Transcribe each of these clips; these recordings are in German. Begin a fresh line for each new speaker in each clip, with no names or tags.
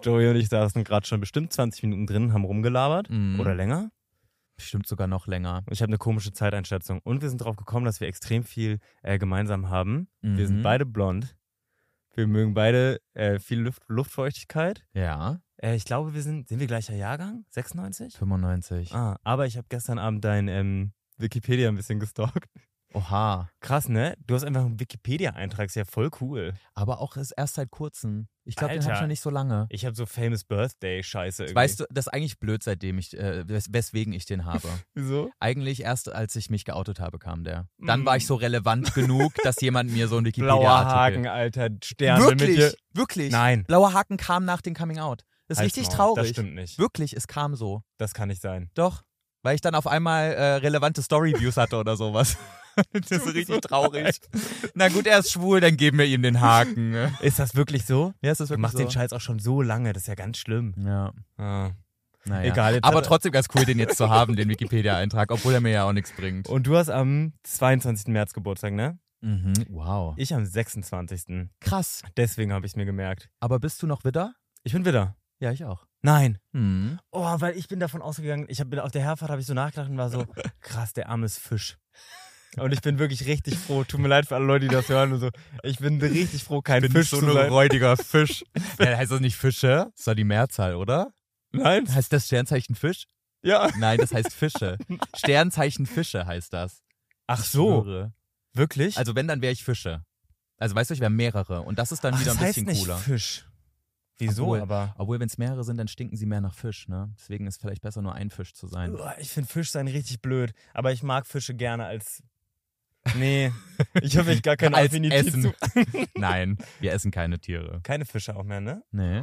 Joey und ich saßen gerade schon bestimmt 20 Minuten drin, haben rumgelabert. Oder länger.
Bestimmt sogar noch länger.
Ich habe eine komische Zeiteinschätzung. Und wir sind drauf gekommen, dass wir extrem viel gemeinsam haben. Wir sind beide blond. Wir mögen beide viel Luftfeuchtigkeit.
Ja.
Ich glaube, sind wir gleicher Jahrgang? 96?
95.
Aber ich habe gestern Abend dein Wikipedia ein bisschen gestalkt.
Oha.
Krass, ne? Du hast einfach einen Wikipedia-Eintrag, ist ja voll cool.
Aber auch erst seit kurzem. Ich glaube, den
Alter.
habe ich noch nicht so lange.
Ich habe so Famous Birthday-Scheiße irgendwie.
Weißt du, das ist eigentlich blöd, weswegen ich den habe.
Wieso?
Eigentlich erst, als ich mich geoutet habe, kam der. Dann war ich so relevant genug, dass jemand mir so ein Wikipedia-Artikel...
Blauer Haken, Alter, Sterne mit dir.
Wirklich.
Nein.
Blauer Haken kam nach dem Coming-out. Das ist
Halt's
richtig
Maul.
traurig.
Das stimmt nicht.
Wirklich, es kam so.
Das kann nicht sein.
Doch. Weil ich dann auf einmal relevante Story-Views hatte oder sowas. Das ist richtig traurig. Na gut, er ist schwul, dann geben wir ihm den Haken.
Ist das wirklich so?
Ja, ist das
Du
wirklich
machst
so?
den Scheiß auch schon so lange, das ist ja ganz schlimm.
Ja.
Ah.
Naja.
Egal, jetzt
Aber
hat-
trotzdem ganz cool, den jetzt zu haben, den Wikipedia-Eintrag, obwohl er mir ja auch nichts bringt.
Und du hast am 22. März Geburtstag, ne?
Wow.
Ich am 26.
Krass.
Deswegen habe ich es mir gemerkt.
Aber bist du noch Widder?
Ich bin Widder.
Ja, ich auch.
Nein.
Mhm.
Oh, weil ich bin davon ausgegangen, auf der Herfahrt habe ich so nachgedacht und war so, krass, der Arme ist Fisch. Und ich bin wirklich richtig froh. Tut mir leid für alle Leute, die das hören und so. Ich bin richtig froh, kein Fisch
so
zu
ein
sein.
räudiger Fisch. Ja, heißt das nicht Fische? Das war die Mehrzahl, oder?
Nein?
Heißt das Sternzeichen Fisch?
Ja.
Nein, das heißt Fische. Sternzeichen Fische heißt das.
Ach
Ich
so.
schwöre.
Wirklich?
Also wenn, dann wäre ich Fische. Also weißt du, ich wäre mehrere. Und das ist dann wieder
das
ein
heißt
bisschen
nicht
cooler.
Fisch. Wieso aber?
Obwohl, wenn es mehrere sind, dann stinken sie mehr nach Fisch, ne? Deswegen ist es vielleicht besser, nur ein Fisch zu sein.
Ich finde Fisch sein richtig blöd. Aber ich mag Fische gerne als... Nee, ich habe echt gar keine
Als
Affinität
Essen.
zu...
Nein, wir essen keine Tiere.
Keine Fische auch mehr, ne?
Nee.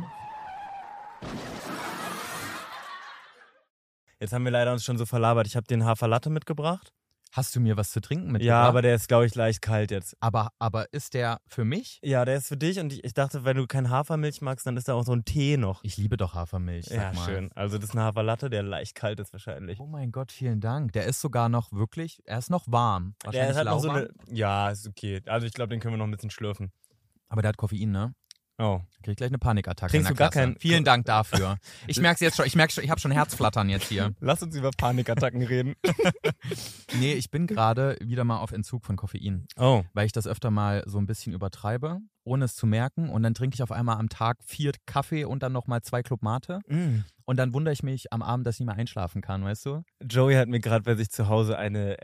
Jetzt haben wir leider uns schon so verlabert. Ich habe den Haferlatte mitgebracht.
Hast du mir was zu trinken mitgebracht?
Ja, aber der ist, glaube ich, leicht kalt jetzt.
Aber ist der für mich?
Ja, der ist für dich und ich dachte, wenn du kein Hafermilch magst, dann ist da auch so ein Tee noch.
Ich liebe doch Hafermilch, sag
Ja,
mal.
schön. Also das ist ein Haferlatte, der leicht kalt ist wahrscheinlich.
Oh mein Gott, vielen Dank. Der ist sogar noch wirklich, er ist noch warm.
Der
Wahrscheinlich
ist halt noch so
lauwarm.
eine... Ja, ist okay. Also ich glaube, den können wir noch ein bisschen schlürfen.
Aber der hat Koffein, ne?
Oh.
Krieg ich gleich eine Panikattacke.
Trinkst
in
du
der
gar
Klasse.
keinen-
Vielen Dank dafür. Ich merke es jetzt schon. Ich habe schon Herzflattern jetzt hier.
Lass uns über Panikattacken reden.
Nee, ich bin gerade wieder mal auf Entzug von Koffein.
Oh.
Weil ich das öfter mal so ein bisschen übertreibe, ohne es zu merken. Und dann trinke ich auf einmal am Tag 4 Kaffee und dann nochmal 2 Club Mate. Und dann wundere ich mich am Abend, dass ich nicht mehr einschlafen kann, weißt du?
Joey hat mir gerade bei sich zu Hause eine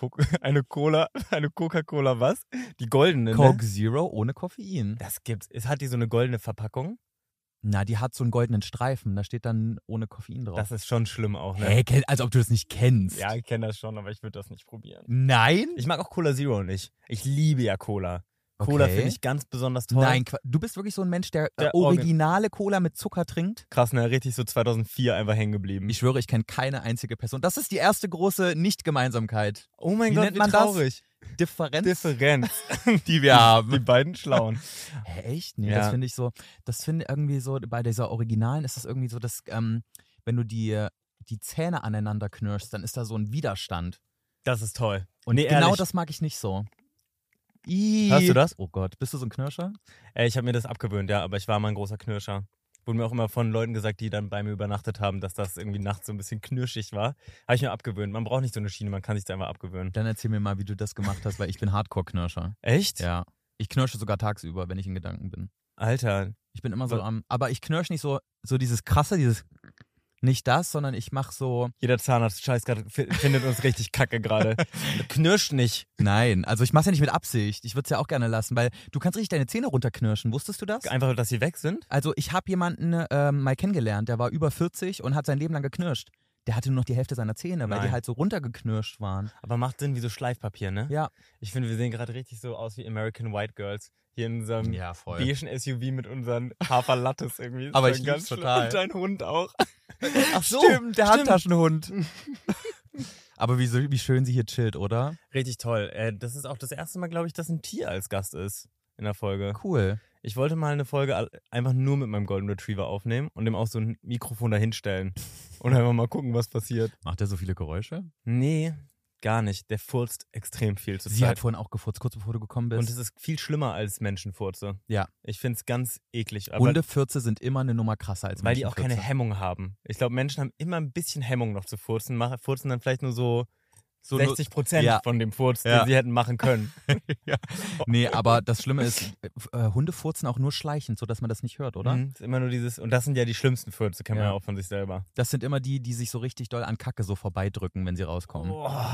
Coca-Cola, was? Die goldene,
Coke
ne?
Zero ohne Koffein.
Das gibt's. Hat die so eine goldene Verpackung?
Na, die hat so einen goldenen Streifen. Da steht dann ohne Koffein drauf.
Das ist schon schlimm auch, ne?
Hä, als ob du das nicht kennst.
Ja, ich kenne das schon, aber ich würde das nicht probieren.
Nein?
Ich mag auch Cola Zero nicht. Ich liebe ja Cola. Cola
Okay.
finde ich ganz besonders toll.
Nein, du bist wirklich so ein Mensch, der
Der
originale Cola mit Zucker trinkt?
Krass, ne? Richtig so 2004 einfach hängen geblieben.
Ich schwöre, ich kenne keine einzige Person. Das ist die erste große Nicht-Gemeinsamkeit.
Oh mein
Wie
Gott,
nennt
wie
man das?
traurig.
Differenz.
Die
wir haben.
Die beiden Schlauen.
Hä, echt? Nee,
Ja.
das finde irgendwie so, bei dieser Originalen ist das irgendwie so, dass, wenn du die Zähne aneinander knirschst, dann ist da so ein Widerstand.
Das ist toll.
Und
Nee,
genau
ehrlich.
das mag ich nicht so.
Hörst du das?
Oh Gott, bist du so ein Knirscher?
Ich habe mir das abgewöhnt, ja, aber ich war mal ein großer Knirscher. Wurde mir auch immer von Leuten gesagt, die dann bei mir übernachtet haben, dass das irgendwie nachts so ein bisschen knirschig war. Habe ich mir abgewöhnt. Man braucht nicht so eine Schiene, man kann sich da einfach abgewöhnen.
Dann erzähl mir mal, wie du das gemacht hast, weil ich bin Hardcore-Knirscher.
Echt?
Ja. Ich knirsche sogar tagsüber, wenn ich in Gedanken bin.
Alter.
Ich bin immer so aber ich knirsch nicht so dieses krasse, nicht das, sondern ich mach so,
Jeder Zahnarzt scheiß gerade findet uns richtig kacke gerade. Knirscht nicht.
nein, also ich mach's ja nicht mit Absicht. Ich würde es ja auch gerne lassen, weil du kannst richtig deine Zähne runterknirschen. Wusstest du das?
Einfach, dass sie weg sind?
Also ich habe jemanden mal kennengelernt, der war über 40 und hat sein Leben lang geknirscht. Der hatte nur noch die Hälfte seiner Zähne, weil
Nein.
die halt so runtergeknirscht waren.
Aber macht Sinn wie so Schleifpapier, ne?
Ja.
Ich finde, wir sehen gerade richtig so aus wie American White Girls. Hier in unserem
Ja, voll.
beigen SUV mit unseren Haferlattes irgendwie.
Aber
Das ist
ich
dann
lieb's
schlimm.
total.
Und dein Hund auch.
Ach
so,
stimmt, der
stimmt.
Handtaschenhund. Aber wie schön sie hier chillt, oder?
Richtig toll. Das ist auch das erste Mal, glaube ich, dass ein Tier als Gast ist in der Folge.
Cool.
Ich wollte mal eine Folge einfach nur mit meinem Golden Retriever aufnehmen und dem auch so ein Mikrofon dahinstellen. Und einfach mal gucken, was passiert.
Macht er so viele Geräusche?
Nee, Gar nicht. Der furzt extrem viel zur
Sie
Zeit.
hat vorhin auch gefurzt, kurz bevor du gekommen bist.
Und es ist viel schlimmer als Menschenfurze.
Ja.
Ich finde es ganz eklig. Aber
Hundefürze sind immer eine Nummer krasser als
weil die auch keine
Menschenfürze.
Hemmung haben. Ich glaube, Menschen haben immer ein bisschen Hemmung noch zu furzen. Furzen dann vielleicht nur so
So
60%
ja.
von dem Furz,
Ja.
den sie hätten machen können.
Ja. Nee, aber das Schlimme ist, Hunde furzen auch nur schleichend, sodass man das nicht hört, oder?
Ist immer nur dieses, und das sind ja die schlimmsten Furze, kennt man
Ja.
ja auch von sich selber.
Das sind immer die sich so richtig doll an Kacke so vorbeidrücken, wenn sie rauskommen.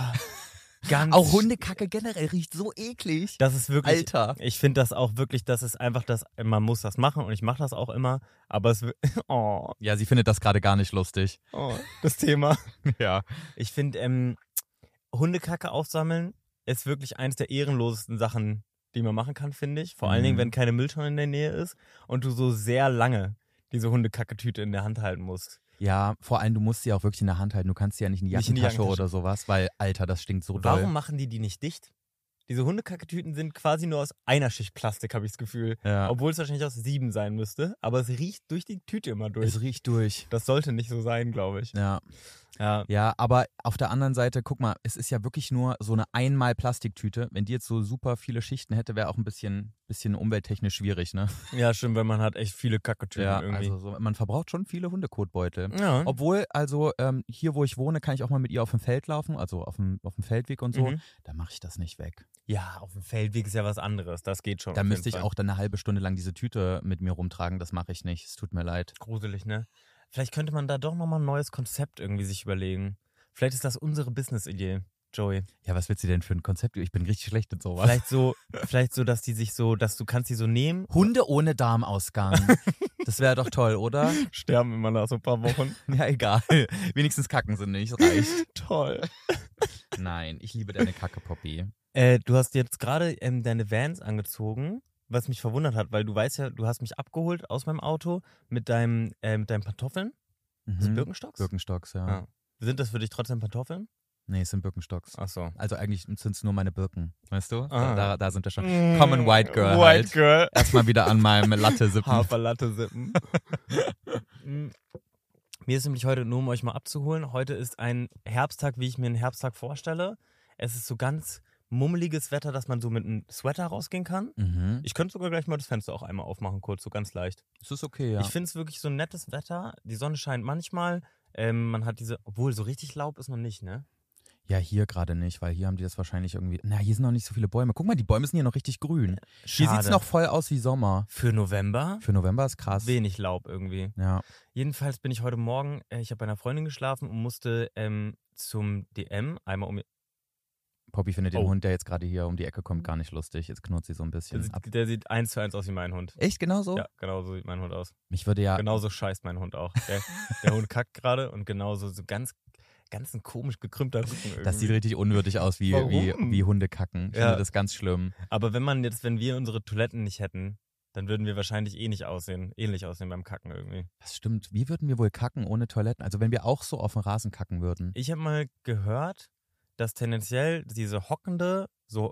Ganz
Auch Hundekacke generell riecht so eklig.
Das ist wirklich,
Alter.
ich finde das auch wirklich, das ist einfach das, man muss das machen und ich mache das auch immer, aber es
Ja, sie findet das gerade gar nicht lustig.
das Thema.
Ja.
Ich finde, Hundekacke aufsammeln ist wirklich eines der ehrenlosesten Sachen, die man machen kann, finde ich. Vor allen Dingen, wenn keine Mülltonne in der Nähe ist und du so sehr lange diese Hundekacke-Tüte in der Hand halten musst.
Ja, vor allem, du musst sie auch wirklich in der Hand halten. Du kannst sie ja nicht in die
Nicht in die
Jackentasche
Jackentasche.
oder sowas, weil, Alter, das stinkt so doll.
Warum machen die nicht dicht? Diese Hundekacke-Tüten sind quasi nur aus einer Schicht Plastik, habe ich das Gefühl.
Ja.
Obwohl es wahrscheinlich aus 7 sein müsste. Aber es riecht durch die Tüte immer durch.
Es riecht durch.
Das sollte nicht so sein, glaube ich.
Ja.
Ja.
Ja, aber auf der anderen Seite, guck mal, es ist ja wirklich nur so eine Einmal-Plastiktüte. Wenn die jetzt so super viele Schichten hätte, wäre auch ein bisschen umwelttechnisch schwierig, ne?
Ja, stimmt, weil man hat echt viele Kacketüten
Ja,
irgendwie.
also so, man verbraucht schon viele Hundekotbeutel.
Ja.
Obwohl, also hier, wo ich wohne, kann ich auch mal mit ihr auf dem Feld laufen, also auf dem Feldweg und so.
Mhm.
Da mache ich das nicht weg.
Ja, auf dem Feldweg ist ja was anderes. Das geht schon.
Da
auf
müsste
jeden
ich
Fall.
auch dann eine halbe Stunde lang diese Tüte mit mir rumtragen. Das mache ich nicht. Es tut mir leid.
Gruselig, ne? Vielleicht könnte man da doch nochmal ein neues Konzept irgendwie sich überlegen. Vielleicht ist das unsere Business-Idee, Joey.
Ja, was willst du denn für ein Konzept? Ich bin richtig schlecht in sowas.
Vielleicht so, dass die sich so, dass du kannst die so nehmen.
Hunde ohne Darmausgang. Das wäre doch toll, oder?
Sterben immer nach so ein paar Wochen.
Ja, egal. Wenigstens kacken sie nicht. Reicht.
Toll.
Nein, ich liebe deine Kacke, Poppy.
Du hast jetzt gerade deine Vans angezogen, was mich verwundert hat, weil du weißt ja, du hast mich abgeholt aus meinem Auto mit deinen Pantoffeln. Das sind Birkenstocks?
Birkenstocks, ja.
Ah. Sind das für dich trotzdem Pantoffeln?
Nee, es sind Birkenstocks.
Ach so.
Also eigentlich sind es nur meine Birken, weißt du?
Ah.
Da sind wir schon. Common White Girl
White
halt.
Girl.
Erstmal wieder an meinem Latte sippen.
Haferlatte sippen. Mir ist nämlich heute, nur um euch mal abzuholen, heute ist ein Herbsttag, wie ich mir einen Herbsttag vorstelle. Es ist so ganz mummeliges Wetter, dass man so mit einem Sweater rausgehen kann.
Mhm.
Ich könnte sogar gleich mal das Fenster auch einmal aufmachen, kurz, so ganz leicht.
Das ist okay, ja.
Ich finde es wirklich so ein nettes Wetter. Die Sonne scheint manchmal. Man hat obwohl so richtig Laub ist noch nicht, ne?
Ja, hier gerade nicht, weil hier haben die das wahrscheinlich irgendwie. Na, hier sind noch nicht so viele Bäume. Guck mal, die Bäume sind hier noch richtig grün. Hier sieht es noch voll aus wie Sommer.
Für November?
Für November ist krass.
Wenig Laub irgendwie.
Ja.
Jedenfalls bin ich heute Morgen, ich habe bei einer Freundin geschlafen und musste zum DM einmal um.
Poppy findet den
Oh.
Hund, der jetzt gerade hier um die Ecke kommt, gar nicht lustig. Jetzt knurrt sie so ein bisschen ab.
Der sieht 1:1 aus wie mein Hund.
Echt, genau so?
Ja, genau so sieht mein Hund aus.
Mich würde ja.
Genauso scheißt mein Hund auch. Der Hund kackt gerade und genauso so ganz ein komisch gekrümmter Rücken irgendwie.
Das sieht richtig unwürdig aus, wie Hunde kacken. Ich finde das ganz schlimm.
Aber wenn wir unsere Toiletten nicht hätten, dann würden wir wahrscheinlich ähnlich aussehen beim Kacken irgendwie.
Das stimmt. Wie würden wir wohl kacken ohne Toiletten? Also wenn wir auch so auf dem Rasen kacken würden.
Ich habe mal gehört, dass tendenziell diese hockende,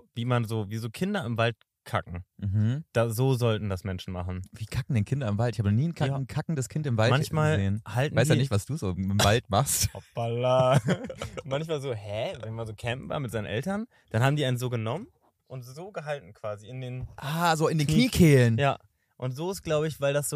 wie so Kinder im Wald kacken.
Mhm.
So sollten das Menschen machen.
Wie kacken denn Kinder im Wald? Ich habe noch nie ein kackendes Kind im Wald
Manchmal
gesehen.
halten
Ich weiß ja
die-
nicht, was du so im Wald machst.
Hoppala. Manchmal so, wenn man so campen war mit seinen Eltern, dann haben die einen so genommen und so gehalten quasi in den...
So in den Kniekehlen.
Ja, und so ist, glaube ich, weil das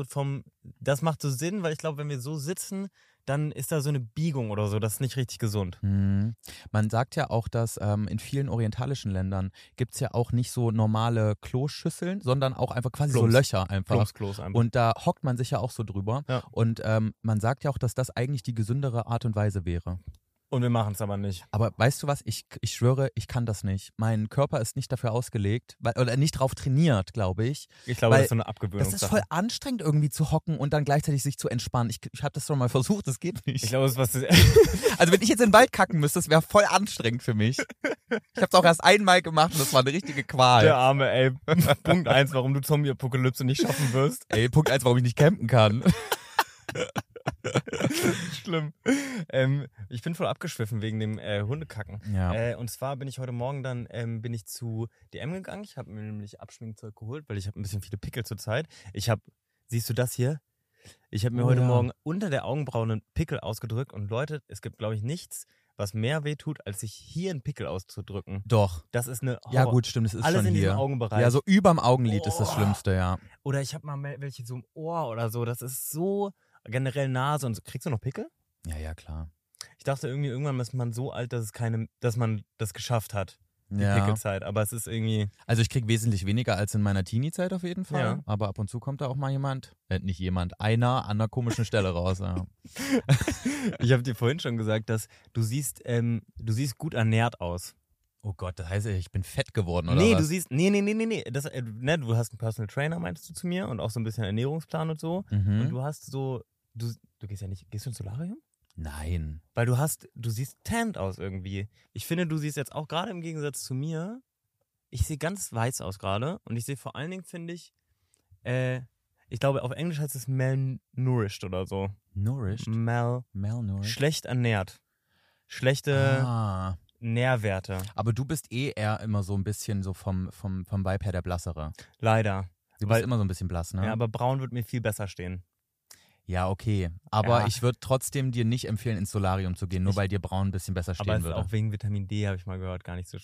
das macht so Sinn, weil ich glaube, wenn wir so sitzen, dann ist da so eine Biegung oder so, das ist nicht richtig gesund.
Mhm. Man sagt ja auch, dass in vielen orientalischen Ländern gibt es ja auch nicht so normale Kloschüsseln, sondern auch einfach quasi so
Plumps.
Löcher einfach.
Plumpsklos einfach.
Und da hockt man sich ja auch so drüber.
Ja.
Und man sagt ja auch, dass das eigentlich die gesündere Art und Weise wäre.
Und wir machen es aber nicht.
Aber weißt du was, ich schwöre, ich kann das nicht. Mein Körper ist nicht dafür ausgelegt, oder nicht drauf trainiert, glaube ich.
Ich glaube,
Weil
das ist so eine Abgewöhnungssache.
Das ist voll anstrengend irgendwie zu hocken und dann gleichzeitig sich zu entspannen. Ich habe das doch mal versucht, das geht nicht.
Ich glaube, das ist was...
Also wenn ich jetzt in den Wald kacken müsste, das wäre voll anstrengend für mich. Ich habe es auch erst einmal gemacht und das war eine richtige Qual.
Der Arme, ey. Punkt 1, warum du Zombie-Apokalypse nicht schaffen wirst.
Ey, Punkt 1, warum ich nicht campen kann.
Schlimm. Ich bin voll abgeschwiffen wegen dem Hundekacken.
Ja.
Und zwar bin ich heute Morgen dann bin ich zu DM gegangen. Ich habe mir nämlich Abschminkzeug geholt, weil ich habe ein bisschen viele Pickel zurzeit. Siehst du das hier? Ich habe mir heute Morgen unter der Augenbraue einen Pickel ausgedrückt und Leute, es gibt, glaube ich, nichts, was mehr wehtut, als sich hier einen Pickel auszudrücken.
Doch.
Das ist eine Horror.
Ja gut, stimmt, das ist
Alles
schon
in diesem
hier.
Augenbereich.
Ja, so überm Augenlid ist das Schlimmste, ja.
Oder ich habe mal welche so im Ohr oder so. Das ist so generell Nase und so. Kriegst du noch Pickel?
Ja, klar.
Ich dachte irgendwie, irgendwann ist man so alt, dass man das geschafft hat. Die
Ja.
Pickelzeit. Aber es ist irgendwie.
Also ich krieg wesentlich weniger als in meiner Teenie-Zeit auf jeden Fall.
Ja.
Aber ab und zu kommt da auch mal jemand, nicht jemand, einer an einer komischen Stelle raus. Ja.
Ich habe dir vorhin schon gesagt, dass du siehst gut ernährt aus.
Oh Gott, das heißt, ich bin fett geworden, oder
Nee,
was?
du siehst. Nee. Das, du hast einen Personal Trainer, meintest du zu mir, und auch so ein bisschen Ernährungsplan und so.
Mhm.
Und du hast so. Du gehst ja nicht. Gehst du ins Solarium?
Nein.
Weil du siehst tanned aus irgendwie. Ich finde, du siehst jetzt auch gerade im Gegensatz zu mir, ich sehe ganz weiß aus gerade. Und ich sehe vor allen Dingen, finde ich glaube, auf Englisch heißt es malnourished oder so.
Nourished? Malnourished?
Schlecht ernährt. Schlechte
Ah.
Nährwerte.
Aber du bist eher immer so ein bisschen so vom Vibe her der Blassere.
Leider.
Du bist
Weil-
immer so ein bisschen blass, ne?
Ja, aber braun wird mir viel besser stehen.
Ja, okay. Aber
Ja.
ich würde trotzdem dir nicht empfehlen, ins Solarium zu gehen, nur weil dir braun ein bisschen besser
Aber
stehen
es ist
würde.
auch wegen Vitamin D, habe ich mal gehört, gar nicht so.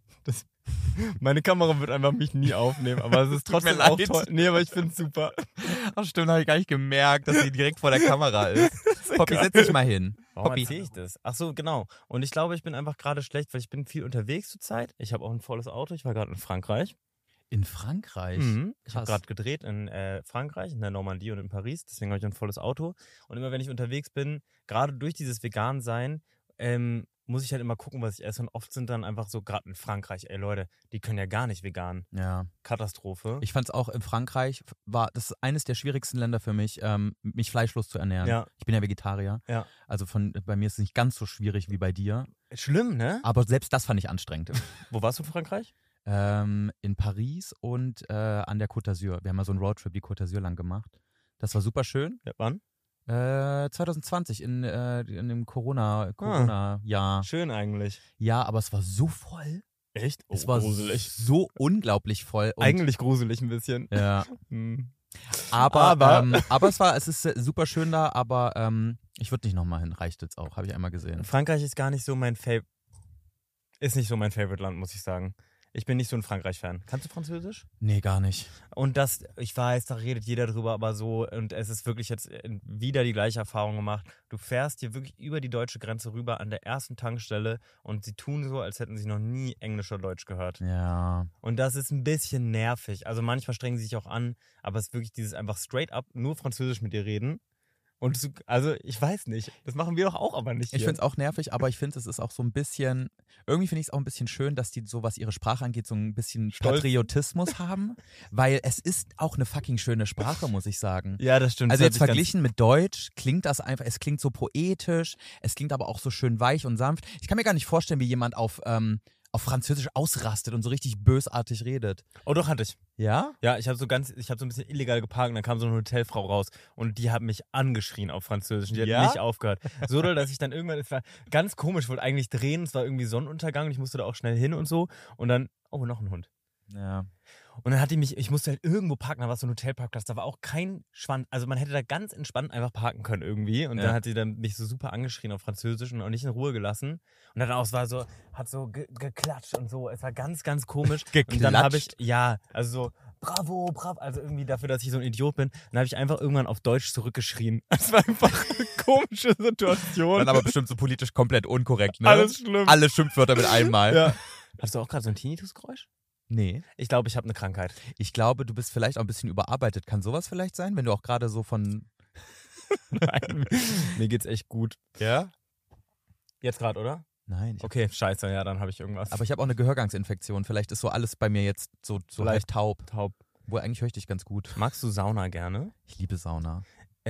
Meine Kamera wird einfach mich nie aufnehmen, aber es ist
Tut mir
trotzdem auch
leid.
toll. Nee, aber ich finde es super.
Ach stimmt, habe ich gar nicht gemerkt, dass sie direkt vor der Kamera ist. Poppy, setz dich mal hin.
Warum
Poppy.
erzähle ich das? Ach so, genau. Und ich glaube, ich bin einfach gerade schlecht, weil ich bin viel unterwegs zurzeit. Ich habe auch ein volles Auto. Ich war gerade in Frankreich.
In Frankreich?
Ich habe gerade gedreht in Frankreich, in der Normandie und in Paris. Deswegen habe ich ein volles Auto. Und immer wenn ich unterwegs bin, gerade durch dieses Vegan-Sein, muss ich halt immer gucken, was ich esse. Und oft sind dann einfach so, gerade in Frankreich, ey Leute, die können ja gar nicht vegan.
Ja.
Katastrophe.
Ich fand es auch in Frankreich, das ist eines der schwierigsten Länder für mich, mich fleischlos zu ernähren.
Ja.
Ich bin ja Vegetarier.
Ja.
Also bei mir ist es nicht ganz so schwierig wie bei dir.
Schlimm, ne?
Aber selbst das fand ich anstrengend.
Wo warst du in Frankreich?
In Paris und an der Côte d'Azur. Wir haben mal so einen Roadtrip die Côte d'Azur lang gemacht. Das war super schön.
Ja, wann?
2020 in dem Corona-Jahr.
Schön eigentlich.
Ja, aber es war so voll.
Echt?
Es war
gruselig.
so unglaublich voll. Und,
Eigentlich gruselig ein bisschen.
ja.
Hm.
Aber es ist super schön da, aber ich würde nicht nochmal hin. Reicht jetzt auch, habe ich einmal gesehen.
Frankreich ist gar nicht so mein ist nicht so mein Favorite Land, muss ich sagen. Ich bin nicht so ein Frankreich-Fan. Kannst du Französisch?
Nee, gar nicht.
Und das, ich weiß, da redet jeder drüber, aber so, und es ist wirklich jetzt wieder die gleiche Erfahrung gemacht. Du fährst hier wirklich über die deutsche Grenze rüber an der ersten Tankstelle und sie tun so, als hätten sie noch nie Englisch oder Deutsch gehört.
Ja.
Und das ist ein bisschen nervig. Also manchmal strengen sie sich auch an, aber es ist wirklich dieses einfach straight up nur Französisch mit dir reden. Und also ich weiß nicht, das machen wir doch auch aber nicht hier.
Ich finde es auch nervig, aber ich finde, es ist auch so ein bisschen, irgendwie finde ich es auch ein bisschen schön, dass die so, was ihre Sprache angeht, so ein bisschen
Stolz.
Patriotismus haben, weil es ist auch eine fucking schöne Sprache, muss ich sagen.
Ja, das stimmt.
Also
Das
jetzt
hört sich
verglichen mit Deutsch klingt das einfach, es klingt so poetisch, es klingt aber auch so schön weich und sanft. Ich kann mir gar nicht vorstellen, wie jemand auf Französisch ausrastet und so richtig bösartig redet.
Oh, doch, hatte ich.
Ja?
Ja, ich habe so ein bisschen illegal geparkt und dann kam so eine Hotelfrau raus und die hat mich angeschrien auf Französisch und die
Ja?
hat nicht aufgehört. So doll, dass ich dann irgendwann, es war ganz komisch, wollte eigentlich drehen, es war irgendwie Sonnenuntergang und ich musste da auch schnell hin und so und dann, oh, noch ein Hund.
Ja.
Und dann hat die mich, ich musste halt irgendwo parken, da war so ein Hotelparkplatz, da war auch kein Schwanz, also man hätte da ganz entspannt einfach parken können irgendwie und
Ja.
dann hat sie dann mich so super angeschrien auf Französisch und auch nicht in Ruhe gelassen und dann auch, es war so, hat so geklatscht und so, es war ganz, ganz komisch. Und dann habe ich, ja, also so, bravo, also irgendwie dafür, dass ich so ein Idiot bin, dann habe ich einfach irgendwann auf Deutsch zurückgeschrien. Es war einfach eine komische Situation.
Dann aber bestimmt so politisch komplett unkorrekt, ne?
Alles schlimm.
Alle Schimpfwörter mit einmal.
Ja. Hast du auch gerade so ein Tinnitus-Geräusch?
Nee.
Ich glaube, ich habe eine Krankheit.
Ich glaube, du bist vielleicht auch ein bisschen überarbeitet. Kann sowas vielleicht sein, wenn du auch gerade so von...
Nein, mir geht's echt gut.
Ja?
Jetzt gerade, oder?
Nein.
Okay, scheiße, ja, dann habe ich irgendwas.
Aber ich habe auch eine Gehörgangsinfektion. Vielleicht ist so alles bei mir jetzt so leicht taub.
Taub.
Wo eigentlich höre ich dich ganz gut.
Magst du Sauna gerne?
Ich liebe Sauna.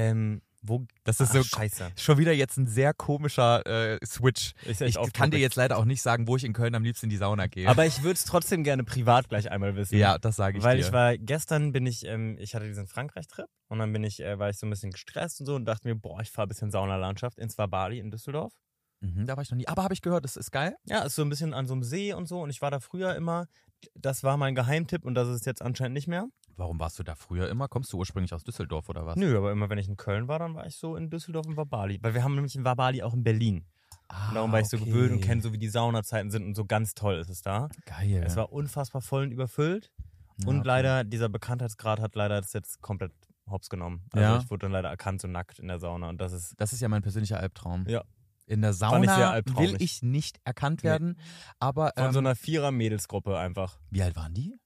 Wo?
Das ist
Ach,
so
scheiße.
schon wieder jetzt ein sehr komischer Switch.
Ist
Ich
echt oft
kann dir
traurig.
jetzt leider auch nicht sagen, wo ich in Köln am liebsten in die Sauna gehe.
Aber ich würde es trotzdem gerne privat gleich einmal wissen.
ja, das sage ich
Weil
dir.
gestern bin ich hatte diesen Frankreich-Trip und dann war ich so ein bisschen gestresst und so und dachte mir, boah, ich fahre ein bisschen Saunalandschaft ins Vabali in Düsseldorf.
Da war ich noch nie. Aber habe ich gehört, das ist geil.
Ja, ist so ein bisschen an so einem See und so und ich war da früher immer, das war mein Geheimtipp und das ist jetzt anscheinend nicht mehr.
Warum warst du da früher immer? Kommst du ursprünglich aus Düsseldorf oder was?
Nö, aber immer wenn ich in Köln war, dann war ich so in Düsseldorf im Vabali. Weil wir haben nämlich in Vabali auch in Berlin. Und darum war ich so gewöhnt und
okay.
kenne so, wie die Saunazeiten sind und so ganz toll ist es da.
Geil.
Es war unfassbar voll und überfüllt.
Ja,
Und
okay.
leider, dieser Bekanntheitsgrad hat leider das jetzt komplett hops genommen. Also
Ja.
ich wurde dann leider erkannt so nackt in der Sauna und das ist,
Das ist ja mein persönlicher Albtraum.
Ja.
In der
Fand ich sehr
Sauna
albtraumig.
will ich nicht erkannt
Nee.
werden, aber
von so einer 4er-Mädelsgruppe einfach.
wie alt waren die?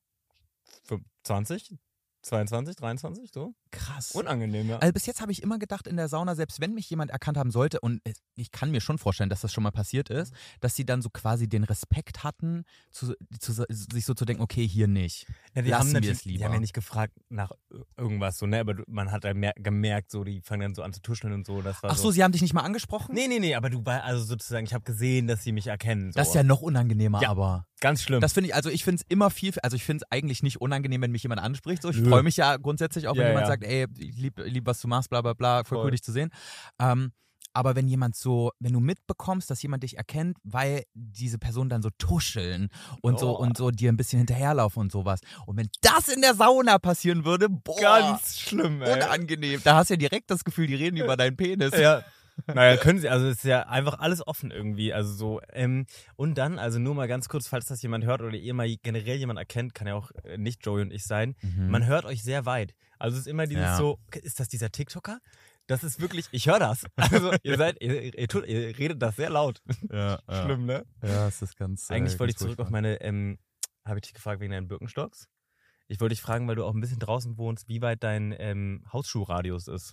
20, 22, 23, so.
Krass.
Unangenehm, ja.
Also bis jetzt habe ich immer gedacht in der Sauna, selbst wenn mich jemand erkannt haben sollte, und ich kann mir schon vorstellen, dass das schon mal passiert ist, dass sie dann so quasi den Respekt hatten, sich so zu denken, okay, hier nicht.
Ja, die
Lassen
haben
wir
natürlich,
es lieber.
Die haben ja nicht gefragt nach irgendwas so, ne? Aber man hat dann gemerkt, so, die fangen dann so an zu tuscheln und so. Das war
Ach so, sie haben dich nicht mal angesprochen?
Nee, aber also sozusagen, ich habe gesehen, dass sie mich erkennen. So.
Das ist ja noch unangenehmer,
Ja.
aber.
Ganz schlimm.
Das finde ich, also ich finde es immer also ich finde es eigentlich nicht unangenehm, wenn mich jemand anspricht. So, ich
Nö.
freue mich ja grundsätzlich auch, wenn
Ja,
jemand
ja.
sagt, ey, ich lieb, was du machst, bla bla bla, voll cool
Voll.
dich zu sehen. Aber wenn du mitbekommst, dass jemand dich erkennt, weil diese Personen dann so tuscheln und so dir ein bisschen hinterherlaufen und sowas. Und wenn das in der Sauna passieren würde, boah,
Ganz schlimm, ey.
unangenehm. Da hast du ja direkt das Gefühl, die reden über deinen Penis.
Ja. Naja, können sie, also es ist ja einfach alles offen irgendwie, also so, und dann, also nur mal ganz kurz, falls das jemand hört oder ihr mal generell jemand erkennt, kann ja auch nicht Joey und ich sein, man hört euch sehr weit, also es ist immer dieses so, ist das dieser TikToker? Das ist wirklich, ich höre das, also ihr redet das sehr laut.
Ja,
Schlimm, ne?
Ja, es ist ganz.
Eigentlich wollte ich
ganz
zurück auf
furchtbar.
meine, habe ich dich gefragt wegen deinen Birkenstocks? Ich wollte dich fragen, weil du auch ein bisschen draußen wohnst, wie weit dein Hausschuhradius ist.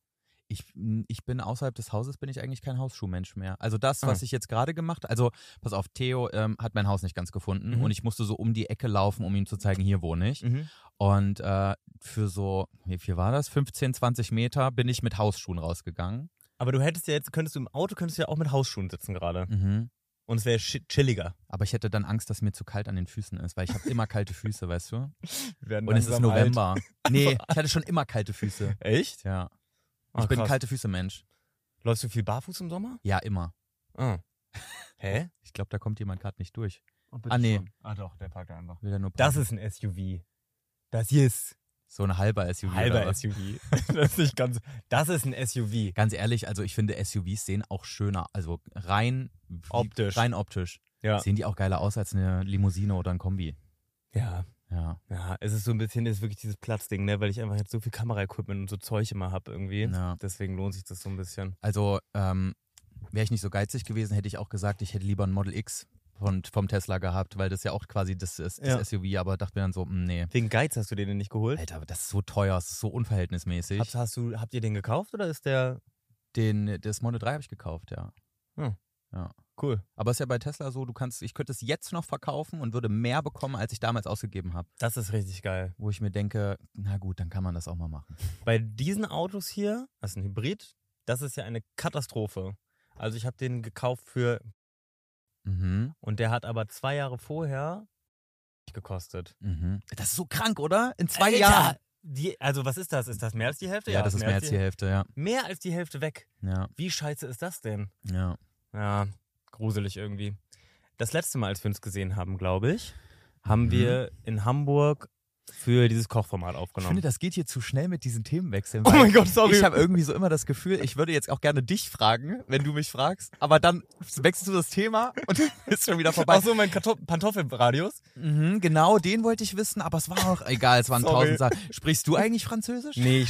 Ich bin außerhalb des Hauses, bin ich eigentlich kein Hausschuhmensch mehr. Also das, was ich jetzt gerade gemacht habe, also pass auf, Theo hat mein Haus nicht ganz gefunden und ich musste so um die Ecke laufen, um ihm zu zeigen, hier wohne ich. Und für so, wie viel war das? 15, 20 Meter bin ich mit Hausschuhen rausgegangen.
Aber du hättest ja jetzt, könntest du im Auto ja auch mit Hausschuhen sitzen gerade. Und es wäre chilliger.
Aber ich hätte dann Angst, dass mir zu kalt an den Füßen ist, weil ich habe immer kalte Füße, weißt du?
Und
Und es ist November. Nee, ich hatte schon immer kalte Füße.
Echt?
Ja.
Ah,
Ich bin
krass.
kalte Füße-Mensch.
Läufst du viel barfuß im Sommer?
Ja, immer.
Ah. Hä?
Ich glaube, da kommt jemand gerade nicht durch.
Ah,
nee.
Schon. Ah doch, der parkt einfach.
Will er nur
Das
parken.
ist ein SUV. Das hier ist
So ein halber SUV. oder
halber
was?
SUV. Das ist nicht ganz. Das ist ein SUV.
Ganz ehrlich, also ich finde SUVs sehen auch schöner, also rein optisch.
Ja.
Sehen die auch geiler aus als eine Limousine oder ein Kombi.
Ja.
Ja.
Ja, es ist so ein bisschen, ist wirklich dieses Platzding, ne, weil ich einfach jetzt so viel Kameraequipment und so Zeug immer habe irgendwie.
Ja.
Deswegen lohnt sich das so ein bisschen.
Also wäre ich nicht so geizig gewesen, hätte ich auch gesagt, ich hätte lieber ein Model X vom Tesla gehabt, weil das ja auch quasi das ist das SUV, aber dachte mir dann so, nee.
Wegen Geiz hast du den denn nicht geholt?
Alter, aber das ist so teuer, das ist so unverhältnismäßig.
Habt ihr den gekauft oder ist der.
Das Model 3 habe ich gekauft, ja.
Hm.
Ja.
Cool.
Aber es ist ja bei Tesla so, ich könnte es jetzt noch verkaufen und würde mehr bekommen, als ich damals ausgegeben habe.
Das ist richtig geil.
Wo ich mir denke, na gut, dann kann man das auch mal machen.
Bei diesen Autos hier, das ist ein Hybrid, das ist ja eine Katastrophe. Also ich habe den gekauft und der hat aber 2 Jahre vorher gekostet.
Das ist so krank, oder? In 2
Alter!
Jahren.
Also was ist das? Ist das mehr als die Hälfte?
Ja, das ist mehr als die Hälfte, ja.
Mehr als die Hälfte weg.
Ja,
Wie scheiße ist das denn?
ja.
Ja, gruselig irgendwie. Das letzte Mal, als wir uns gesehen haben, glaube ich, haben wir in Hamburg für dieses Kochformat
Ich
aufgenommen.
finde, das geht hier zu schnell mit diesen Themenwechseln.
Oh
weil
mein Gott, sorry.
Ich habe irgendwie so immer das Gefühl, ich würde jetzt auch gerne dich fragen, wenn du mich fragst, aber dann wechselst du das Thema und ist schon wieder vorbei.
Achso, mein Pantoffelradius?
Genau, den wollte ich wissen, aber es war auch egal, es waren
Sorry.
1000 Sachen. Sprichst du eigentlich Französisch?
Nee,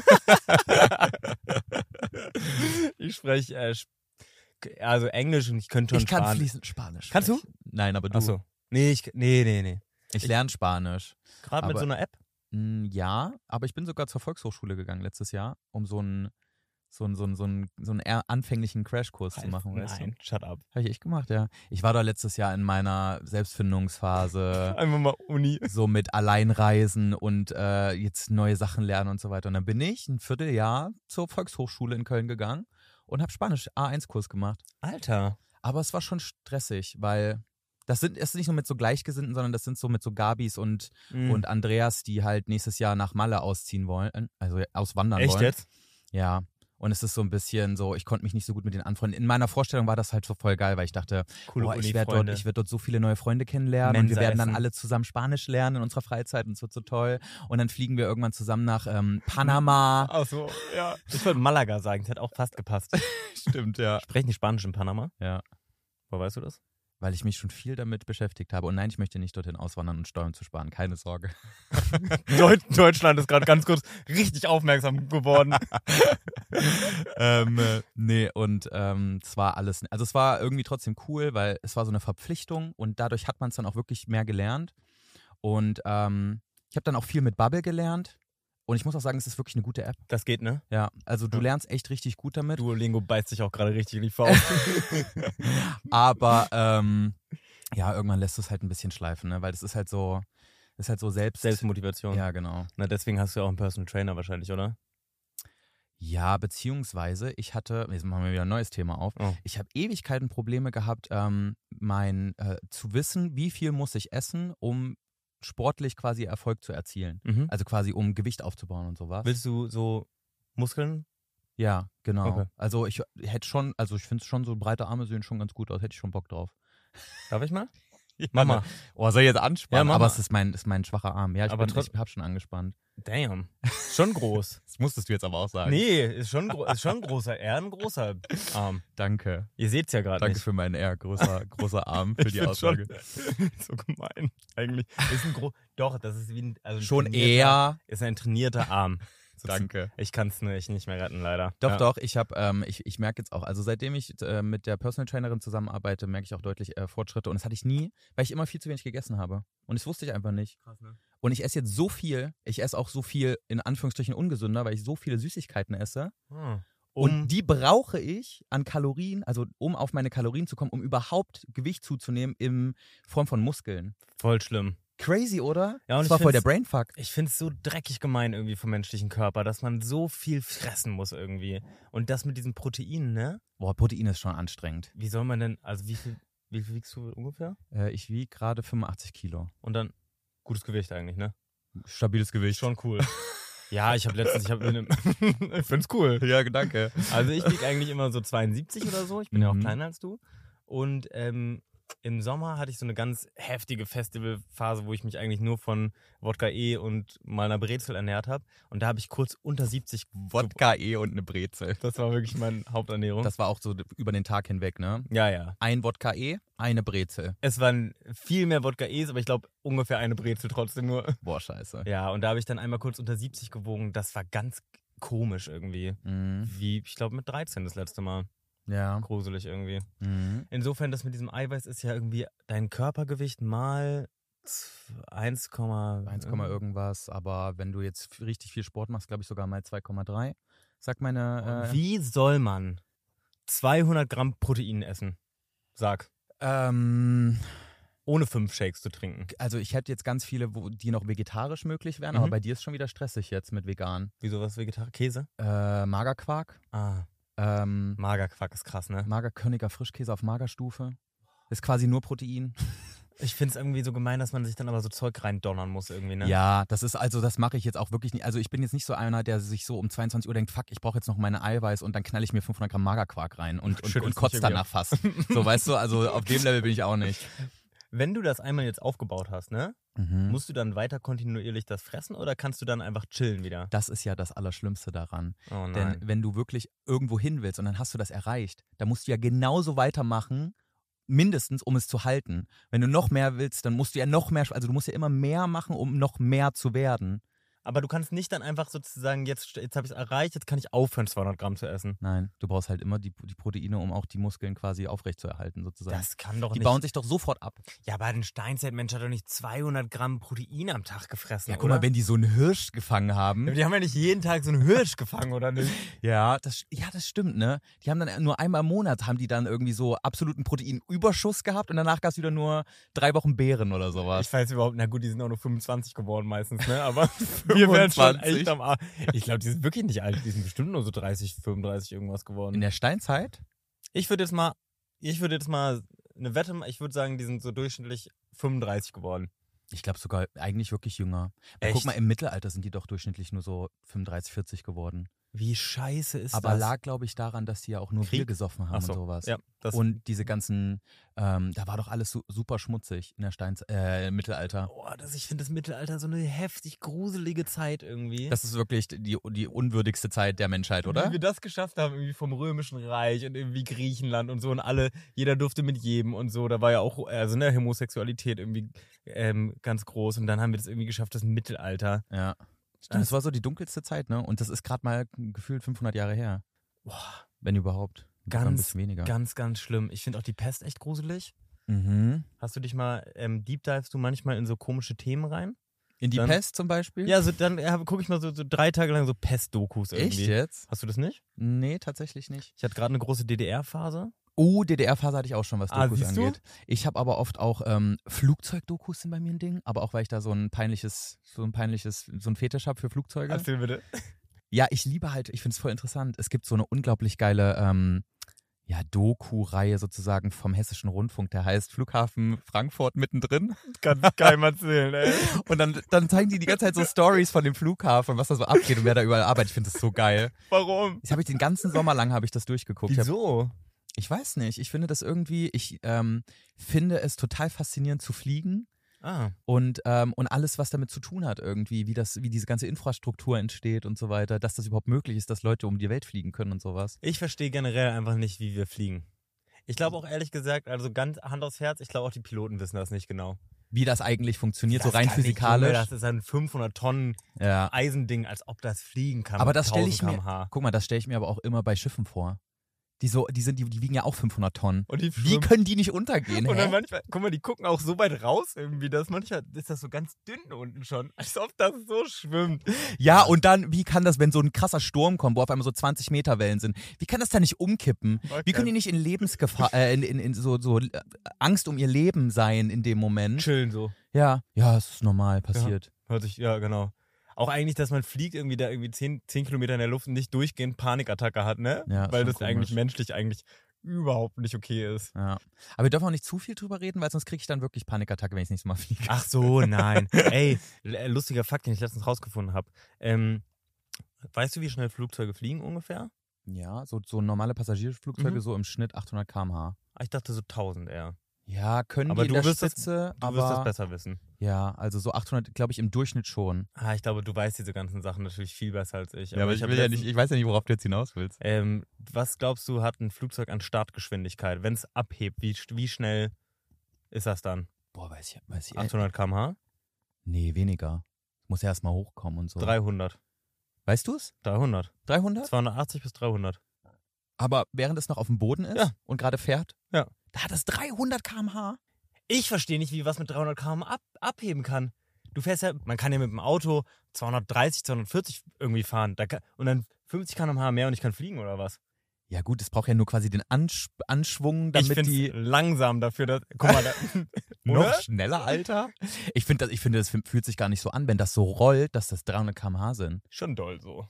ich spreche also Englisch und ich könnte schon
Ich kann
Spanisch.
fließend Spanisch.
Kannst du?
sprechen. Nein, aber du.
Achso. Nee, nee.
Ich lerne Spanisch.
Gerade mit
Aber-
so einer App?
Ja, aber ich bin sogar zur Volkshochschule gegangen letztes Jahr, um so einen eher anfänglichen Crashkurs zu machen. Weißt du?
Nein, shut up.
Habe ich echt gemacht, ja. Ich war da letztes Jahr in meiner Selbstfindungsphase,
Einfach mal Uni.
so mit Alleinreisen und jetzt neue Sachen lernen und so weiter. Und dann bin ich ein Vierteljahr zur Volkshochschule in Köln gegangen und habe Spanisch A1-Kurs gemacht.
Alter.
Aber es war schon stressig, weil es ist nicht nur mit so Gleichgesinnten, sondern das sind so mit so Gabis und Andreas, die halt nächstes Jahr nach Malle ausziehen wollen, also auswandern
Echt
wollen.
jetzt?
Ja. Und es ist so ein bisschen so, ich konnte mich nicht so gut mit denen anfreunden. In meiner Vorstellung war das halt so voll geil, weil ich dachte, ich werde dort so viele neue Freunde kennenlernen und wir werden dann alle zusammen Spanisch lernen in unserer Freizeit und es wird so toll. Und dann fliegen wir irgendwann zusammen nach Panama.
Ach so, ja. Ich würde Malaga sagen, das hat auch fast gepasst.
Stimmt, ja.
Sprechen die Spanisch in Panama?
Ja.
Woher weißt du das?
Weil ich mich schon viel damit beschäftigt habe. Und nein, ich möchte nicht dorthin auswandern und Steuern zu sparen. Keine Sorge.
Deutschland ist gerade ganz kurz richtig aufmerksam geworden.
Nee, und es war alles, also es war irgendwie trotzdem cool, weil es war so eine Verpflichtung und dadurch hat man es dann auch wirklich mehr gelernt. Und ich habe dann auch viel mit Bubble gelernt. Und ich muss auch sagen, es ist wirklich eine gute App.
Das geht, ne?
Ja, also du lernst echt richtig gut damit.
Duolingo beißt sich auch gerade richtig in die Faust.
Aber ja, irgendwann lässt du es halt ein bisschen schleifen, ne? Weil das ist halt so
Selbstmotivation.
Ja, genau.
Na, deswegen hast du ja auch einen Personal Trainer wahrscheinlich, oder?
Ja, beziehungsweise jetzt machen wir wieder ein neues Thema auf.
Oh.
Ich habe Ewigkeiten Probleme gehabt, zu wissen, wie viel muss ich essen, um sportlich quasi Erfolg zu erzielen.
Mhm.
Also quasi um Gewicht aufzubauen und sowas.
Willst du so Muskeln?
Ja, genau.
Okay.
Also ich finde schon so breite Arme sehen schon ganz gut aus, hätte ich schon Bock drauf.
Darf ich mal?
Ja,
Mama.
Oh, soll ich jetzt anspannen?
Ja,
aber es ist mein schwacher Arm. Ja, ich habe schon angespannt.
Damn. Schon groß.
Das musstest du jetzt aber auch sagen.
Nee, ist schon ein großer, eher ein großer Arm.
Danke.
Ihr seht's ja gerade nicht.
Danke für meinen eher großer Arm für die Aussage.
So gemein. Eigentlich ist doch, das ist wie ein
schon eher
ist ein trainierter Arm.
Danke.
Ich kann es nicht mehr retten, leider.
Doch, ich merke jetzt auch, also seitdem ich mit der Personal Trainerin zusammenarbeite, merke ich auch deutlich Fortschritte und das hatte ich nie, weil ich immer viel zu wenig gegessen habe und das wusste ich einfach nicht.
Krass, ne?
Und ich esse jetzt so viel, ich esse auch so viel in Anführungsstrichen ungesünder, weil ich so viele Süßigkeiten esse. Und die brauche ich an Kalorien, also um auf meine Kalorien zu kommen, um überhaupt Gewicht zuzunehmen in Form von Muskeln.
Voll schlimm.
Crazy, oder?
Ja, und
das war voll der Brainfuck.
Ich finde es so dreckig gemein irgendwie vom menschlichen Körper, dass man so viel fressen muss irgendwie. Und das mit diesen Proteinen, ne?
Boah, Protein ist schon anstrengend.
Wie soll man denn, also wie viel wiegst du ungefähr?
Ich wiege gerade 85 Kilo.
Und dann gutes Gewicht eigentlich, ne?
Stabiles Gewicht.
Schon cool. Ja, ich find's cool.
Ja, danke.
Also ich wiege eigentlich immer so 72 oder so. Ich bin ja auch kleiner als du. Und im Sommer hatte ich so eine ganz heftige Festivalphase, wo ich mich eigentlich nur von Wodka E und mal einer Brezel ernährt habe. Und da habe ich kurz unter 70
Wodka E und eine Brezel.
Das war wirklich meine Haupternährung.
Das war auch so über den Tag hinweg, ne?
Ja, ja.
Ein Wodka E, eine Brezel.
Es waren viel mehr Wodka E's, aber ich glaube ungefähr eine Brezel trotzdem nur.
Boah, scheiße.
Ja, und da habe ich dann einmal kurz unter 70 gewogen. Das war ganz komisch irgendwie. Wie, ich glaube mit 13 das letzte Mal.
Ja.
Gruselig irgendwie. Insofern, das mit diesem Eiweiß ist ja irgendwie dein Körpergewicht mal 1,
irgendwas, aber wenn du jetzt richtig viel Sport machst, glaube ich sogar mal 2,3. Sagt meine...
Wie soll man 200 Gramm Protein essen? Sag. Ohne 5 Shakes zu trinken.
Also ich hätte jetzt ganz viele, die noch vegetarisch möglich wären, aber bei dir ist schon wieder stressig jetzt mit vegan.
Wieso was vegetarisch? Käse?
Magerquark.
Magerquark ist krass, ne?
Magerkörniger Frischkäse auf Magerstufe. Ist quasi nur Protein.
Ich finde es irgendwie so gemein, dass man sich dann aber so Zeug reindonnern muss irgendwie, ne?
Ja, das mache ich jetzt auch wirklich nicht. Also ich bin jetzt nicht so einer, der sich so um 22 Uhr denkt, fuck, ich brauche jetzt noch meine Eiweiß und dann knall ich mir 500 Gramm Magerquark rein und kotze danach fast. So, weißt du, also auf dem Level bin ich auch nicht.
Wenn du das einmal jetzt aufgebaut hast, ne? Musst du dann weiter kontinuierlich das fressen oder kannst du dann einfach chillen wieder?
Das ist ja das Allerschlimmste daran.
Oh nein.
Denn wenn du wirklich irgendwo hin willst und dann hast du das erreicht, dann musst du ja genauso weitermachen, mindestens, um es zu halten. Wenn du noch mehr willst, dann musst du ja noch mehr, also du musst ja immer mehr machen, um noch mehr zu werden.
Aber du kannst nicht dann einfach sozusagen, jetzt habe ich es erreicht, jetzt kann ich aufhören, 200 Gramm zu essen.
Nein, du brauchst halt immer die Proteine, um auch die Muskeln quasi aufrechtzuerhalten sozusagen.
Das kann doch nicht.
Die bauen sich doch sofort ab.
Ja, aber ein Steinzeitmensch hat doch nicht 200 Gramm Protein am Tag gefressen,
Ja, guck mal, wenn die so einen Hirsch gefangen haben.
Die haben ja nicht jeden Tag so einen Hirsch gefangen, oder nicht?
Ja, das stimmt, ne? Die haben dann nur einmal im Monat haben die dann irgendwie so absoluten Proteinüberschuss gehabt und danach gab es wieder nur 3 Wochen Beeren oder sowas.
Ich weiß überhaupt, na gut, die sind auch nur 25 geworden meistens, ne? Aber wir werden schon echt am Arsch. Ich glaube, die sind wirklich nicht alt, die sind bestimmt nur so 30, 35 irgendwas geworden.
In der Steinzeit?
Ich würde jetzt mal eine Wette, ich würde sagen, die sind so durchschnittlich 35 geworden.
Ich glaube sogar eigentlich wirklich jünger.
Echt?
Guck mal, im Mittelalter sind die doch durchschnittlich nur so 35, 40 geworden.
Wie scheiße ist
Aber
das?
lag, glaube ich, daran, dass die ja auch nur Bier gesoffen haben und sowas.
Ja,
und diese ganzen, da war doch alles super schmutzig in der Mittelalter.
Ich finde das Mittelalter so eine heftig gruselige Zeit irgendwie.
Das ist wirklich die unwürdigste Zeit der Menschheit, oder?
Wie wir das geschafft haben, irgendwie vom Römischen Reich und irgendwie Griechenland und so und jeder durfte mit jedem und so. Da war ja auch, Homosexualität irgendwie ganz groß und dann haben wir das irgendwie geschafft, das Mittelalter.
Ja. Stimmt, das war so die dunkelste Zeit, ne? Und das ist gerade mal gefühlt 500 Jahre her.
Boah.
Wenn überhaupt. Ein bisschen weniger.
Ganz, ganz schlimm. Ich finde auch die Pest echt gruselig.
Mhm.
Hast du dich mal, deep divest du manchmal in so komische Themen rein?
In die Pest zum Beispiel?
Ja, dann gucke ich mal so 3 Tage lang so Pest-Dokus irgendwie.
Echt jetzt?
Hast du das nicht?
Nee, tatsächlich nicht.
Ich hatte gerade eine große DDR-Phase.
Oh, DDR-Phase hatte ich auch schon, was Dokus
siehst du?
angeht. Ich habe aber oft auch Flugzeugdokus sind bei mir ein Ding, aber auch weil ich da so ein Fetisch habe für Flugzeuge.
Erzähl bitte.
Ja, ich liebe halt, ich finde es voll interessant. Es gibt so eine unglaublich geile Doku-Reihe sozusagen vom Hessischen Rundfunk, der heißt Flughafen Frankfurt mittendrin.
Kannst keinem erzählen, ey.
Und dann zeigen die ganze Zeit so Stories von dem Flughafen, was da so abgeht und wer da überall arbeitet. Ich finde das so geil.
Warum?
Das habe ich den ganzen Sommer lang das durchgeguckt.
Wieso?
Ich weiß nicht. Ich finde das irgendwie, ich finde es total faszinierend zu fliegen. Und alles, was damit zu tun hat irgendwie, wie diese ganze Infrastruktur entsteht und so weiter, dass das überhaupt möglich ist, dass Leute um die Welt fliegen können und sowas.
Ich verstehe generell einfach nicht, wie wir fliegen. Ich glaube auch ehrlich gesagt, also ganz Hand aufs Herz, ich glaube auch die Piloten wissen das nicht genau.
Wie das eigentlich funktioniert,
das
so rein physikalisch.
Nicht, Junge, das ist ein 500 Tonnen Eisending, als ob das fliegen kann.
Aber das stelle ich mir, guck mal, das stelle ich mir aber auch immer bei Schiffen vor. Die wiegen ja auch 500 Tonnen.
Und
wie können die nicht untergehen?
Und dann manchmal, guck mal, die gucken auch so weit raus irgendwie, dass manchmal ist das so ganz dünn unten schon, als ob das so schwimmt.
Ja, und dann, wie kann das, wenn so ein krasser Sturm kommt, wo auf einmal so 20 Meter Wellen sind, wie kann das da nicht umkippen? Okay. Wie können die nicht in Lebensgefahr, in so Angst um ihr Leben sein in dem Moment?
Chillen so.
Ja, es ist normal, passiert.
Hört sich, ja, genau. Auch eigentlich, dass man fliegt, irgendwie da 10 Kilometer in der Luft und nicht durchgehend Panikattacke hat, ne?
Ja,
weil das komisch. Eigentlich menschlich überhaupt nicht okay ist.
Ja. Aber wir dürfen auch nicht zu viel drüber reden, weil sonst kriege ich dann wirklich Panikattacke, wenn ich das nächste Mal fliege.
Ach so, nein. Ey, lustiger Fakt, den ich letztens rausgefunden habe. Weißt du, wie schnell Flugzeuge fliegen ungefähr?
Ja, so normale Passagierflugzeuge so im Schnitt 800 km/h.
Ich dachte so 1000 eher.
Ja, können
aber
die in der Spitze,
du wirst das besser wissen.
Ja, also so 800, glaube ich, im Durchschnitt schon.
Ich glaube, du weißt diese ganzen Sachen natürlich viel besser als ich.
Ja, aber ich weiß ja nicht, worauf du jetzt hinaus willst.
Was glaubst du, hat ein Flugzeug an Startgeschwindigkeit? Wenn es abhebt, wie schnell ist das dann?
Boah, weiß ich.
800 km/h?
Nee, weniger. Muss ja erstmal hochkommen und so.
300.
Weißt du es?
300.
300?
280 bis 300.
Aber während es noch auf dem Boden ist und gerade fährt?
Ja.
Da hat es 300 km/h?
Ich verstehe nicht, wie was mit 300 km/h abheben kann. Du fährst ja, man kann ja mit dem Auto 230, 240 irgendwie fahren. Und dann 50 km/h mehr und ich kann fliegen oder was?
Ja gut, es braucht ja nur quasi den Anschwung, damit
ich langsam dafür, dass, guck mal,
noch schneller, Alter. Ich finde, das fühlt sich gar nicht so an, wenn das so rollt, dass das 300 km/h sind.
Schon doll so.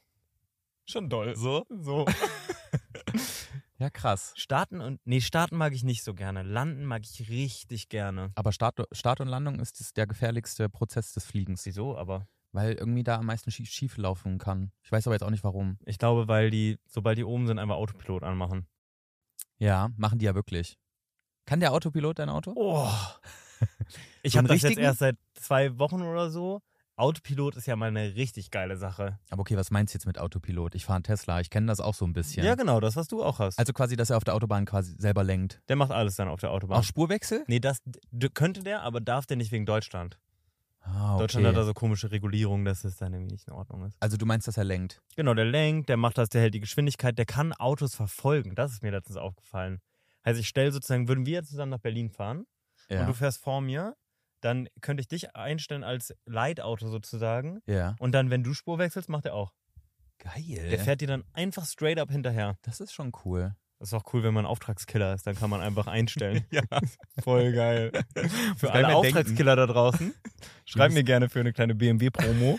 So.
Ja, krass.
Starten mag ich nicht so gerne. Landen mag ich richtig gerne.
Aber Start und Landung ist der gefährlichste Prozess des Fliegens.
Wieso aber?
Weil irgendwie da am meisten schief laufen kann. Ich weiß aber jetzt auch nicht warum.
Ich glaube, weil sobald die oben sind, einfach Autopilot anmachen.
Ja, machen die ja wirklich. Kann der Autopilot dein Auto?
Oh. Ich habe das jetzt erst seit 2 Wochen oder so. Autopilot ist ja mal eine richtig geile Sache.
Aber okay, was meinst du jetzt mit Autopilot? Ich fahre einen Tesla, ich kenne das auch so ein bisschen.
Ja, genau, das, was du auch hast.
Also quasi, dass er auf der Autobahn quasi selber lenkt.
Der macht alles dann auf der Autobahn.
Auch Spurwechsel?
Nee, das könnte der, aber darf der nicht wegen Deutschland.
Ah, okay.
Deutschland hat da so komische Regulierungen, dass es dann irgendwie nicht in Ordnung ist.
Also du meinst, dass er lenkt?
Genau, der lenkt, der macht das, der hält die Geschwindigkeit, der kann Autos verfolgen. Das ist mir letztens aufgefallen. Also ich stelle sozusagen, würden wir jetzt zusammen nach Berlin fahren und du fährst vor mir, dann könnte ich dich einstellen als Leitauto sozusagen.
Ja.
Und dann, wenn du Spur wechselst, macht er auch.
Geil.
Der fährt dir dann einfach straight up hinterher.
Das ist schon cool.
Das ist auch cool, wenn man Auftragskiller ist. Dann kann man einfach einstellen.
Ja.
Voll geil. Für alle Auftragskiller da draußen, schreib mir gerne für eine kleine BMW-Promo.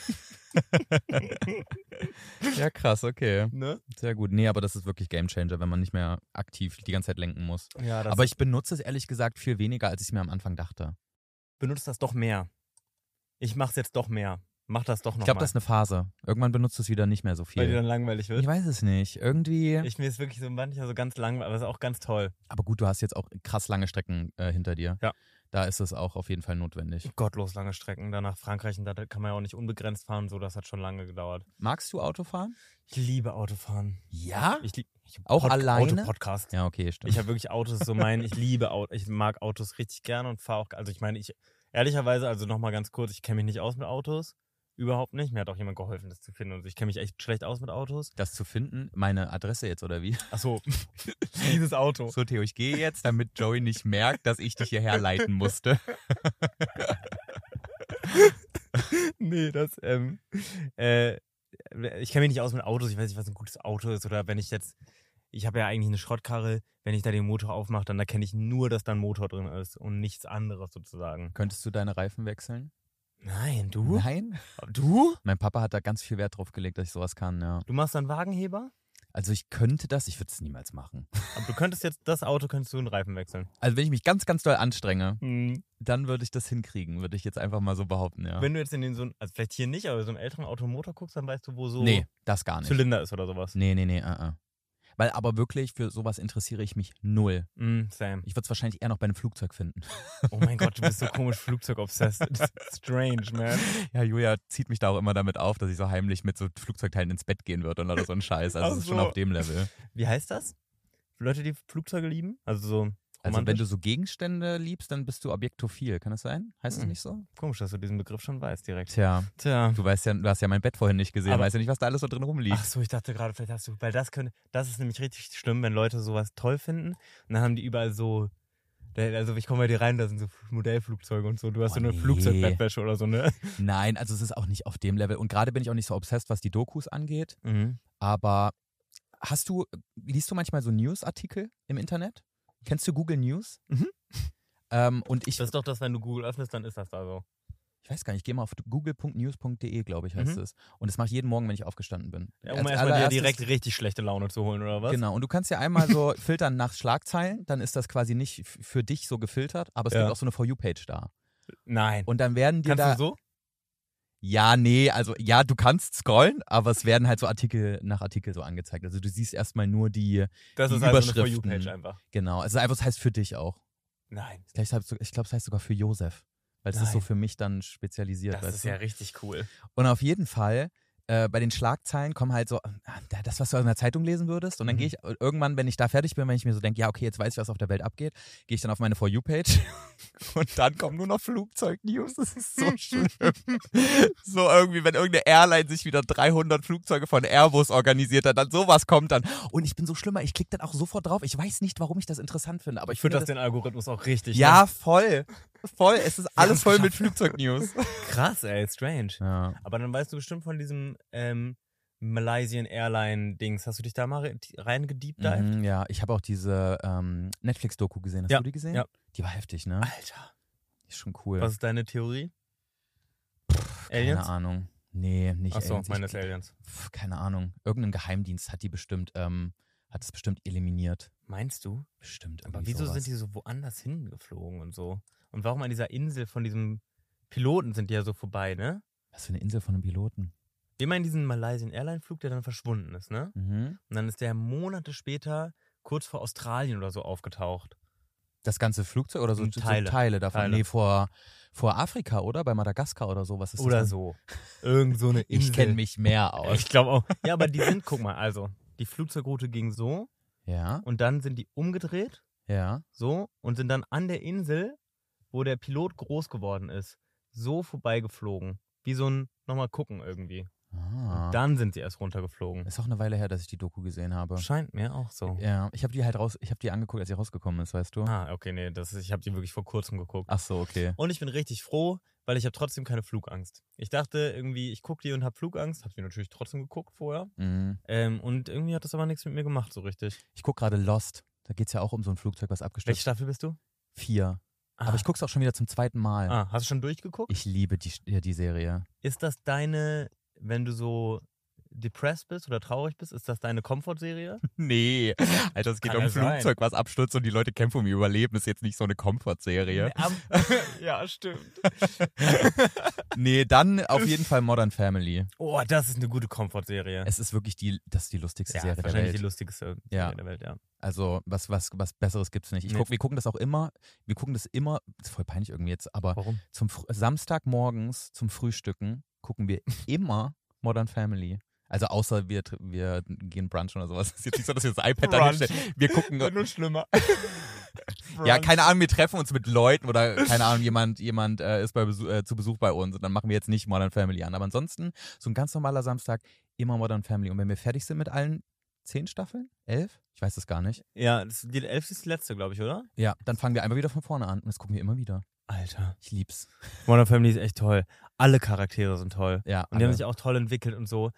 Ja, krass, okay.
Ne?
Sehr gut. Nee, aber das ist wirklich Gamechanger, wenn man nicht mehr aktiv die ganze Zeit lenken muss.
Ja,
aber ich benutze es ehrlich gesagt viel weniger, als ich es mir am Anfang dachte.
Benutzt das doch mehr. Ich mach's jetzt doch mehr. Mach das doch
Ich
nochmal.
glaube, das ist eine Phase. Irgendwann benutzt du es wieder nicht mehr so
Weil dir
viel.
dann langweilig wird.
Ich weiß es nicht. Irgendwie.
Mir ist wirklich so manchmal so ganz langweilig, aber es ist auch ganz toll.
Aber gut, du hast jetzt auch krass lange Strecken hinter dir.
Ja.
Da ist es auch auf jeden Fall notwendig.
Gottlos lange Strecken, dann nach Frankreich und da kann man ja auch nicht unbegrenzt fahren, so, das hat schon lange gedauert.
Magst du Autofahren?
Ich liebe Autofahren.
Ja?
Ich
Auch alleine?
Autopodcast.
Ja, okay, stimmt.
Ich habe wirklich Autos so ich liebe Autos, ich mag Autos richtig gerne und fahre auch, also ich meine, ehrlicherweise, also nochmal ganz kurz, ich kenne mich nicht aus mit Autos, überhaupt nicht, mir hat auch jemand geholfen, das zu finden und ich kenne mich echt schlecht aus mit Autos.
Das zu finden, meine Adresse jetzt oder wie?
Achso, dieses Auto.
So, Theo, ich gehe jetzt, damit Joey nicht merkt, dass ich dich hierher leiten musste.
Nee, ich kenne mich nicht aus mit Autos, ich weiß nicht, was ein gutes Auto ist oder wenn ich habe ja eigentlich eine Schrottkarre, wenn ich da den Motor aufmache, dann erkenne ich nur, dass da ein Motor drin ist und nichts anderes sozusagen.
Könntest du deine Reifen wechseln?
Nein, du?
Nein?
Du?
Mein Papa hat da ganz viel Wert drauf gelegt, dass ich sowas kann, ja.
Du machst dann Wagenheber?
Also ich könnte das, ich würde es niemals machen.
Aber du könntest jetzt das Auto, könntest du einen Reifen wechseln.
Also wenn ich mich ganz, ganz doll anstrenge, dann würde ich das hinkriegen, würde ich jetzt einfach mal so behaupten, ja.
Wenn du jetzt also vielleicht hier nicht, aber so einen älteren Automotor guckst, dann weißt du, wo so
Nee, das gar nicht.
Zylinder ist oder sowas.
Nee. Weil aber wirklich, für sowas interessiere ich mich null.
Same.
Ich würde es wahrscheinlich eher noch bei einem Flugzeug finden.
Oh mein Gott, du bist so komisch Flugzeug-obsessed. Das ist strange, man.
Ja, Julia zieht mich da auch immer damit auf, dass ich so heimlich mit so Flugzeugteilen ins Bett gehen würde oder so ein Scheiß. Also
Ach
es ist schon
so.
auf dem Level.
Wie heißt das? Für Leute, die Flugzeuge lieben? Also so
Also
romantisch?
wenn du so Gegenstände liebst, dann bist du objektophil. Kann das sein? Heißt es nicht so?
Komisch, dass du diesen Begriff schon weißt direkt.
Tja,
Tja.
du hast ja mein Bett vorhin nicht gesehen.
Aber-
Weißt ja nicht, was da alles so drin rumliegt.
Ach so, ich dachte gerade, vielleicht hast du, weil das ist nämlich richtig schlimm, wenn Leute sowas toll finden und dann haben die überall so, also ich komme bei dir rein, da sind so Modellflugzeuge und so, du hast
Oh,
so eine
nee.
Flugzeugbettwäsche oder so, ne?
Nein, also es ist auch nicht auf dem Level. Und gerade bin ich auch nicht so obsessed, was die Dokus angeht.
Mhm.
Aber liest du manchmal so News-Artikel im Internet? Kennst du Google News?
Mhm.
Und
Das ist doch das, wenn du Google öffnest, dann ist das da so.
ich weiß gar nicht, ich gehe mal auf google.news.de, glaube ich, heißt es. Und das mache ich jeden Morgen, wenn ich aufgestanden bin.
Ja, um
Als
erstmal dir
allererstes-
direkt richtig schlechte Laune zu holen, oder was?
Genau, und du kannst ja einmal so filtern nach Schlagzeilen, dann ist das quasi nicht für dich so gefiltert, aber es
Ja.
gibt auch so eine For You-Page da.
Nein.
Und dann werden dir
Kannst
da...
du so?
Ja, nee, also ja, du kannst scrollen, aber es werden halt so Artikel nach Artikel so angezeigt. Also du siehst erstmal nur die
Das
die
ist also eine For
Überschriften.
You-Page einfach.
Genau, also einfach, das heißt für dich auch.
Nein.
Ich glaube, es heißt sogar für Josef. Weil es ist so
Nein.
für mich dann spezialisiert.
Das
weißt
ist
du?
ja richtig cool.
Und auf jeden Fall, bei den Schlagzeilen kommen halt so, das, was du in der Zeitung lesen würdest. Und dann gehe ich irgendwann, wenn ich da fertig bin, wenn ich mir so denke, ja, okay, jetzt weiß ich, was auf der Welt abgeht, gehe ich dann auf meine For You-Page und dann kommen nur noch Flugzeug-News. Das ist so schlimm. So irgendwie, wenn irgendeine Airline sich wieder 300 Flugzeuge von Airbus organisiert hat, dann sowas kommt dann. Und ich bin so schlimmer, ich klicke dann auch sofort drauf. Ich weiß nicht, warum ich das interessant finde, aber ich
Führt
finde
das den Algorithmus auch richtig.
ja, voll. Voll. Es ist alles
haben's
voll mit
geschafft.
Flugzeug-News.
Ne? Krass, ey, strange.
Ja.
Aber dann weißt du bestimmt von diesem Malaysian Airline-Dings. Hast du dich da mal reingediept-dived?
Mhm, ja, ich habe auch diese Netflix-Doku gesehen. Hast
Ja,
du die gesehen?
ja.
Die war heftig, ne?
Alter.
Die ist schon cool.
Was ist deine Theorie?
Keine
Aliens?
Ahnung. Nee, nicht
Achso,
Aliens.
meines Aliens.
Keine Ahnung. Irgendein Geheimdienst hat es bestimmt eliminiert.
Meinst du?
Bestimmt.
Aber
irgendwie
wieso
sowas.
sind die so woanders hingeflogen und so? Und warum an dieser Insel von diesem Piloten sind die ja so vorbei, ne?
Was für eine Insel von einem Piloten.
Immer in diesen Malaysian Airline-Flug, der dann verschwunden ist, ne?
Mhm.
Und dann ist der Monate später kurz vor Australien oder so aufgetaucht.
Das ganze Flugzeug oder so
Teile.
davon?
Teile.
Nee, vor Afrika, oder? Bei Madagaskar oder so. Was ist das
Oder
denn?
so. Irgend so eine Insel.
Ich kenne mich mehr aus.
Ich glaube auch. Ja, aber die sind, guck mal, also, die Flugzeugroute ging so
Ja,
und dann sind die umgedreht,
ja.
so, und sind dann an der Insel, wo der Pilot groß geworden ist, so vorbeigeflogen. Wie so ein nochmal gucken irgendwie.
Ah.
Und dann sind sie erst runtergeflogen.
Ist auch eine Weile her, dass ich die Doku gesehen habe.
Scheint mir auch so.
Ja, ich habe die angeguckt, als sie rausgekommen ist, weißt du?
Ah, okay, nee, ich habe die wirklich vor kurzem geguckt.
Ach so, okay.
Und ich bin richtig froh, weil ich habe trotzdem keine Flugangst. Ich dachte irgendwie, ich gucke die und habe Flugangst. Habe die natürlich trotzdem geguckt vorher.
Mhm.
Und irgendwie hat das aber nichts mit mir gemacht so richtig.
Ich gucke gerade Lost. Da geht es ja auch um so ein Flugzeug, was abgestürzt
Welche
ist.
Staffel bist du?
4. Aber ich gucke es auch schon wieder zum 2. Mal.
Hast du schon durchgeguckt?
Ich liebe die Serie.
Ist das deine, wenn du so depressed bist oder traurig bist, ist das deine Comfort-Serie?
Nee, Alter, es geht
Kann
um
ja
ein Flugzeug, was abstürzt und die Leute kämpfen um ihr Überleben. Ist jetzt nicht so eine Comfort-Serie.
Ja, stimmt.
Nee, dann auf jeden Fall Modern Family.
Oh, das ist eine gute Comfort-Serie.
Es ist wirklich das ist die lustigste Serie der
wahrscheinlich
Welt.
die lustigste
Ja.
Serie der Welt, ja.
Also was Besseres gibt's nicht.
Nee.
Wir gucken das immer, ist voll peinlich irgendwie jetzt, aber
Warum?
Samstagmorgens zum Frühstücken gucken wir immer Modern Family. Also außer wir gehen brunchen oder sowas. Es ist jetzt nicht so, dass wir das iPad da
Brunch.
hinstellen. Wir gucken.
Nur schlimmer.
Ja, keine Ahnung, wir treffen uns mit Leuten oder keine Ahnung, jemand ist zu Besuch bei uns und dann machen wir jetzt nicht Modern Family an. Aber ansonsten, so ein ganz normaler Samstag, immer Modern Family. Und wenn wir fertig sind mit allen 10 Staffeln? 11? Ich weiß es gar nicht.
Ja, die 11. ist die letzte, glaube ich, oder?
Ja, dann fangen wir einfach wieder von vorne an und das gucken wir immer wieder.
Alter.
Ich lieb's.
Modern Family ist echt toll. Alle Charaktere sind toll.
Ja,
Und die haben sich auch toll entwickelt und so.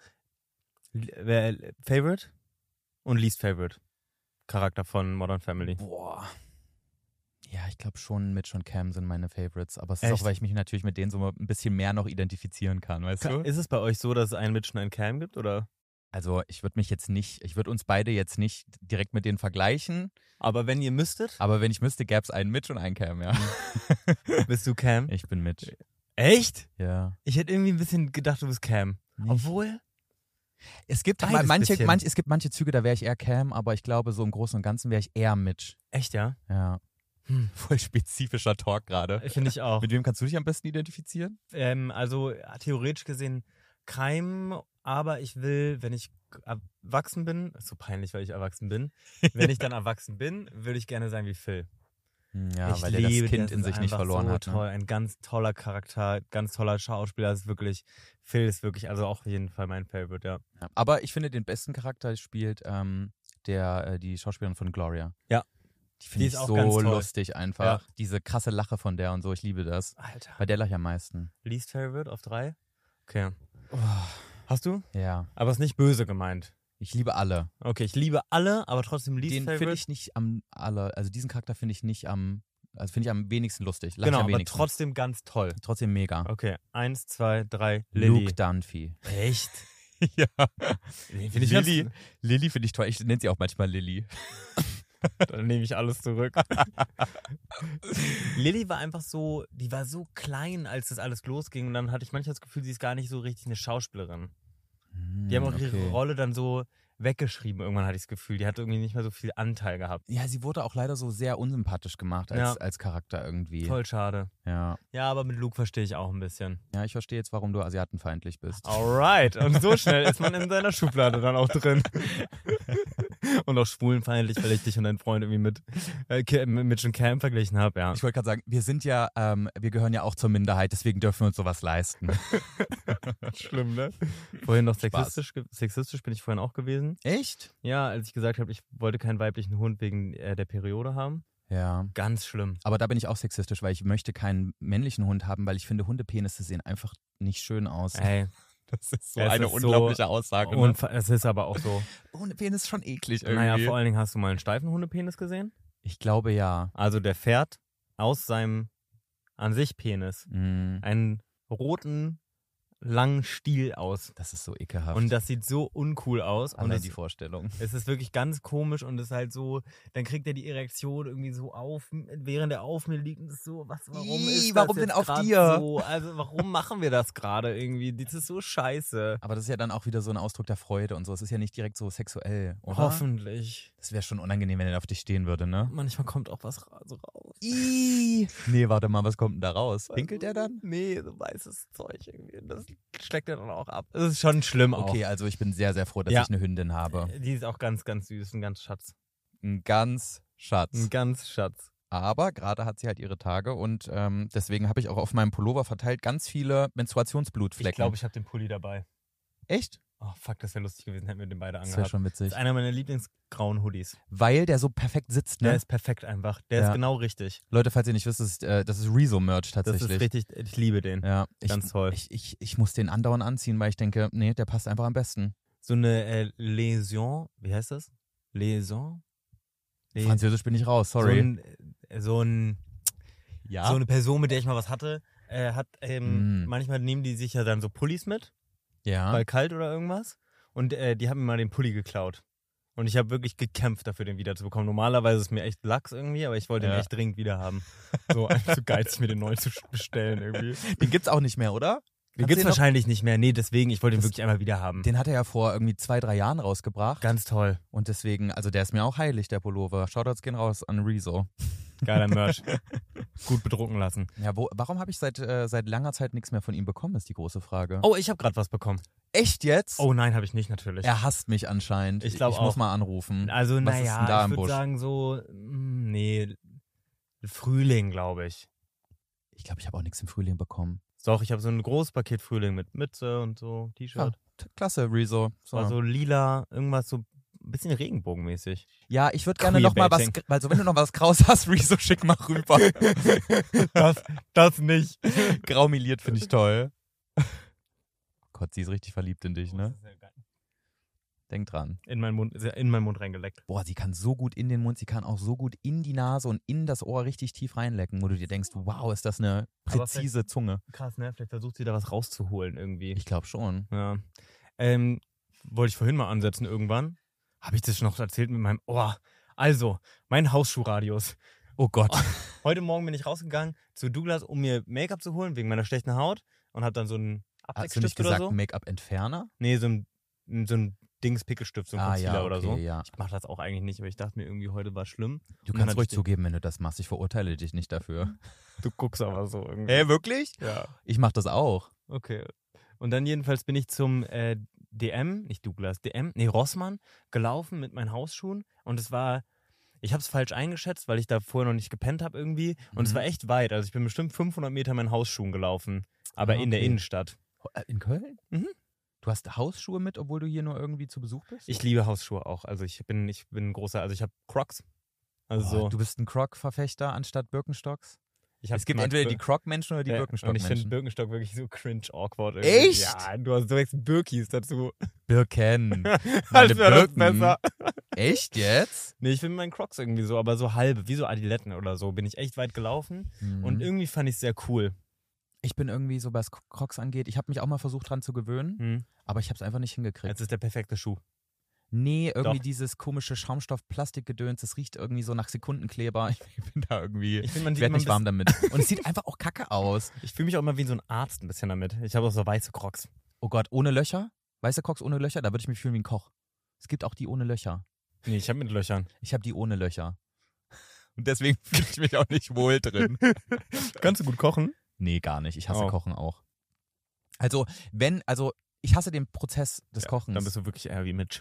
Favorite und Least Favorite Charakter von Modern Family.
Boah. Ja, ich glaube schon Mitch und Cam sind meine Favorites. Aber es ist
Echt?
auch, weil ich mich natürlich mit denen so ein bisschen mehr noch identifizieren kann, weißt du?
Ist es bei euch so, dass es einen Mitch und einen Cam gibt, oder?
Also ich würde uns beide jetzt nicht direkt mit denen vergleichen.
Aber wenn ihr müsstet,
Aber wenn ich müsste, gäbe es einen Mitch und einen Cam, ja.
bist du Cam?
Ich bin Mitch.
Echt?
Ja.
Ich hätte irgendwie ein bisschen gedacht, du bist Cam.
Nicht.
Obwohl,
Es gibt
Beides bisschen.
es gibt manche Züge, da wäre ich eher Cam, aber ich glaube, so im Großen und Ganzen wäre ich eher Mitch.
echt, ja?
Ja. Voll spezifischer Talk gerade.
Finde ich auch.
Mit wem kannst du dich am besten identifizieren?
Also theoretisch gesehen keinem, aber ich will, wenn ich erwachsen bin, ist so peinlich, weil ich erwachsen bin, wenn ich dann erwachsen bin, würde ich gerne sein wie Phil.
Ja,
ich
weil er das
liebe,
Kind
der
in
ist
sich nicht
einfach
verloren
so
hat. Ne?
Toll, ein ganz toller Charakter, ganz toller Schauspieler, ist wirklich, Phil ist wirklich, also auch auf jeden Fall mein Favorite, ja.
Ja. Aber ich finde, den besten Charakter spielt die Schauspielerin von Gloria.
Ja.
Die finde
Die
ich
ist auch
so
ganz toll.
lustig einfach. Diese krasse Lache von der und so, ich liebe das.
Alter.
Bei der lache ich am meisten.
Least Favorite auf 3? Okay.
Oh,
Hast du?
ja.
Aber ist nicht böse gemeint.
Ich liebe alle.
Okay, ich liebe alle, aber trotzdem Least
Den finde
Favorite.
ich nicht also diesen Charakter finde ich nicht am wenigsten lustig. Lach
Genau,
ich am
aber
wenigsten.
trotzdem ganz toll.
Trotzdem mega.
Okay, 1, 2, 3, Lilly.
Luke Dunphy.
Echt?
Ja.
Den finde ich
Lilly finde ich toll. Ich nenne sie auch manchmal Lilly.
Dann nehme ich alles zurück. Lilly war einfach so, die war so klein, als das alles losging. Und dann hatte ich manchmal das Gefühl, sie ist gar nicht so richtig eine Schauspielerin. Die haben auch ihre Rolle dann so weggeschrieben. Irgendwann hatte ich das Gefühl, die hat irgendwie nicht mehr so viel Anteil gehabt.
Ja, sie wurde auch leider so sehr unsympathisch gemacht als Charakter irgendwie.
Voll schade.
Ja.
Ja, aber mit Luke verstehe ich auch ein bisschen.
Ja, ich verstehe jetzt, warum du asiatenfeindlich bist.
Alright. Und so schnell ist man in seiner Schublade dann auch drin. Und auch schwulenfeindlich, weil ich dich und deinen Freund irgendwie mit Mitch und Cam verglichen habe, ja.
Ich wollte gerade sagen, wir gehören ja auch zur Minderheit, deswegen dürfen wir uns sowas leisten.
Schlimm, ne? Vorhin noch
Spaß.
sexistisch bin ich vorhin auch gewesen.
Echt?
Ja, als ich gesagt habe, ich wollte keinen weiblichen Hund wegen der Periode haben.
Ja.
Ganz schlimm.
Aber da bin ich auch sexistisch, weil ich möchte keinen männlichen Hund haben, weil ich finde, Hundepenisse sehen einfach nicht schön aus.
Ey,
Das ist so
Es
eine
ist
unglaubliche Aussage. Ne?
und es ist aber auch so.
Hundepenis ist schon eklig irgendwie.
Naja, vor allen Dingen hast du mal einen steifen Hundepenis gesehen?
Ich glaube ja.
Also der fährt aus seinem an sich Penis
Mm,
einen roten, langen Stiel aus.
das ist so ekelhaft.
Und das sieht so uncool aus. Und
allein die Vorstellung.
es ist wirklich ganz komisch und es ist halt so, dann kriegt er die Erektion irgendwie so auf, während er auf mir liegt und ist so, warum ist das
warum
jetzt
denn auf
grad
dir?
so? Also warum machen wir das gerade irgendwie? Das ist so scheiße.
Aber das ist ja dann auch wieder so ein Ausdruck der Freude und so. Es ist ja nicht direkt so sexuell, oder?
Hoffentlich.
Das wäre schon unangenehm, wenn er auf dich stehen würde, ne?
Manchmal kommt auch was so raus.
Nee, warte mal, was kommt denn da raus? Pinkelt der dann?
Nee, so weißes Zeug irgendwie. Das schlägt er dann auch ab. Das ist schon schlimm auch.
Okay, also ich bin sehr, sehr froh, dass
Ja.
ich eine Hündin habe.
Die ist auch ganz, ganz süß, ein ganz Schatz.
Ein ganz Schatz.
Ein ganz Schatz.
Aber gerade hat sie halt ihre Tage und deswegen habe ich auch auf meinem Pullover verteilt ganz viele Menstruationsblutflecken.
Ich glaube, ich habe den Pulli dabei.
Echt?
Oh, fuck, das wäre lustig gewesen, hätten wir den beide
Das wäre
angehabt.
schon
Das
witzig.
ist einer meiner Lieblingsgrauen Hoodies.
Weil der so perfekt sitzt,
Der
ne?
ist perfekt einfach. Der
Ja.
ist genau richtig.
Leute, falls ihr nicht wisst, das ist Rezo-Merch
Das
tatsächlich.
ist richtig, ich liebe den.
Ja,
Ganz toll.
Ich muss den andauernd anziehen, weil ich denke, nee, der passt einfach am besten.
So eine Läsion, wie heißt das? Läsion?
Französisch bin ich raus, sorry.
So eine Person, mit der ich mal was hatte, manchmal nehmen die sich ja dann so Pullis mit,
Ja.
weil kalt oder irgendwas. Und die haben mir mal den Pulli geklaut. Und ich habe wirklich gekämpft dafür, den wiederzubekommen. Normalerweise ist es mir echt Lachs irgendwie, aber ich wollte den echt dringend wieder haben. So einfach zu geizig, mir den neu zu bestellen irgendwie.
Den gibt's auch nicht mehr, oder?
Den gibt's wahrscheinlich nicht mehr. Nee, deswegen, ich wollte den wirklich einmal wieder haben.
Den hat er ja vor irgendwie 2-3 Jahren rausgebracht.
Ganz toll.
Und deswegen, also der ist mir auch heilig, der Pullover. Shoutouts gehen raus an Rezo.
Geiler Merch. Gut bedrucken lassen.
Ja, warum habe ich seit langer Zeit nichts mehr von ihm bekommen, ist die große Frage.
Oh, ich habe gerade was bekommen.
Echt jetzt?
Oh nein, habe ich nicht natürlich.
Er hasst mich anscheinend.
Ich glaube auch.
Ich muss mal anrufen.
Also
was ist denn da
ich
im
würde
Busch?
sagen so, nee, Frühling, glaube ich.
Ich glaube, ich habe auch nichts im Frühling bekommen.
Doch, ich habe so ein großes Paket Frühling mit Mütze und so, T-Shirt.
Klasse, Rezo. So.
War so lila, irgendwas so ein bisschen regenbogenmäßig.
Ja, ich würde gerne noch mal was, also wenn du noch was Graues hast, Rezo, schick mal rüber.
das nicht.
Graumeliert finde ich toll. Gott, sie ist richtig verliebt in dich, ne? Denk dran.
In meinen Mund reingeleckt.
Boah, sie kann so gut in den Mund, sie kann auch so gut in die Nase und in das Ohr richtig tief reinlecken, wo du dir denkst, wow, ist das eine präzise Zunge.
Krass, ne? Vielleicht versucht sie da was rauszuholen irgendwie.
Ich glaube schon.
Ja. Wollte ich vorhin mal ansetzen irgendwann. Habe ich das schon noch erzählt mit meinem Ohr? Also, mein Hausschuhradius.
Oh Gott.
Heute Morgen bin ich rausgegangen zu Douglas, um mir Make-up zu holen, wegen meiner schlechten Haut. Und habe dann so einen
Hast du nicht
Abdeckstift oder
gesagt
so.
Make-up-Entferner?
Nee, so ein Dings-Pickelstift, so ein Concealer
ja, okay,
oder so.
Ja.
Ich mache das auch eigentlich nicht, aber ich dachte mir irgendwie, heute war schlimm.
Du kannst ruhig zugeben, wenn du das machst. Ich verurteile dich nicht dafür.
Du guckst aber so irgendwie.
Wirklich?
Ja.
Ich mach das auch.
Okay. Und dann jedenfalls bin ich zum Rossmann gelaufen mit meinen Hausschuhen. Und ich habe es falsch eingeschätzt, weil ich da vorher noch nicht gepennt habe irgendwie. Und es war echt weit. Also ich bin bestimmt 500 Meter in meinen Hausschuhen gelaufen. Aber in der Innenstadt.
In Köln?
Mhm.
Du hast Hausschuhe mit, obwohl du hier nur irgendwie zu Besuch bist?
Ich liebe Hausschuhe auch. Also ich bin ein großer, also ich habe Crocs. Also so.
Du bist ein Croc-Verfechter anstatt Birkenstocks?
Es
gibt entweder die Croc-Menschen oder die Birkenstock-Menschen.
Und ich finde Birkenstock wirklich so cringe awkward. Irgendwie.
Echt?
Ja, du hast direkt Birkis dazu.
Birken.
Als wäre das besser.
Echt jetzt?
Nee, ich finde meinen Crocs irgendwie so, aber so halbe, wie so Adiletten oder so. Bin ich echt weit gelaufen und irgendwie fand ich es sehr cool.
Ich bin irgendwie so, was Crocs angeht, ich habe mich auch mal versucht dran zu gewöhnen, aber ich habe es einfach nicht hingekriegt.
Jetzt ist der perfekte Schuh.
Nee, irgendwie dieses komische Schaumstoff-Plastikgedöns, das riecht irgendwie so nach Sekundenkleber. Ich bin da irgendwie, ich werde nicht warm damit. Und es sieht einfach auch kacke aus.
Ich fühle mich auch immer wie so ein Arzt ein bisschen damit. Ich habe auch so weiße Crocs.
Oh Gott, ohne Löcher? Weiße Crocs ohne Löcher? Da würde ich mich fühlen wie ein Koch. Es gibt auch die ohne Löcher.
Nee, ich habe mit Löchern.
Ich habe die ohne Löcher. Und deswegen fühle ich mich auch nicht wohl drin.
Kannst du gut kochen?
Nee, gar nicht. Ich hasse Kochen auch. Also, ich hasse den Prozess des Kochens.
Dann bist du wirklich eher wie Mitch.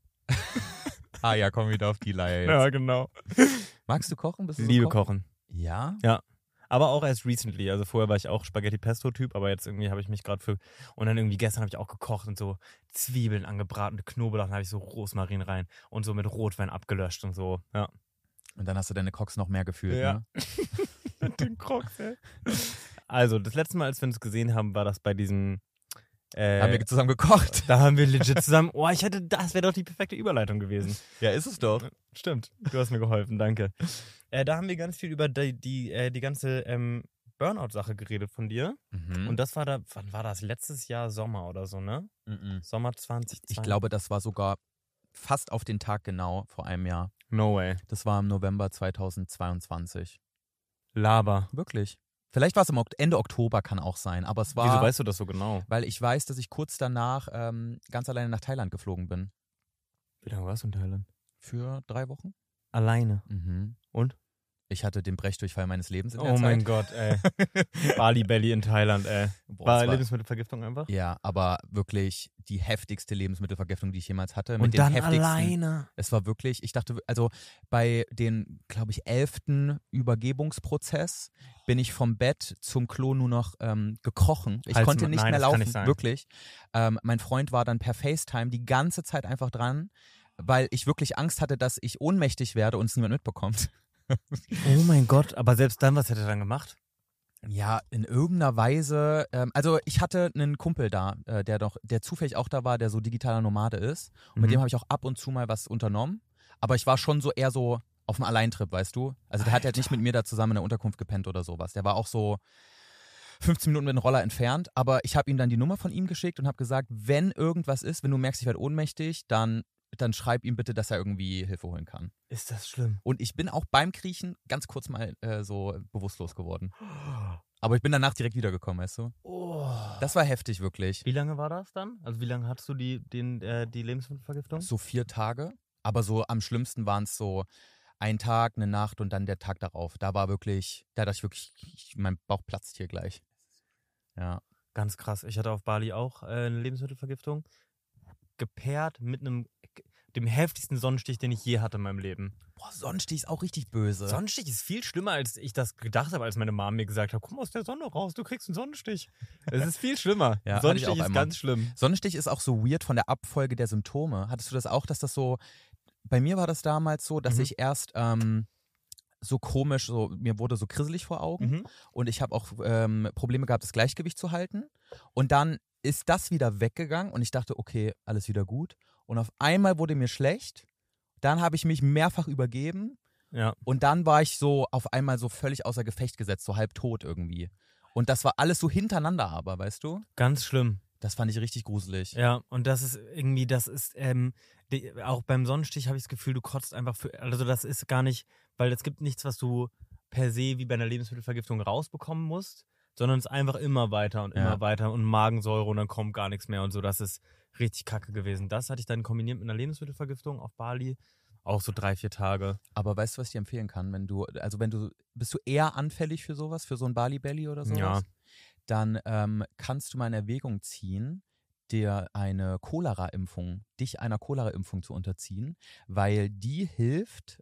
Ja, komm wieder auf die Leihe jetzt.
Ja, genau.
Magst du kochen? Bist du
Liebe
so
kochen.
Ja?
Ja. Aber auch erst recently. Also vorher war ich auch Spaghetti-Pesto-Typ, aber jetzt irgendwie habe ich mich gerade und dann irgendwie gestern habe ich auch gekocht und so Zwiebeln angebraten, Knoblauch, dann habe ich so Rosmarin rein und so mit Rotwein abgelöscht und so. Ja.
Und dann hast du deine Crocs noch mehr gefühlt, ne?
Mit den Crocs, ey. Also, das letzte Mal, als wir uns gesehen haben, war das bei diesem
haben wir zusammen gekocht.
Da haben wir legit zusammen. Oh, das wäre doch die perfekte Überleitung gewesen.
Ja, ist es doch.
Stimmt. Du hast mir geholfen, danke. Da haben wir ganz viel über die ganze Burnout-Sache geredet von dir. Und das war wann war das? Letztes Jahr Sommer oder so, ne? Sommer 2020.
Ich glaube, das war sogar fast auf den Tag genau vor einem Jahr.
No way.
Das war im November 2022.
Laber.
Wirklich. Vielleicht war es Ende Oktober, kann auch sein, aber es war...
Wieso weißt du das so genau?
Weil ich weiß, dass ich kurz danach ganz alleine nach Thailand geflogen bin.
Wie lange warst du in Thailand?
Für 3 Wochen.
Alleine? Und?
Ich hatte den Brechdurchfall meines Lebens in der
Zeit.
Oh
mein Gott, ey. Bali Belly in Thailand, ey. War Lebensmittelvergiftung einfach?
Ja, aber wirklich die heftigste Lebensmittelvergiftung, die ich jemals hatte.
Und dann alleine?
Es war wirklich, ich dachte, also bei den, glaube ich, 11. Übergebungsprozess bin ich vom Bett zum Klo nur noch gekrochen. Ich konnte nicht mehr laufen, wirklich. Mein Freund war dann per FaceTime die ganze Zeit einfach dran, weil ich wirklich Angst hatte, dass ich ohnmächtig werde und es niemand mitbekommt.
Oh mein Gott, aber selbst dann, was hätte er dann gemacht?
Ja, in irgendeiner Weise, also ich hatte einen Kumpel da, der zufällig auch da war, der so digitaler Nomade ist. Und mit dem habe ich auch ab und zu mal was unternommen. Aber ich war schon so eher so auf dem Alleintrip, weißt du? Also der hat halt nicht mit mir da zusammen in der Unterkunft gepennt oder sowas. Der war auch so, 15 Minuten mit dem Roller entfernt, aber ich habe ihm dann die Nummer von ihm geschickt und habe gesagt, wenn irgendwas ist, wenn du merkst, ich werde ohnmächtig, dann schreib ihm bitte, dass er irgendwie Hilfe holen kann.
Ist das schlimm?
Und ich bin auch beim Kriechen ganz kurz mal so bewusstlos geworden. Aber ich bin danach direkt wiedergekommen, weißt du?
Oh.
Das war heftig, wirklich.
Wie lange war das dann? Also wie lange hattest du die Lebensmittelvergiftung?
So 4 Tage, aber so am schlimmsten waren es so ein Tag, eine Nacht und dann der Tag darauf. Da dachte ich wirklich, mein Bauch platzt hier gleich. Ja.
Ganz krass. Ich hatte auf Bali auch eine Lebensmittelvergiftung. Gepaart mit dem heftigsten Sonnenstich, den ich je hatte in meinem Leben.
Boah, Sonnenstich ist auch richtig böse.
Sonnenstich ist viel schlimmer, als ich das gedacht habe, als meine Mom mir gesagt hat, komm aus der Sonne raus, du kriegst einen Sonnenstich. Es ist viel schlimmer.
Ja,
Sonnenstich ist
einmal.
ganz schlimm.
Sonnenstich ist auch so weird von der Abfolge der Symptome. Hattest du das auch, dass das so, bei mir war das damals so, dass ich erst so komisch, mir wurde so krisselig vor Augen und ich habe auch Probleme gehabt, das Gleichgewicht zu halten und dann ist das wieder weggegangen und ich dachte, okay, alles wieder gut und auf einmal wurde mir schlecht, dann habe ich mich mehrfach übergeben und dann war ich so auf einmal so völlig außer Gefecht gesetzt, so halb tot irgendwie und das war alles so hintereinander aber, weißt du?
Ganz schlimm.
Das fand ich richtig gruselig.
Ja, und das ist irgendwie, auch beim Sonnenstich habe ich das Gefühl, du kotzt einfach also das ist gar nicht, weil es gibt nichts, was du per se wie bei einer Lebensmittelvergiftung rausbekommen musst, sondern es ist einfach immer weiter und immer weiter und Magensäure und dann kommt gar nichts mehr und so, das ist richtig kacke gewesen. Das hatte ich dann kombiniert mit einer Lebensmittelvergiftung auf Bali, auch so 3-4 Tage.
Aber weißt du, was ich dir empfehlen kann? Bist du eher anfällig für sowas, für so ein Bali-Belly oder sowas?
Ja.
Dann kannst du mal in Erwägung ziehen, dir einer Cholera-Impfung zu unterziehen, weil die hilft,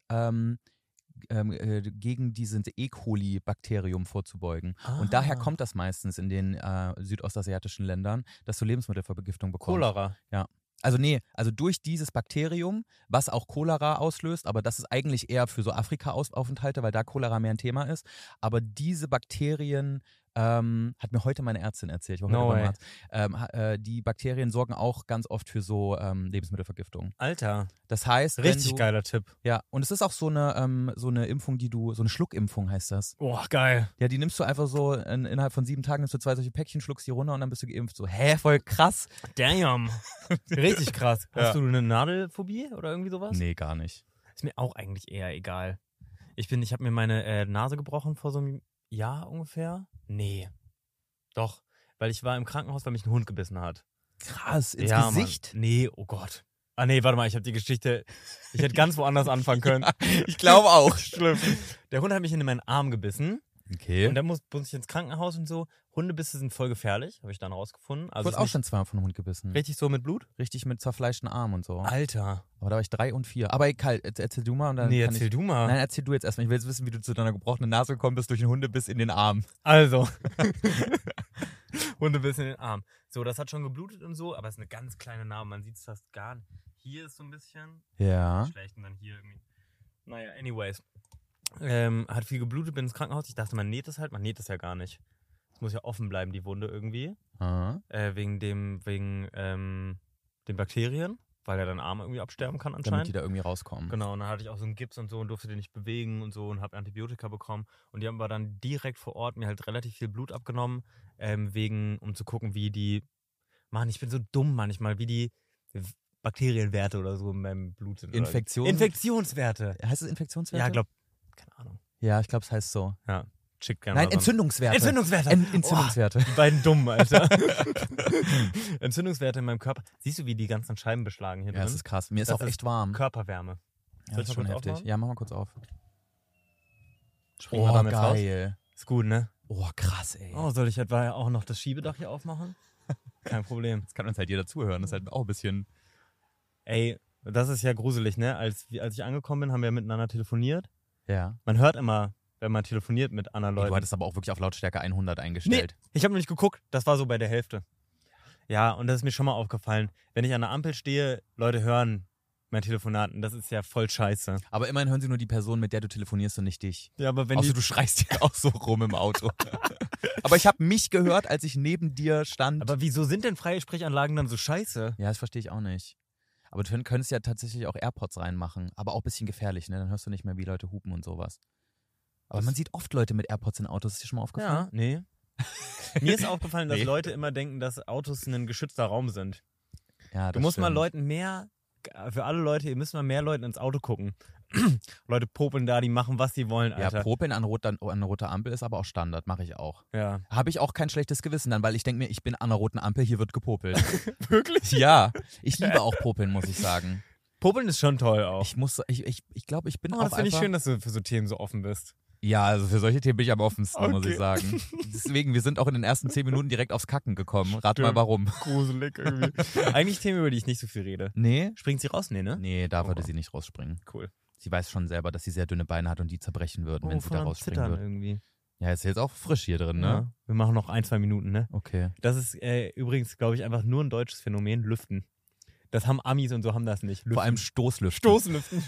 gegen dieses E. coli-Bakterium vorzubeugen. Und daher kommt das meistens in den südostasiatischen Ländern, dass du Lebensmittelvergiftung bekommst.
Cholera?
Ja. Also durch dieses Bakterium, was auch Cholera auslöst, aber das ist eigentlich eher für so Afrika-Aufenthalte, weil da Cholera mehr ein Thema ist. Aber diese Bakterien, hat mir heute meine Ärztin erzählt, ich war heute beim Arzt, die Bakterien sorgen auch ganz oft für so Lebensmittelvergiftung.
Alter.
Das heißt,
richtig geiler Tipp.
Ja, und es ist auch so eine Impfung, so eine Schluckimpfung heißt das.
Boah, geil.
Ja, die nimmst du einfach so, innerhalb von 7 Tagen nimmst du 2 solche Päckchen, schluckst die runter und dann bist du geimpft. So, voll krass.
Damn. Richtig krass. Hast du eine Nadelphobie oder irgendwie sowas?
Nee, gar nicht.
Ist mir auch eigentlich eher egal. Ich habe mir meine Nase gebrochen vor so einem Jahr ungefähr. Nee. Doch. Weil ich war im Krankenhaus, weil mich ein Hund gebissen hat.
Krass, ins Gesicht?
Mann. Nee, oh Gott. Ah nee, warte mal, ich hätte ganz woanders anfangen können.
Ja, ich glaube auch.
Schlimm. Der Hund hat mich in meinen Arm gebissen.
Okay.
Und dann muss ich ins Krankenhaus und so. Hundebisse sind voll gefährlich, habe ich dann rausgefunden.
Also ich wurde auch schon zweimal von einem Hund gebissen.
Richtig so mit Blut?
Richtig mit zerfleischten Armen und so.
Alter.
Aber da war ich 3 und 4. Aber egal, erzähl du mal. Und dann
erzähl du mal.
Nein, erzähl du jetzt erstmal. Ich will jetzt wissen, wie du zu deiner gebrochenen Nase gekommen bist durch einen Hundebiss in den Arm.
Also. Hundebiss in den Arm. So, das hat schon geblutet und so, aber es ist eine ganz kleine Narbe. Man sieht es fast gar nicht. Hier ist so ein bisschen.
Ja.
Schlecht und dann hier irgendwie. Naja, anyways. Hat viel geblutet, bin ins Krankenhaus. Ich dachte, man näht es halt. Man näht es ja gar nicht. Es muss ja offen bleiben, die Wunde irgendwie. Wegen den Bakterien, weil ja dein Arm irgendwie absterben kann anscheinend.
Damit die da irgendwie rauskommen.
Genau, und dann hatte ich auch so einen Gips und so und durfte den nicht bewegen und so und habe Antibiotika bekommen. Und die haben aber dann direkt vor Ort mir halt relativ viel Blut abgenommen, um zu gucken, wie die, Mann, ich bin so dumm manchmal, wie die Bakterienwerte oder so in meinem Blut sind. Infektionswerte.
Heißt es Infektionswerte?
Ja, keine Ahnung.
Ja, ich glaube, es heißt so.
Ja. Schick gerne.
Nein, Entzündungswerte.
Entzündungswerte. Die beiden dummen, Alter. Entzündungswerte in meinem Körper. Siehst du, wie die ganzen Scheiben beschlagen hier drin?
Ja, das ist krass. Mir ist auch echt warm.
Körperwärme.
Ja, das ist schon heftig.
Aufmachen?
Ja, mach mal kurz auf.
Springen wir damit
geil.
Raus? Ist gut, ne?
Oh, krass, ey.
Oh, soll ich etwa auch noch das Schiebedach hier aufmachen? Kein Problem.
Das kann uns halt jeder zuhören. Das ist halt auch ein bisschen...
Ey, das ist ja gruselig, ne? Als ich angekommen bin, haben wir miteinander telefoniert.
Ja.
Man hört immer, wenn man telefoniert mit anderen Leuten.
Du hattest aber auch wirklich auf Lautstärke 100 eingestellt.
Nee, ich habe noch nicht geguckt. Das war so bei der Hälfte. Ja, und das ist mir schon mal aufgefallen. Wenn ich an der Ampel stehe, Leute hören mein Telefonaten. Das ist ja voll scheiße.
Aber immerhin hören sie nur die Person, mit der du telefonierst und nicht dich.
Ja, aber wenn
außer du schreist ja auch so rum im Auto. Aber ich habe mich gehört, als ich neben dir stand.
Aber wieso sind denn freie Sprechanlagen dann so scheiße?
Ja, das verstehe ich auch nicht. Aber du könntest ja tatsächlich auch AirPods reinmachen. Aber auch ein bisschen gefährlich, ne? Dann hörst du nicht mehr, wie Leute hupen und sowas. Aber man sieht oft Leute mit AirPods in Autos. Ist dir schon mal aufgefallen?
Ja, nee. Mir ist aufgefallen, dass
Nee.
Leute immer denken, dass Autos ein geschützter Raum sind.
Ja,
Du musst mal Leuten mehr, für alle Leute, ihr müsst mal mehr Leuten ins Auto gucken. Leute popeln da, die machen, was sie wollen,
Ja,
Alter.
Popeln an roter Ampel ist aber auch Standard, mache ich auch.
Ja.
Habe ich auch kein schlechtes Gewissen dann, weil ich denke mir, ich bin an einer roten Ampel, hier wird gepopelt.
Wirklich?
Ja, ich liebe auch Popeln, muss ich sagen.
Popeln ist schon toll auch.
Ich glaube, ich bin
Oh,
auch
das finde ich
einfach...
schön, dass du für so Themen so offen bist.
Ja, also für solche Themen bin ich am offensten, muss
Okay.
ich sagen. Deswegen, wir sind auch in den ersten 10 Minuten direkt aufs Kacken gekommen. Rat mal
Stimmt.
warum.
Gruselig irgendwie. Eigentlich Themen, über die ich nicht so viel rede.
Nee?
Springt sie raus? Nee, ne?
Nee, da würde
Oh.
sie nicht rausspringen.
Cool.
Sie weiß schon selber, dass sie sehr dünne Beine hat und die zerbrechen würden, wenn sie da
voll am
rausspringen
Zittern
würde.
irgendwie.
Ja, ist jetzt auch frisch hier drin, ne?
Ja. Wir machen noch 1-2 Minuten, ne?
Okay.
Das ist übrigens, glaube ich, einfach nur ein deutsches Phänomen, Lüften. Das haben Amis und so haben das nicht. Lüften.
Vor allem Stoßlüften.
Stoßlüften.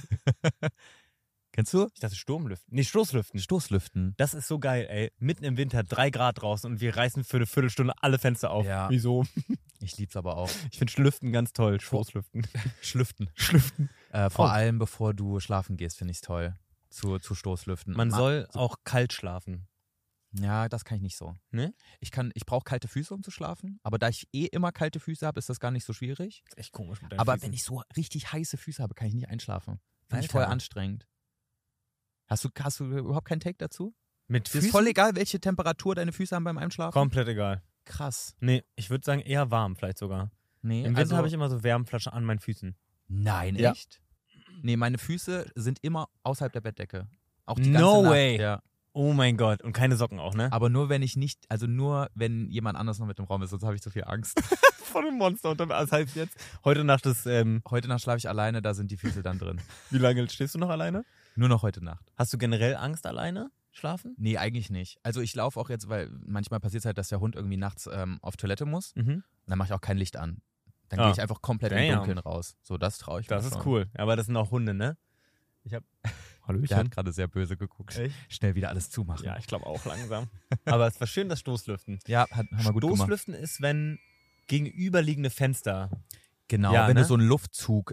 Kennst du?
Ich dachte Sturmlüften. Nee, Stoßlüften.
Stoßlüften.
Das ist so geil, ey. Mitten im Winter, 3 Grad draußen und wir reißen für eine Viertelstunde alle Fenster auf.
Ja.
Wieso?
Ich lieb's aber auch.
Ich finde Lüften ganz toll. Stoßlüften.
Schlüften.
Schlüften.
Vor
Oh.
allem, bevor du schlafen gehst, finde ich's toll. Zu Stoßlüften.
Man soll auch kalt schlafen.
Ja, das kann ich nicht so.
Ne?
Ich brauche kalte Füße, um zu schlafen. Aber da ich immer kalte Füße habe, ist das gar nicht so schwierig.
Das ist echt komisch mit deinen
Aber
Füßen.
wenn ich so richtig heiße Füße habe, kann ich nicht einschlafen. Finde ich voll
Alter.
anstrengend. Hast du überhaupt keinen Take dazu?
Mit
Ist
Füßen
voll egal, welche Temperatur deine Füße haben beim Einschlafen?
komplett egal.
Krass.
Nee, ich würde sagen eher warm vielleicht sogar.
Nee,
Im Winter
also,
habe ich immer so Wärmflaschen an meinen Füßen.
Nein,
Ja.
echt? Nee, meine Füße sind immer außerhalb der Bettdecke. Auch die
No
ganze Nacht.
way.
Ja.
Oh mein Gott. Und keine Socken auch, ne?
Aber nur wenn ich nicht, also nur wenn jemand anders noch mit im Raum ist, sonst habe ich zu viel Angst.
Vor dem Monster. Und dann, das heißt jetzt, heute Nacht ist,
Heute Nacht schlafe ich alleine, da sind die Füße dann drin.
wie lange stehst du noch alleine?
Nur noch heute Nacht.
Hast du generell Angst alleine schlafen?
Nee, eigentlich nicht. Also ich laufe auch jetzt, weil manchmal passiert es halt, dass der Hund irgendwie nachts auf Toilette muss.
Mhm.
Und dann mache ich auch kein Licht an. Dann
Ah.
gehe ich einfach komplett im
Damn.
Dunkeln raus. So, das traue ich mir
Das ist
schon.
cool. Aber das sind auch Hunde, ne? Ich hab. Hallöchen.
Der hat gerade sehr böse geguckt.
Echt?
Schnell wieder alles zumachen.
Ja, ich glaube auch langsam. Aber es war schön, das Stoßlüften.
Ja, haben wir gut gemacht.
Stoßlüften ist, wenn gegenüberliegende Fenster.
Genau,
Ja,
wenn
ne?
du so einen Luftzug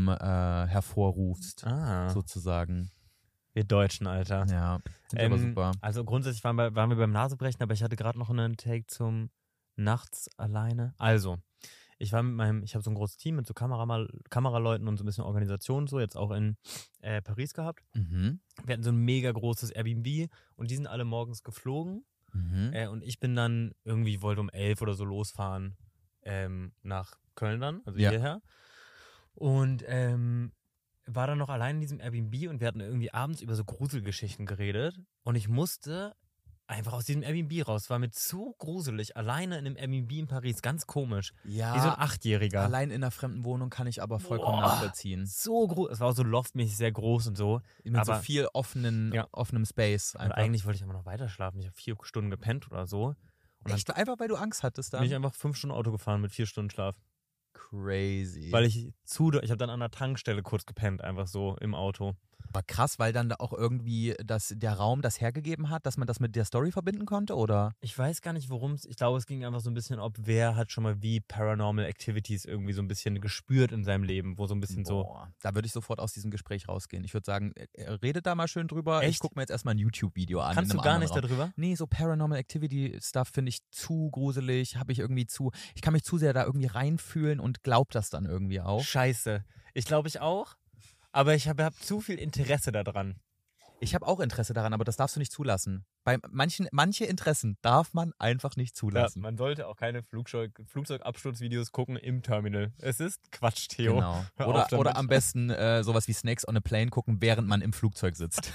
hervorrufst,
Ah.
sozusagen.
Wir Deutschen, Alter.
Ja, finde ich aber super.
Also grundsätzlich waren wir beim Nasebrechen, aber ich hatte gerade noch einen Take zum Nachts alleine. Also, ich habe so ein großes Team mit so Kameraleuten und so ein bisschen Organisation so, jetzt auch in Paris gehabt.
Mhm.
Wir hatten so ein mega großes Airbnb und die sind alle morgens geflogen.
Mhm.
Und ich bin dann irgendwie, wollte um 11 oder so losfahren nach Köln dann, also
Ja.
hierher. Und war dann noch allein in diesem Airbnb und wir hatten irgendwie abends über so Gruselgeschichten geredet. Und ich musste einfach aus diesem Airbnb raus. War mir zu gruselig. Alleine in einem Airbnb in Paris. Ganz komisch. Wie so ein
Ja,
8-Jähriger.
allein in einer fremden Wohnung kann ich aber vollkommen
Boah.
nachvollziehen.
So groß. Es war auch so loftmäßig sehr groß und so.
Mit so
Aber-
viel offenem Space.
Und
Einfach.
eigentlich wollte ich aber noch weiter schlafen. Ich habe 4 Stunden gepennt oder so. Und dann
Echt? Einfach weil du Angst hattest
bin ich
dann?
einfach 5 Stunden Auto gefahren mit 4 Stunden Schlaf.
Crazy.
Weil ich habe dann an der Tankstelle kurz gepennt, einfach so im Auto.
Aber krass, weil dann da auch irgendwie der Raum das hergegeben hat, dass man das mit der Story verbinden konnte, oder?
Ich weiß gar nicht, worum es. Ich glaube, es ging einfach so ein bisschen, ob wer hat schon mal wie Paranormal Activities irgendwie so ein bisschen gespürt in seinem Leben, wo so ein bisschen so.
Boah, da würde ich sofort aus diesem Gespräch rausgehen. Ich würde sagen, redet da mal schön drüber. Ich
Echt?
gucke mir jetzt erstmal ein YouTube-Video an.
Kannst
in
du
einem
gar
anderen
nicht
Raum.
darüber?
Nee, so Paranormal Activity Stuff finde ich zu gruselig, ich kann mich zu sehr da irgendwie reinfühlen und glaub das dann irgendwie auch.
Scheiße. Ich glaube ich auch. Aber ich hab zu viel Interesse daran.
Ich habe auch Interesse daran, aber das darfst du nicht zulassen. Bei manche Interessen darf man einfach nicht
Ja,
zulassen.
man sollte auch keine Flugzeugabsturzvideos gucken im Terminal. Es ist Quatsch, Theo.
Genau.
Hör auf damit.
Oder am besten sowas wie Snakes on a Plane gucken, während man im Flugzeug sitzt.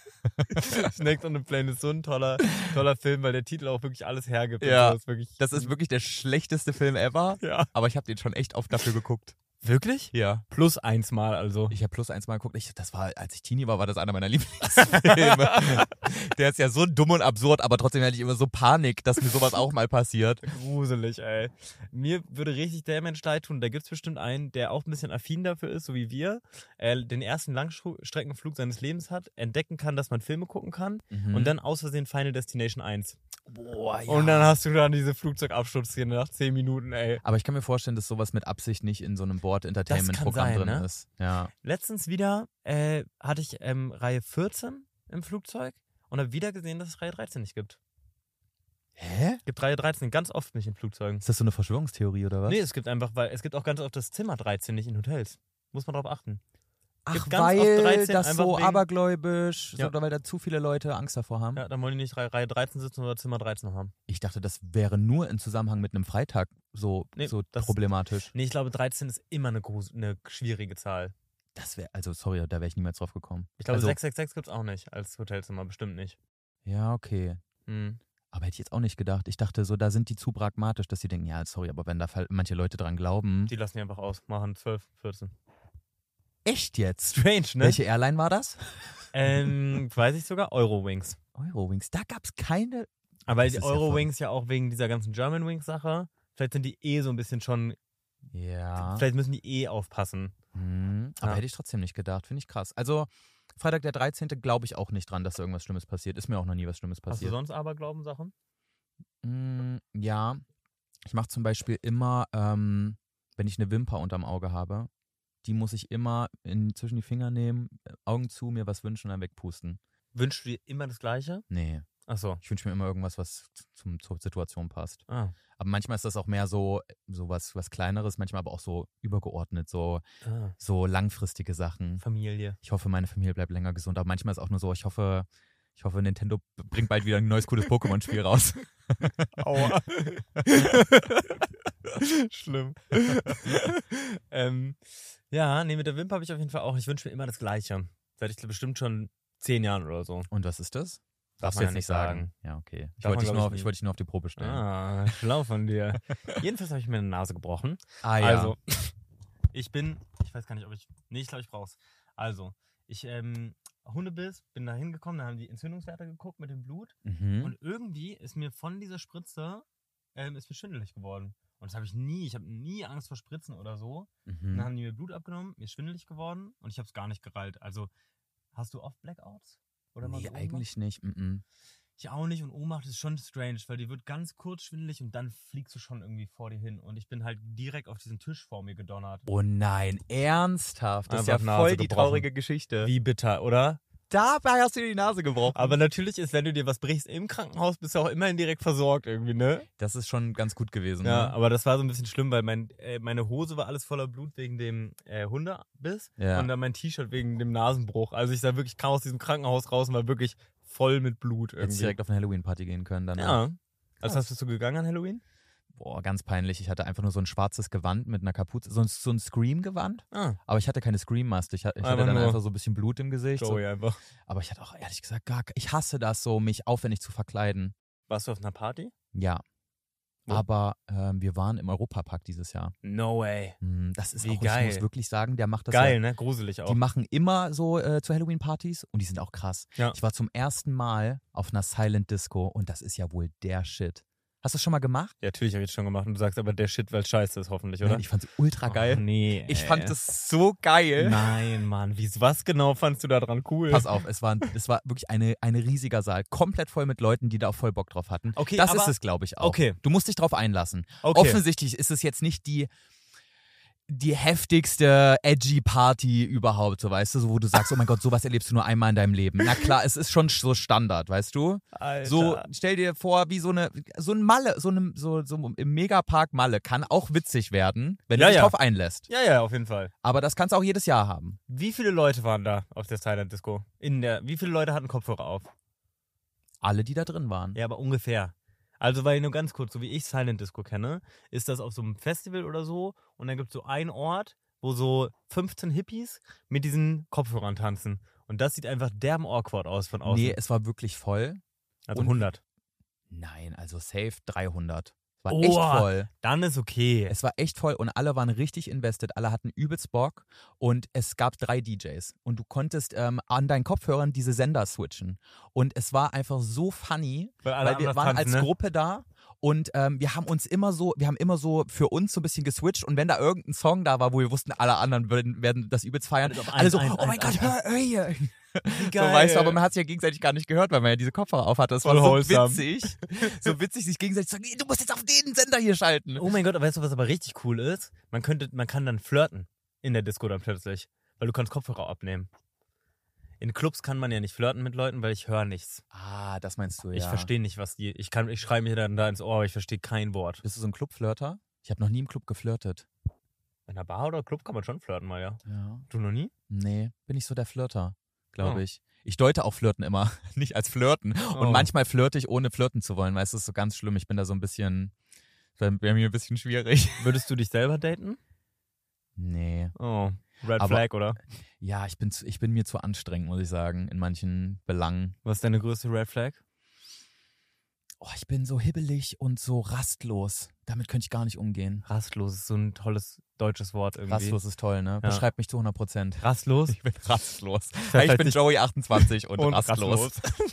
Snakes on a Plane ist so ein toller Film, weil der Titel auch wirklich alles hergibt.
Ja.
Und so.
Das ist wirklich der schlechteste Film ever,
Ja.
aber ich habe den schon echt oft dafür geguckt.
Wirklich?
Ja.
Plus 1 Mal also.
Ich habe plus 1 Mal geguckt. Als ich Teenie war das einer meiner Lieblingsfilme. Der ist ja so dumm und absurd, aber trotzdem hatte ich immer so Panik, dass mir sowas auch mal passiert.
Gruselig, ey. Mir würde richtig der Mensch leid tun. Da gibt es bestimmt einen, der auch ein bisschen affin dafür ist, so wie wir, den ersten Langstreckenflug seines Lebens hat, entdecken kann, dass man Filme gucken kann und dann aus Versehen Final Destination 1.
Boah, ja.
Und dann hast du dann diese Flugzeugabsturzszene nach 10 Minuten, ey.
Aber ich kann mir vorstellen, dass sowas mit Absicht nicht in so einem Board-Entertainment-Programm
sein,
drin
ne?
ist. Ja.
Letztens wieder hatte ich Reihe 14 im Flugzeug und habe wieder gesehen, dass es Reihe 13 nicht gibt.
Hä?
Es gibt Reihe 13 ganz oft nicht in Flugzeugen.
Ist das so eine Verschwörungstheorie oder was?
Nee, es gibt auch ganz oft das Zimmer 13 nicht in Hotels. Muss man drauf achten.
Ach,
ganz oft
weil
13
das
einfach
so
wegen-
abergläubisch,
Ja.
oder weil da zu viele Leute Angst davor haben?
Ja, dann wollen die nicht Reihe 13 sitzen oder Zimmer 13 haben.
Ich dachte, das wäre nur im Zusammenhang mit einem Freitag so
das-
problematisch.
Nee, ich glaube 13 ist immer eine schwierige Zahl.
Das wäre, also sorry, da wäre ich niemals drauf gekommen.
Ich glaube
also,
666 gibt's auch nicht als Hotelzimmer, bestimmt nicht.
Ja, okay.
Hm.
Aber hätte ich jetzt auch nicht gedacht. Ich dachte so, da sind die zu pragmatisch, dass sie denken, ja, sorry, aber wenn da manche Leute dran glauben.
Die lassen die einfach aus, machen 12, 14.
Echt jetzt?
Strange, ne?
Welche Airline war das?
Weiß ich sogar, Eurowings.
Eurowings. Da gab es keine.
Aber
Das
die
ist ja
Eurowings ja auch wegen dieser ganzen Germanwings-Sache, vielleicht sind die so ein bisschen schon,
Ja.
vielleicht müssen die aufpassen.
Aber
Ja.
hätte ich trotzdem nicht gedacht. Finde ich krass. Also, Freitag der 13. glaube ich auch nicht dran, dass da irgendwas Schlimmes passiert. Ist mir auch noch nie was Schlimmes
Hast du
passiert.
sonst Aberglauben-Sachen?
Ja. Ich mache zum Beispiel immer, wenn ich eine Wimper unterm Auge habe, die muss ich immer zwischen die Finger nehmen, Augen zu, mir was wünschen und dann wegpusten.
Wünschst du dir immer das Gleiche?
Nee.
Achso.
Ich wünsche mir immer irgendwas, was zur Situation passt.
Ah.
Aber manchmal ist das auch mehr so was Kleineres, manchmal aber auch so übergeordnet, so langfristige Sachen.
Familie.
Ich hoffe, meine Familie bleibt länger gesund. Aber manchmal ist auch nur so, ich hoffe, Nintendo bringt bald wieder ein neues, cooles Pokémon-Spiel raus.
Aua. Schlimm. Ja, nee, mit der Wimper habe ich auf jeden Fall auch. Ich wünsche mir immer das Gleiche. Seit ich bestimmt schon 10 Jahren oder so.
Und was ist das?
Darf
Darfst
man
du
ja
jetzt nicht
nicht
sagen.
sagen.
Ja, okay. Ich
Darf
wollte
man,
dich,
glaub ich,
wollte dich nur auf die Probe stellen.
Ah, schlau von dir. Jedenfalls habe ich mir eine Nase gebrochen.
Ah, ja.
Also, ich weiß gar nicht, ich glaube, ich brauch's. Also, Hundebiss, bin da hingekommen, da haben die Entzündungswerte geguckt mit dem Blut und irgendwie ist mir von dieser Spritze, ist mir schwindelig geworden. Und das habe ich habe nie Angst vor Spritzen oder so. Dann haben die mir Blut abgenommen, mir ist schwindelig geworden und ich habe es gar nicht gereilt. Also, hast du oft Blackouts? Oder mal
Nee,
so Ohnmacht?
eigentlich nicht.
Ich auch nicht und Ohnmacht ist schon strange, weil die wird ganz kurz schwindelig und dann fliegst du schon irgendwie vor dir hin und ich bin halt direkt auf diesen Tisch vor mir gedonnert.
Oh nein, ernsthaft? Das ist
Einfach
ja
Nase
voll die
gebrochen.
traurige Geschichte.
Wie bitter, oder?
Dabei hast du dir die Nase gebrochen.
Aber natürlich ist, wenn du dir was brichst im Krankenhaus, bist du auch immerhin direkt versorgt irgendwie, ne?
Das ist schon ganz gut gewesen.
Ja,
Ne?
aber das war so ein bisschen schlimm, weil meine Hose war alles voller Blut wegen dem Hundebiss
Ja.
und dann mein T-Shirt wegen dem Nasenbruch. Also ich sah wirklich, kam aus diesem Krankenhaus raus und war wirklich voll mit Blut
Hättest
irgendwie.
direkt auf eine Halloween-Party gehen können danach.
Ja. Also
Krass.
bist du gegangen an Halloween?
Boah, ganz peinlich. Ich hatte einfach nur so ein schwarzes Gewand mit einer Kapuze, so ein Scream-Gewand.
Ah,
Aber ich hatte keine Scream-Maske. Ich hatte
Einfach
dann
nur
einfach so ein bisschen Blut im Gesicht. So.
Joey einfach.
Aber ich hatte auch ehrlich gesagt ich hasse das so, mich aufwendig zu verkleiden.
Warst du auf einer Party?
Ja.
Wo?
Aber wir waren im Europapark dieses Jahr.
No way.
Das ist
Wie
auch,
geil.
ich muss wirklich sagen, der macht das
Geil,
ja,
ne? Gruselig auch.
die machen immer so zu Halloween-Partys und die sind auch krass.
Ja.
Ich war zum ersten Mal auf einer Silent Disco und das ist ja wohl der Shit. Hast du das schon mal gemacht?
Ja, natürlich habe ich das schon gemacht. Und du sagst aber der Shit, weil es scheiße ist, hoffentlich, oder?
Nein, ich fand's ultra geil.
Oh, nee.
Ich fand das so geil.
Nein, Mann. Was genau fandst du da dran cool?
Pass auf, es war wirklich ein riesiger Saal, komplett voll mit Leuten, die da auch voll Bock drauf hatten.
Okay,
das
aber-
ist es, glaube ich, auch.
Okay.
Du musst dich drauf einlassen.
Okay.
Offensichtlich ist es jetzt nicht die heftigste edgy Party überhaupt, so weißt du, so wo du sagst, oh mein Gott, sowas erlebst du nur einmal in deinem Leben. Na klar, es ist schon so Standard, weißt du?
Alter.
So, stell dir vor, wie so ein Malle, so im Megapark Malle kann auch witzig werden, wenn du
Ja,
dich
ja.
drauf einlässt.
Ja, auf jeden Fall.
Aber das kannst du auch jedes Jahr haben.
Wie viele Leute waren da auf der Silent Disco? Wie viele Leute hatten Kopfhörer auf?
Alle, die da drin waren.
Ja, aber ungefähr. Also, weil nur ganz kurz, so wie ich Silent Disco kenne, ist das auf so einem Festival oder so und dann gibt es so einen Ort, wo so 15 Hippies mit diesen Kopfhörern tanzen. Und das sieht einfach derben awkward aus von außen.
Nee, es war wirklich voll.
also
und-
100.
Nein, also safe 300. Es war
Oh.
echt voll.
Dann ist okay.
Es war echt voll und alle waren richtig invested. Alle hatten übelst Bock und es gab 3 DJs und du konntest an deinen Kopfhörern diese Sender switchen. Und es war einfach so funny,
alle
weil wir
anders
waren
tanzen,
als
ne?
Gruppe da und wir haben immer so für uns so ein bisschen geswitcht und wenn da irgendein Song da war, wo wir wussten, alle anderen werden das übelst feiern,
Alles auf
alle so,
eins,
oh mein
eins,
Gott, hör hier.
Wie
So,
geil.
weißt du, aber man hat es ja gegenseitig gar nicht gehört, weil man ja diese Kopfhörer auf hatte. Das war
Voll
so
wholesome.
witzig. So witzig, sich gegenseitig zu sagen, du musst jetzt auf den Sender hier schalten.
Oh mein Gott, weißt du, was aber richtig cool ist? Man kann dann flirten in der Disco dann plötzlich, weil du kannst Kopfhörer abnehmen. In Clubs kann man ja nicht flirten mit Leuten, weil ich höre nichts.
Ah, das meinst du, ja.
Ich verstehe nicht, was die. Ich schreibe mir dann da ins Ohr, aber ich verstehe kein Wort.
Bist du so ein Clubflirter? Ich habe noch nie im Club geflirtet.
In einer Bar oder Club kann man schon flirten mal, ja.
Ja.
Du noch nie?
Nee, bin ich so der Flirter, glaube ich. Ich deute auch Flirten immer, nicht als Flirten. Und manchmal flirte ich, ohne flirten zu wollen, weil es ist so ganz schlimm. Ich bin da so ein bisschen, wäre mir ein bisschen schwierig.
Würdest du dich selber daten?
Nee.
Oh, Red Flag, oder?
Ja, ich bin mir zu anstrengend, muss ich sagen, in manchen Belangen.
Was ist deine größte Red Flag?
Oh, ich bin so hibbelig und so rastlos. Damit könnte ich gar nicht umgehen.
Rastlos ist so ein tolles deutsches Wort irgendwie.
Rastlos ist toll, ne?
Ja.
Beschreibt mich zu 100%.
Rastlos?
Ich bin rastlos. Ich bin Joey 28 und rastlos.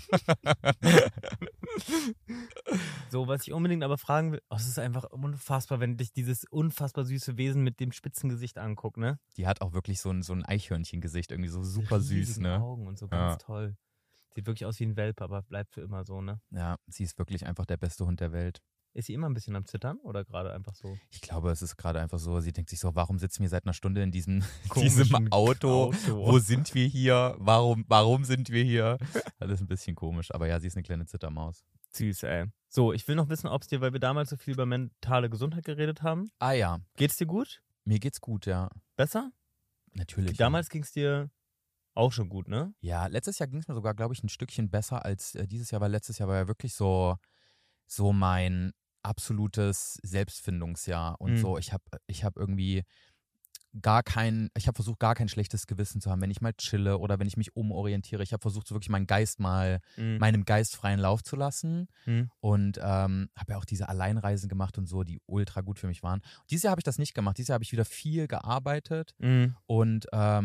So, was ich unbedingt aber fragen will, es ist einfach unfassbar, wenn dich dieses unfassbar süße Wesen mit dem spitzen Gesicht anguckt, ne?
Die hat auch wirklich so ein Eichhörnchengesicht, irgendwie so super süß, ne?
Augen und so ganz toll. Sieht wirklich aus wie ein Welpe, aber bleibt für immer so, ne?
Ja, sie ist wirklich einfach der beste Hund der Welt.
Ist sie immer ein bisschen am Zittern oder gerade einfach so?
Ich glaube, es ist gerade einfach so, sie denkt sich so, warum sitzen wir seit einer Stunde in diesem Auto? Wo sind wir hier? Warum sind wir hier? Das ist ein bisschen komisch, aber ja, sie ist eine kleine Zittermaus.
Süß, ey. So, ich will noch wissen, ob es dir, weil wir damals so viel über mentale Gesundheit geredet haben.
Ah ja.
Geht's dir gut?
Mir geht's gut, ja.
Besser?
Natürlich.
Damals ging's dir auch schon gut, ne?
Ja, letztes Jahr ging es mir sogar, glaube ich, ein Stückchen besser als dieses Jahr, weil letztes Jahr war ja wirklich so mein absolutes Selbstfindungsjahr und so. Ich hab irgendwie ich habe versucht, gar kein schlechtes Gewissen zu haben, wenn ich mal chille oder wenn ich mich umorientiere. Ich habe versucht, so wirklich meinen Geist meinem Geist freien Lauf zu lassen und habe ja auch diese Alleinreisen gemacht und so, die ultra gut für mich waren. Und dieses Jahr habe ich das nicht gemacht. Dieses Jahr habe ich wieder viel gearbeitet und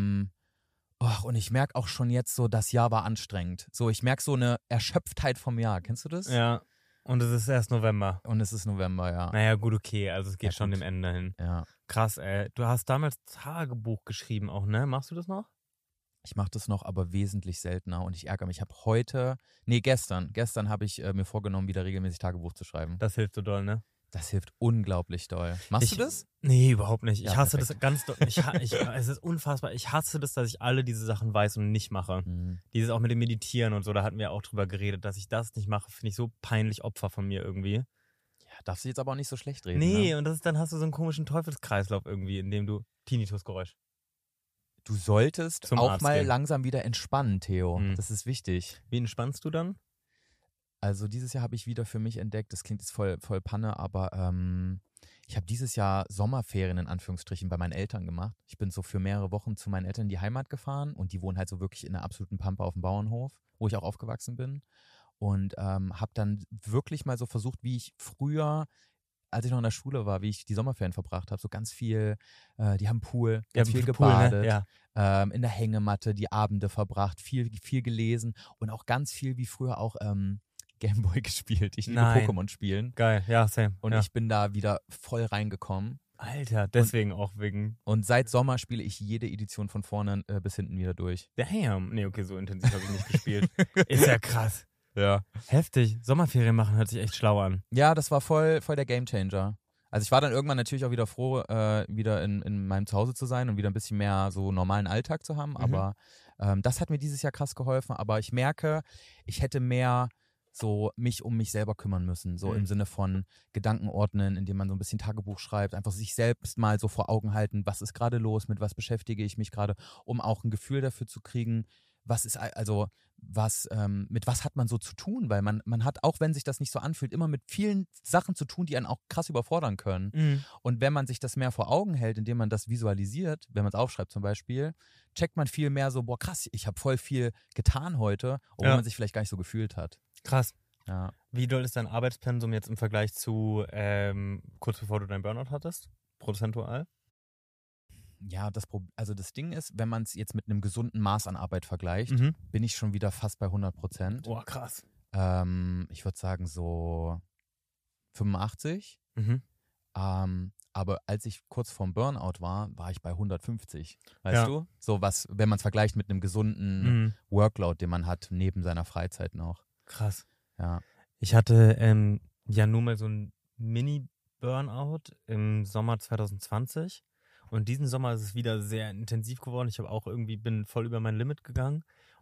und ich merke auch schon jetzt so, das Jahr war anstrengend. So, ich merke so eine Erschöpftheit vom Jahr. Kennst du das?
Ja. Und es ist erst November.
Und es ist November, ja.
Naja, gut, okay. Also es geht schon
gut.
dem Ende hin.
Ja.
Krass, ey. Du hast damals Tagebuch geschrieben auch, ne? Machst du das noch?
Ich mache das noch, aber wesentlich seltener. Und ich ärgere mich. Ich habe gestern habe ich mir vorgenommen, wieder regelmäßig Tagebuch zu schreiben.
Das hilft so doll, ne?
Das hilft unglaublich doll. Machst du das?
Nee, überhaupt nicht.
Ja,
ich hasse
perfekt.
das ganz doll. Es ist unfassbar. Ich hasse das, dass ich alle diese Sachen weiß und nicht mache. Dieses auch mit dem Meditieren und so, da hatten wir auch drüber geredet, dass ich das nicht mache, finde ich so peinlich Opfer von mir irgendwie.
Ja, darfst du jetzt aber auch nicht so schlecht reden.
Nee,
ne?
und dann hast du so einen komischen Teufelskreislauf irgendwie, in dem du Tinnitusgeräusch.
Du solltest
Zum
auch
Arzt
mal
gehen.
langsam wieder entspannen, Theo. Das ist wichtig.
Wie entspannst du dann?
Also dieses Jahr habe ich wieder für mich entdeckt, das klingt jetzt voll Panne, aber ich habe dieses Jahr Sommerferien in Anführungsstrichen bei meinen Eltern gemacht. Ich bin so für mehrere Wochen zu meinen Eltern in die Heimat gefahren und die wohnen halt so wirklich in der absoluten Pampa auf dem Bauernhof, wo ich auch aufgewachsen bin. Und habe dann wirklich mal so versucht, wie ich früher, als ich noch in der Schule war, wie ich die Sommerferien verbracht habe. So ganz viel, die haben Pool, ganz viel gebadet,
Pool, ne? Ja.
in der Hängematte die Abende verbracht, viel gelesen und auch ganz viel wie früher auch Gameboy gespielt. Ich liebe Pokémon spielen.
Geil, ja, same.
Und
ja.
ich bin da wieder voll reingekommen.
Alter, deswegen auch wegen.
Und seit Sommer spiele ich jede Edition von vorne bis hinten wieder durch.
Damn. Nee, okay, so intensiv habe ich nicht gespielt. Ist ja krass.
Ja.
Heftig. Sommerferien machen hört sich echt schlau an.
Ja, das war voll der Gamechanger. Also ich war dann irgendwann natürlich auch wieder froh, wieder in meinem Zuhause zu sein und wieder ein bisschen mehr so normalen Alltag zu haben. Aber das hat mir dieses Jahr krass geholfen. Aber ich merke, ich hätte mehr so mich um mich selber kümmern müssen. So im Sinne von Gedanken ordnen, indem man so ein bisschen Tagebuch schreibt, einfach sich selbst mal so vor Augen halten, was ist gerade los, mit was beschäftige ich mich gerade, um auch ein Gefühl dafür zu kriegen, mit was hat man so zu tun, weil man hat, auch wenn sich das nicht so anfühlt, immer mit vielen Sachen zu tun, die einen auch krass überfordern können. Und wenn man sich das mehr vor Augen hält, indem man das visualisiert, wenn man es aufschreibt zum Beispiel, checkt man viel mehr so, boah krass, ich habe voll viel getan heute, obwohl man sich vielleicht gar nicht so gefühlt hat.
Krass.
Ja.
Wie doll ist dein Arbeitspensum jetzt im Vergleich zu kurz bevor du deinen Burnout hattest? Prozentual?
Ja, das Ding ist, wenn man es jetzt mit einem gesunden Maß an Arbeit vergleicht, bin ich schon wieder fast bei 100%.
Boah, krass.
Ich würde sagen so 85. Aber als ich kurz vorm Burnout war ich bei 150. Weißt du? So was, wenn man es vergleicht mit einem gesunden Workload, den man hat, neben seiner Freizeit noch.
Krass.
Ja.
Ich hatte ja nur mal so ein Mini-Burnout im Sommer 2020. Und diesen Sommer ist es wieder sehr intensiv geworden. Ich habe auch bin voll über mein Limit gegangen.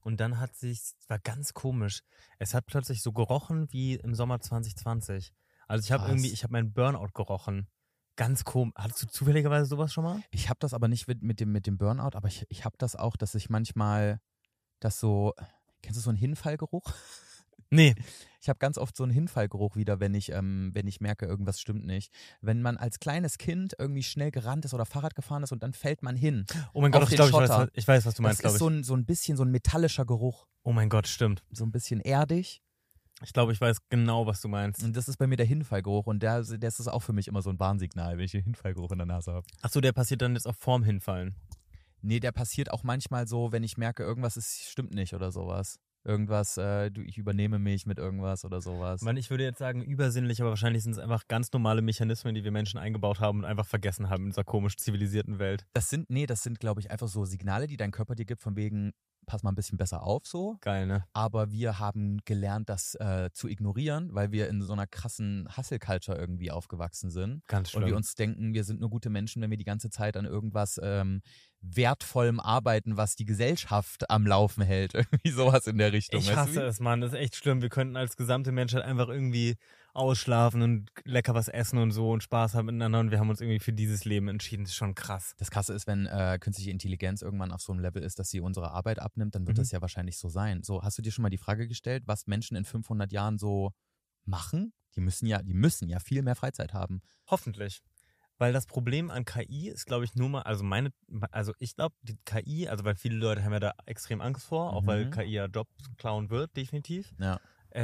und dann war ganz komisch. Es hat plötzlich so gerochen wie im Sommer 2020. Also ich habe meinen Burnout gerochen. Ganz komisch. Hattest du zufälligerweise sowas schon mal?
Ich habe das aber nicht mit dem Burnout, aber ich habe das auch, dass ich manchmal das so, kennst du so einen Hinfallgeruch?
Nee.
Ich habe ganz oft so einen Hinfallgeruch wieder, wenn ich merke, irgendwas stimmt nicht. Wenn man als kleines Kind irgendwie schnell gerannt ist oder Fahrrad gefahren ist und dann fällt man hin.
Oh mein Gott, ich weiß, was du meinst, glaube ich.
Das ist so ein bisschen so ein metallischer Geruch.
Oh mein Gott, stimmt.
So ein bisschen erdig.
Ich glaube, ich weiß genau, was du meinst.
Und das ist bei mir der Hinfallgeruch und das ist auch für mich immer so ein Warnsignal, wenn ich einen Hinfallgeruch in der Nase habe.
Achso, der passiert dann jetzt auch vorm Hinfallen.
Nee, der passiert auch manchmal so, wenn ich merke, irgendwas stimmt nicht oder sowas. Irgendwas, ich übernehme mich mit irgendwas oder sowas.
Ich würde jetzt sagen übersinnlich, aber wahrscheinlich sind es einfach ganz normale Mechanismen, die wir Menschen eingebaut haben und einfach vergessen haben in unserer komisch zivilisierten Welt.
Das sind, glaube ich, einfach so Signale, die dein Körper dir gibt, von wegen, pass mal ein bisschen besser auf so.
Geil, ne?
Aber wir haben gelernt, das zu ignorieren, weil wir in so einer krassen Hustle-Culture irgendwie aufgewachsen sind.
Ganz schlimm.
Und wir uns denken, wir sind nur gute Menschen, wenn wir die ganze Zeit an irgendwas wertvollem arbeiten, was die Gesellschaft am Laufen hält. Irgendwie sowas in der Richtung.
Ich hasse es, Mann. Das ist echt schlimm. Wir könnten als gesamte Menschheit einfach irgendwie ausschlafen und lecker was essen und so und Spaß haben miteinander und wir haben uns irgendwie für dieses Leben entschieden. Das ist schon krass.
Das Krasse ist, wenn künstliche Intelligenz irgendwann auf so einem Level ist, dass sie unsere Arbeit abnimmt, dann wird das ja wahrscheinlich so sein. So, hast du dir schon mal die Frage gestellt, was Menschen in 500 Jahren so machen? Die müssen ja viel mehr Freizeit haben.
Hoffentlich. Weil das Problem an KI ist, glaube ich, nur mal, ich glaube, die KI, also weil viele Leute haben ja da extrem Angst vor, auch weil KI ja Jobs klauen wird, definitiv.
Ja.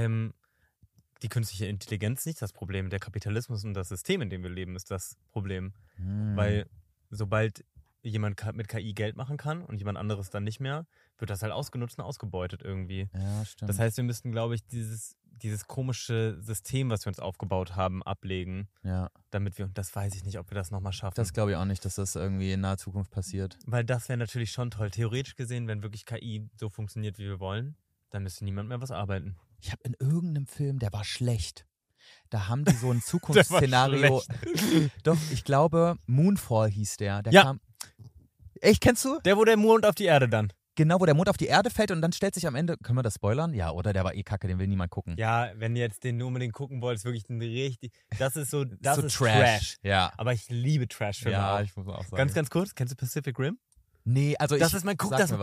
Die künstliche Intelligenz nicht das Problem. Der Kapitalismus und das System, in dem wir leben, ist das Problem. Weil sobald jemand mit KI Geld machen kann und jemand anderes dann nicht mehr, wird das halt ausgenutzt und ausgebeutet irgendwie.
Ja, stimmt.
Das heißt, wir müssten, glaube ich, dieses komische System, was wir uns aufgebaut haben, ablegen.
Ja.
Damit wir, und das weiß ich nicht, ob wir das nochmal schaffen.
Das glaube ich auch nicht, dass das irgendwie in naher Zukunft passiert.
Weil das wäre natürlich schon toll. Theoretisch gesehen, wenn wirklich KI so funktioniert, wie wir wollen, dann müsste niemand mehr was arbeiten.
Ich habe in irgendeinem Film, der war schlecht. Da haben die so ein Zukunftsszenario. Doch, ich glaube, Moonfall hieß der. Der kam. Echt, kennst du?
Der, wo der Mond auf die Erde dann.
Genau, wo der Mond auf die Erde fällt und dann stellt sich am Ende, können wir das spoilern? Ja, oder? Der war eh kacke, den will niemand gucken.
Ja, wenn ihr jetzt den unbedingt gucken wollt, ist wirklich ein richtig, das ist so
Trash. Ja.
Aber ich liebe Trash-Filme auch.
Ja, ich muss auch sagen.
Ganz, ganz kurz, kennst du Pacific Rim?
Nee, also
das ist mein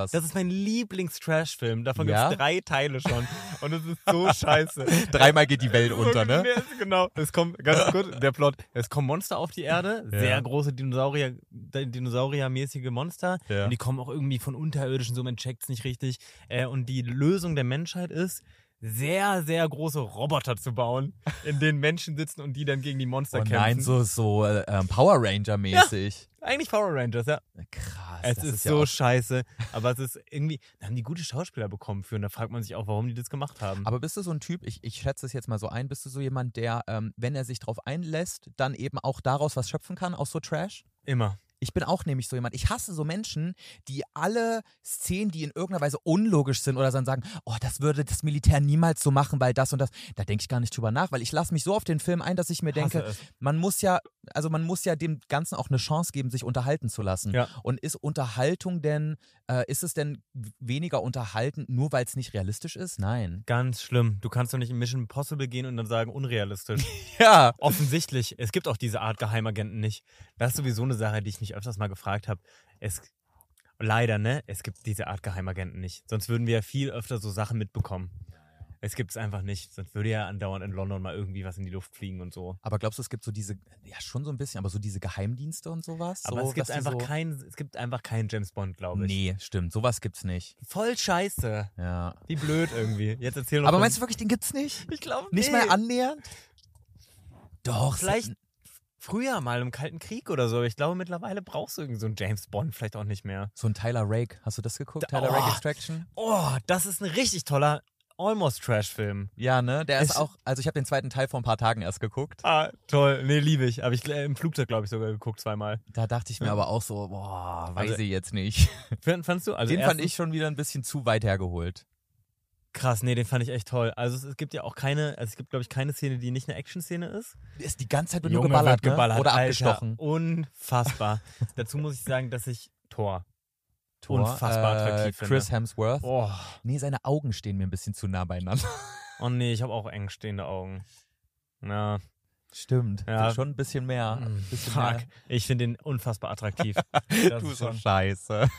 Lieblings-Trash-Film. Davon gibt es 3 Teile schon. Und es ist so scheiße.
3-mal geht die Welt unter, ne?
Genau. Es kommt, ganz kurz, der Plot. Es kommen Monster auf die Erde. Sehr große Dinosaurier-mäßige Monster. Ja. Und die kommen auch irgendwie von Unterirdischen, so man checkt's nicht richtig. Und die Lösung der Menschheit ist, sehr, sehr große Roboter zu bauen, in denen Menschen sitzen und die dann gegen die Monster kämpfen.
Nein, so Power Ranger-mäßig.
Ja, eigentlich Power Rangers, ja.
Krass.
Es ist so scheiße, aber es ist irgendwie, da haben die gute Schauspieler bekommen für und da fragt man sich auch, warum die das gemacht haben.
Aber bist du so ein Typ, ich schätze es jetzt mal so ein, bist du so jemand, der, wenn er sich drauf einlässt, dann eben auch daraus was schöpfen kann, aus so Trash?
Immer.
Ich bin auch nämlich so jemand, ich hasse so Menschen, die alle Szenen, die in irgendeiner Weise unlogisch sind oder dann sagen, oh, das würde das Militär niemals so machen, weil das und das, da denke ich gar nicht drüber nach, weil ich lasse mich so auf den Film ein, dass ich mir denke, man muss ja dem Ganzen auch eine Chance geben, sich unterhalten zu lassen. Ja. Und ist Unterhaltung denn, ist es denn weniger unterhaltend, nur weil es nicht realistisch ist? Nein.
Ganz schlimm. Du kannst doch nicht in Mission Impossible gehen und dann sagen, unrealistisch.
Ja.
Offensichtlich. Es gibt auch diese Art Geheimagenten nicht. Das ist sowieso eine Sache, die ich mich öfters mal gefragt habe. Leider, ne? Es gibt diese Art Geheimagenten nicht. Sonst würden wir ja viel öfter so Sachen mitbekommen. Es gibt es einfach nicht. Sonst würde ja andauernd in London mal irgendwie was in die Luft fliegen und so.
Aber glaubst du, es gibt so diese, ja schon so ein bisschen, aber so diese Geheimdienste und sowas?
Aber
so,
es gibt einfach keinen James Bond, glaube ich.
Nee, stimmt. Sowas gibt's nicht.
Voll scheiße.
Ja.
Wie blöd irgendwie. Jetzt erzähl noch.
Aber meinst du wirklich, den gibt's nicht?
Ich glaube
nicht. Nicht mal annähernd? Doch.
Vielleicht früher mal im Kalten Krieg oder so. Ich glaube, mittlerweile brauchst du irgendwie so einen James Bond vielleicht auch nicht mehr.
So ein Tyler Rake. Hast du das geguckt? Tyler Rake Extraction?
Oh, das ist ein richtig toller Almost-Trash-Film.
Ja, ne? Der ist auch, also ich habe den zweiten Teil vor ein paar Tagen erst geguckt.
Ah, toll. Nee, liebe ich. Habe ich im Flugzeug, glaube ich, sogar geguckt, 2-mal.
Da dachte ich mir aber auch so, boah, weiß ich jetzt nicht.
Fandst du? Also
den fand ich schon wieder ein bisschen zu weit hergeholt.
Krass, nee, den fand ich echt toll. Also es gibt ja auch glaube ich, keine Szene, die nicht eine Action-Szene ist.
Ist die ganze Zeit nur geballert, ne? Oder
Alter,
abgestochen.
Unfassbar. Dazu muss ich sagen, dass ich Thor unfassbar attraktiv finde.
Chris Hemsworth.
Oh.
Nee, seine Augen stehen mir ein bisschen zu nah beieinander.
Oh nee, ich habe auch eng stehende Augen. Ja.
Stimmt.
Ja.
Schon ein bisschen mehr.
Fuck. Ich finde ihn unfassbar attraktiv.
Du so scheiße.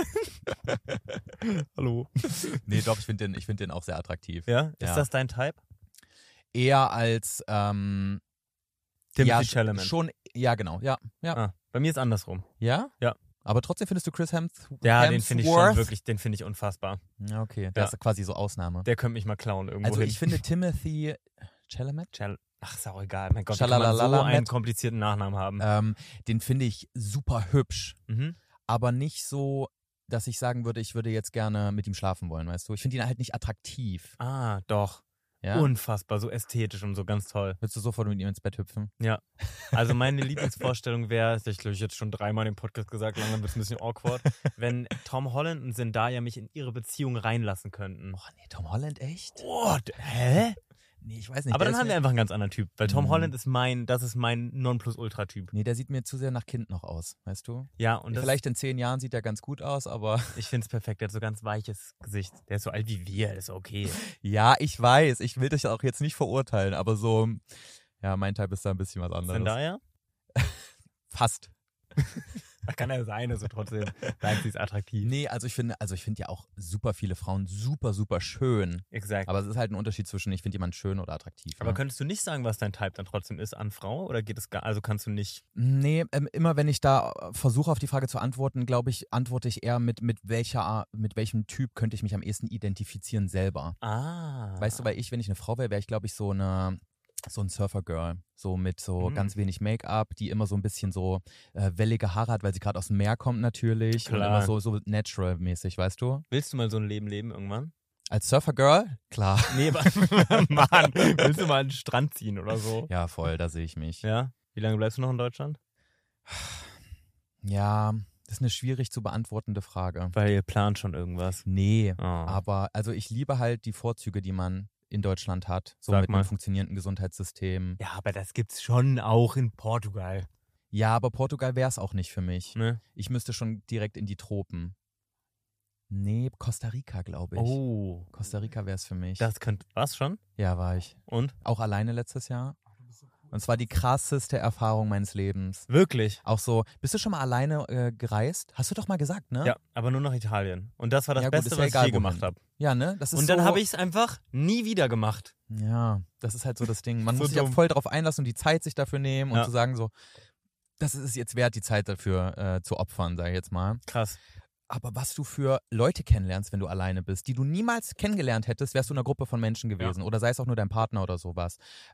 Hallo.
Nee, doch, ich finde den auch sehr attraktiv.
Ja? Ist das dein Type?
Eher als
Timothy Chalamet.
Schon, ja, genau. Ja.
Ah, bei mir ist andersrum.
Ja?
Ja.
Aber trotzdem findest du Chris Hemsworth?
Ja, den finde ich schon wirklich, den finde ich unfassbar.
Ja, okay. Der ist quasi so Ausnahme.
Der könnte mich mal klauen irgendwo
Also
hin.
ich finde Timothy Chalamet?
Ach, ist auch egal. Mein Gott, wie kann man so einen komplizierten Nachnamen haben.
Den finde ich super hübsch.
Mhm.
Aber nicht so, dass ich sagen würde, ich würde jetzt gerne mit ihm schlafen wollen, weißt du? Ich finde ihn halt nicht attraktiv.
Ah, doch.
Ja?
Unfassbar, so ästhetisch und so ganz toll.
Würdest du sofort mit ihm ins Bett hüpfen?
Ja. Also meine Lieblingsvorstellung wäre, das habe ich glaube ich jetzt schon 3-mal im Podcast gesagt, langsam wird es ein bisschen awkward, wenn Tom Holland und Zendaya mich in ihre Beziehung reinlassen könnten.
Oh nee, Tom Holland echt?
Oh, hä?
Nee, ich weiß nicht.
Aber dann haben wir einfach einen ganz anderen Typ, weil Tom Holland ist mein Nonplusultra-Typ.
Nee, der sieht mir zu sehr nach Kind noch aus, weißt du?
Ja, und
vielleicht in 10 Jahren sieht er ganz gut aus, aber...
Ich finde es perfekt, der hat so ganz weiches Gesicht. Der ist so alt wie wir, das ist okay.
Ja, ich weiß, ich will dich auch jetzt nicht verurteilen, aber so, ja, mein Typ ist da ein bisschen was anderes.
Zendaya?
Fast.
Kann ja sein, also trotzdem sagt sie ist attraktiv.
Nee, also ich finde ja auch super viele Frauen super, super schön.
Exakt.
Aber es ist halt ein Unterschied zwischen, ich finde jemanden schön oder attraktiv.
Aber könntest du nicht sagen, was dein Type dann trotzdem ist an Frau? Oder geht es gar, also kannst du nicht?
Nee, immer wenn ich da versuche auf die Frage zu antworten, glaube ich, antworte ich eher mit welchem Typ könnte ich mich am ehesten identifizieren selber.
Ah.
Weißt du, weil wenn ich eine Frau wäre, wäre ich glaube ich so ein Surfer-Girl, so mit so ganz wenig Make-up, die immer so ein bisschen so wellige Haare hat, weil sie gerade aus dem Meer kommt natürlich.
Klar.
Und immer so natural-mäßig, weißt du?
Willst du mal so ein Leben leben irgendwann?
Als Surfer-Girl? Klar.
Nee, aber Mann, willst du mal an den Strand ziehen oder so?
Ja, voll, da sehe ich mich.
Ja? Wie lange bleibst du noch in Deutschland?
Ja, das ist eine schwierig zu beantwortende Frage.
Weil ihr plant schon irgendwas.
Nee,
Oh.
aber also ich liebe halt die Vorzüge, die man in Deutschland hat. So
Sag
mit
mal.
einem funktionierenden Gesundheitssystem.
Ja, aber das gibt's schon auch in Portugal.
Ja, aber Portugal wäre es auch nicht für mich.
Ne?
Ich müsste schon direkt in die Tropen. Nee, Costa Rica, glaube ich.
Oh.
Costa Rica wäre es für mich.
Das könnte. Was schon?
Ja, war ich.
Und?
Auch alleine letztes Jahr. Und es war die krasseste Erfahrung meines Lebens.
Wirklich?
Auch so, bist du schon mal alleine gereist? Hast du doch mal gesagt, ne?
Ja, aber nur nach Italien. Und das war das
Ja, gut,
Beste,
ist ja
was
egal,
ich je gemacht
wohin.
habe.
Ja, ne? Das ist
Und dann
so,
habe ich es einfach nie wieder gemacht.
Ja, das ist halt so das Ding. Man
So
muss sich auch
dumm.
voll drauf einlassen und die Zeit sich dafür nehmen und
Ja.
zu sagen so, das ist es jetzt wert, die Zeit dafür zu opfern, sage ich jetzt mal.
Krass.
Aber was du für Leute kennenlernst, wenn du alleine bist, die du niemals kennengelernt hättest, wärst du in einer Gruppe von Menschen gewesen. Oder sei es auch nur dein Partner oder sowas.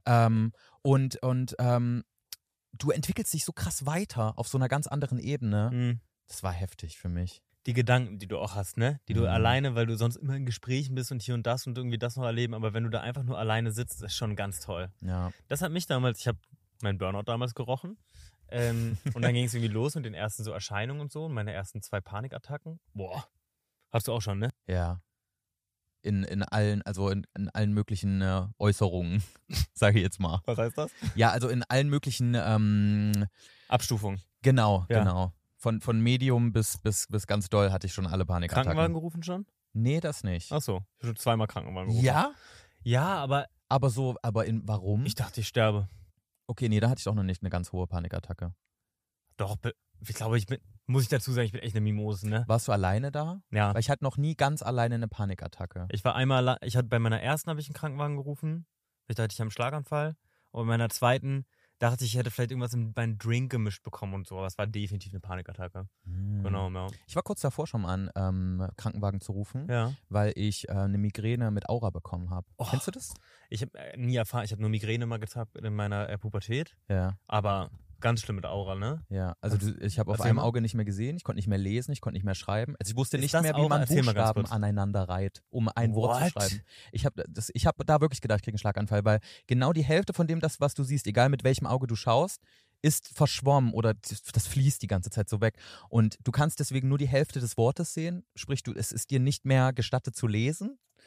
Du entwickelst dich so krass weiter auf so einer ganz anderen Ebene.
Mhm.
Das war heftig für mich.
Die Gedanken, die du auch hast, ne? Die du
Mhm.
alleine, weil du sonst immer in Gesprächen bist und hier und das und irgendwie das noch erleben, aber wenn du da einfach nur alleine sitzt, ist schon ganz toll.
Ja.
Das hat mich damals, ich habe meinen Burnout damals gerochen. Und dann ging es irgendwie los mit den ersten so Erscheinungen und so und meine ersten 2 Panikattacken. Boah. Hast du auch schon, ne?
Ja. In allen möglichen Äußerungen, sage ich jetzt mal.
Was heißt das?
Ja, also in allen möglichen,
Abstufung.
genau.
Ja.
Von Medium bis ganz doll hatte ich schon alle Panikattacken.
Krankenwagen gerufen schon?
Nee, das nicht.
Achso, ich habe schon 2-mal Krankenwagen gerufen.
Ja?
Ja, aber
Warum?
ich dachte, ich sterbe.
Okay, nee, da hatte ich auch noch nicht eine ganz hohe Panikattacke.
Doch, ich glaube, muss ich dazu sagen, ich bin echt eine Mimose, ne?
Warst du alleine da?
Ja.
Weil ich hatte noch nie ganz alleine eine Panikattacke.
Ich war einmal, bei meiner ersten habe ich einen Krankenwagen gerufen. Ich dachte, ich habe einen Schlaganfall. Und bei meiner zweiten dachte ich hätte vielleicht irgendwas in meinen Drink gemischt bekommen und so. Aber es war definitiv eine Panikattacke. Genau, ja.
Ich war kurz davor schon mal an, Krankenwagen zu rufen,
Ja.
weil ich eine Migräne mit Aura bekommen habe.
Oh.
Kennst du das?
Ich habe nie erfahren, ich habe nur Migräne mal gehabt in meiner Pubertät.
Ja.
Aber ganz schlimm mit Aura, ne?
Ja, also ich habe auf
Erzähl
einem
mal.
Auge nicht mehr gesehen, ich konnte nicht mehr lesen, ich konnte nicht mehr schreiben. Also ich wusste
Ist
nicht
das
mehr, wie
Aura?
man
Erzähl mal ganz
Buchstaben
kurz.
aneinander reiht, um ein Wort zu
What?
schreiben. Ich habe da wirklich gedacht, ich kriege einen Schlaganfall, weil genau die Hälfte von dem, was du siehst, egal mit welchem Auge du schaust, ist verschwommen oder das fließt die ganze Zeit so weg. Und du kannst deswegen nur die Hälfte des Wortes sehen, sprich, es ist dir nicht mehr gestattet zu lesen.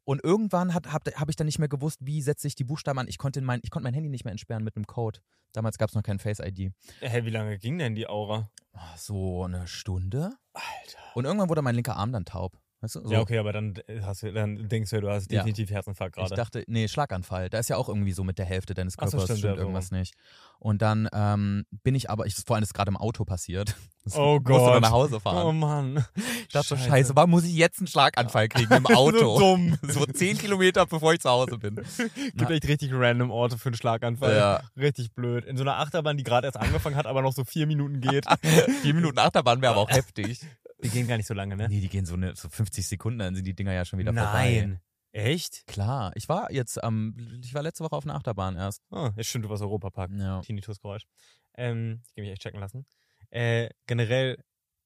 Und irgendwann hab ich dann nicht mehr gewusst, wie setze ich die Buchstaben an. Ich konnte mein Handy nicht mehr entsperren mit einem Code. Damals gab es noch kein Face-ID.
Hä, wie lange ging denn die Aura?
So eine Stunde.
Alter.
Und irgendwann wurde mein linker Arm dann taub. Weißt du? So.
Ja, okay, aber dann denkst du, du hast definitiv Herzinfarkt gerade.
Ich dachte, nee, Schlaganfall. Da ist ja auch irgendwie so mit der Hälfte deines Körpers
stimmt,
stimmt
ja,
irgendwas nicht. Und dann bin ich aber, vor allem ist gerade im Auto passiert.
Oh
Gott. Musste dann nach Hause
Oh
fahren.
Mann.
Ich dachte so, scheiße, warum muss ich jetzt einen Schlaganfall kriegen im Auto?
So dumm.
So 10 Kilometer, bevor ich zu Hause bin.
Gibt echt richtig random Orte für einen Schlaganfall.
Ja.
Richtig blöd. In so einer Achterbahn, die gerade erst angefangen hat, aber noch so 4 Minuten geht.
4 Minuten Achterbahn wäre aber auch heftig.
Die gehen gar nicht so lange, ne?
Nee, die gehen so 50 Sekunden, dann sind die Dinger ja schon wieder vorbei.
Nein. Echt?
Klar, ich war letzte Woche auf einer Achterbahn erst.
Oh, ja, stimmt, du warst Europapark.
Ja.
Tinnitus-Geräusch. Ich kann mich echt checken lassen. Generell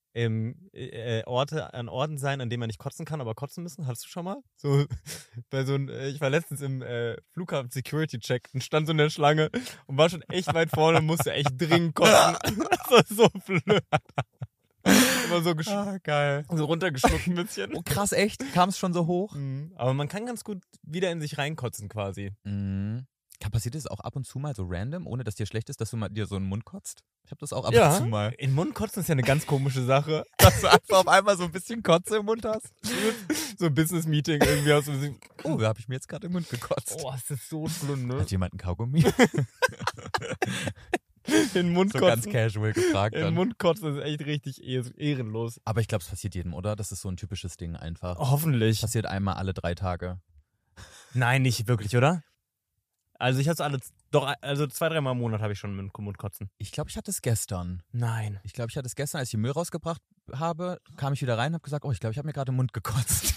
an Orten sein, an denen man nicht kotzen kann, aber kotzen müssen. Hattest du schon mal? So, ich war letztens im Flughafen Security Check und stand so in der Schlange und war schon echt weit vorne und musste echt dringend kotzen. Das war so blöd. Immer so
geil.
So runtergeschluckt ein bisschen.
Oh krass, echt? Kam es schon so hoch?
Aber man kann ganz gut wieder in sich reinkotzen quasi.
Passiert das auch ab und zu mal so random, ohne dass dir schlecht ist, dass du mal dir so in den Mund kotzt? Ich habe das auch ab und zu mal.
In den Mund kotzen ist ja eine ganz komische Sache.
Dass du einfach auf einmal so ein bisschen Kotze im Mund hast.
So ein Business-Meeting irgendwie aus dem
Oh, da habe ich mir jetzt gerade im Mund gekotzt.
Oh, ist das so schlimm, ne?
Hat jemand einen Kaugummi?
In den Mund
so
kotzen.
ganz casual gefragt.
In den Mund kotzen ist echt richtig ehrenlos.
Aber ich glaube, es passiert jedem, oder? Das ist so ein typisches Ding einfach.
Hoffentlich.
Passiert einmal alle 3 Tage.
Nein, nicht wirklich, oder? Also ich hatte es 2-3 Mal im Monat habe ich schon mit Mund kotzen.
Ich glaube, ich hatte es gestern.
Nein.
Ich glaube, ich hatte es gestern, als ich den Müll rausgebracht habe, kam ich wieder rein und habe gesagt, oh, ich glaube, ich habe mir gerade im Mund gekotzt.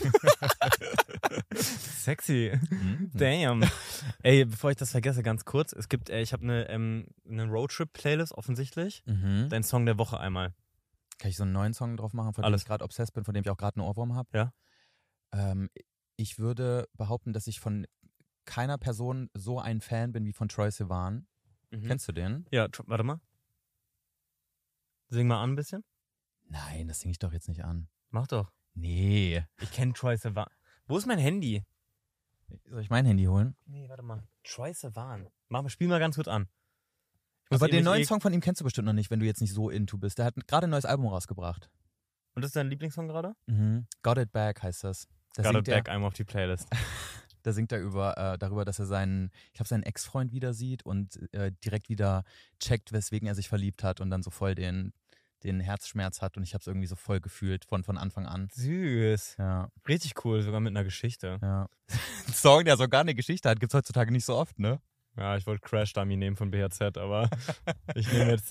Sexy. Damn. Ey, bevor ich das vergesse, ganz kurz. Ich habe eine Roadtrip-Playlist offensichtlich. Dein Song der Woche einmal.
Kann ich so einen neuen Song drauf machen, von dem ich gerade obsessed bin, von dem ich auch gerade einen Ohrwurm habe?
Ja.
Ich würde behaupten, dass ich von keiner Person so ein Fan bin wie von Troye Sivan. Kennst du den?
Ja, warte mal. Sing mal an ein bisschen.
Nein, das singe ich doch jetzt nicht an.
Mach doch.
Nee.
Ich kenne Troye Sivan. Wo ist mein Handy?
Soll ich mein Handy holen?
Nee, warte mal. Troye Sivan. Spiel mal ganz kurz an.
Aber den neuen Song von ihm kennst du bestimmt noch nicht, wenn du jetzt nicht so into bist. Der hat gerade ein neues Album rausgebracht.
Und das ist dein Lieblingssong gerade?
Got It Back heißt das.
Got It Back, I'm auf die Playlist.
Da singt er darüber, dass er seinen Ex-Freund wieder sieht und direkt wieder checkt, weswegen er sich verliebt hat und dann so voll den Herzschmerz hat, und ich habe es irgendwie so voll gefühlt von Anfang an.
Süß.
Ja.
Richtig cool, sogar mit einer Geschichte.
Ja. Ein Song, der sogar eine Geschichte hat, gibt's heutzutage nicht so oft, ne?
Ja, ich wollte Crash Dummy nehmen von BHZ, aber ich nehme jetzt,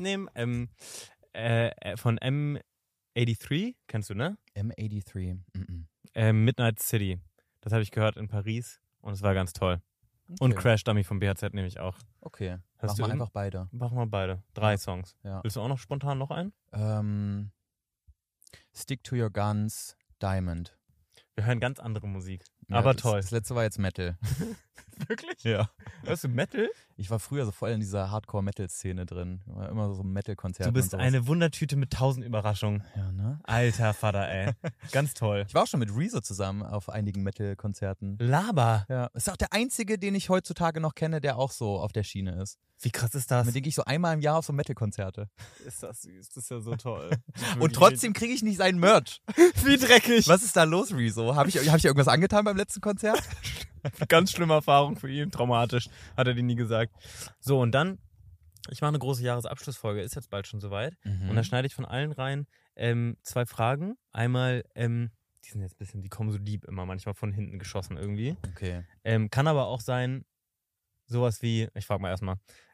von M83, kennst du, ne?
M83,
Midnight City. Das habe ich gehört in Paris und es war ganz toll. Okay. Und Crash Dummy von BHZ nehme ich auch.
Okay, machen wir einfach beide.
Machen wir beide. 3 Songs.
Ja.
Willst du auch noch spontan noch einen?
Stick to Your Guns, Diamond.
Wir hören ganz andere Musik.
Ja,
aber toll.
Das letzte war jetzt Metal.
Wirklich?
Ja.
Hörst du Metal?
Ich war früher so voll in dieser Hardcore-Metal-Szene drin. War immer so Metal-Konzerte.
Du bist eine Wundertüte mit 1000 Überraschungen.
Ja, ne?
Alter Vater, ey. Ganz toll.
Ich war auch schon mit Rezo zusammen auf einigen Metal-Konzerten.
Laber.
Ja. Ist auch der einzige, den ich heutzutage noch kenne, der auch so auf der Schiene ist.
Wie krass ist das?
Mit dem gehe ich so einmal im Jahr auf so Metal-Konzerte.
Ist das süß. Das ist ja so toll.
Und trotzdem kriege ich nicht seinen Merch.
Wie dreckig.
Was ist da los, Rezo? Hab ich irgendwas angetan beim letzten Konzert?
Ganz schlimme Erfahrung für ihn. Traumatisch. Hat er dir nie gesagt. So, und dann, ich mache eine große Jahresabschlussfolge. Ist jetzt bald schon soweit. Und da schneide ich von allen rein 2 Fragen. Einmal, die sind jetzt ein bisschen, die kommen so deep immer manchmal von hinten geschossen irgendwie.
Okay.
Kann aber auch sein, sowas wie, ich frage mal erstmal.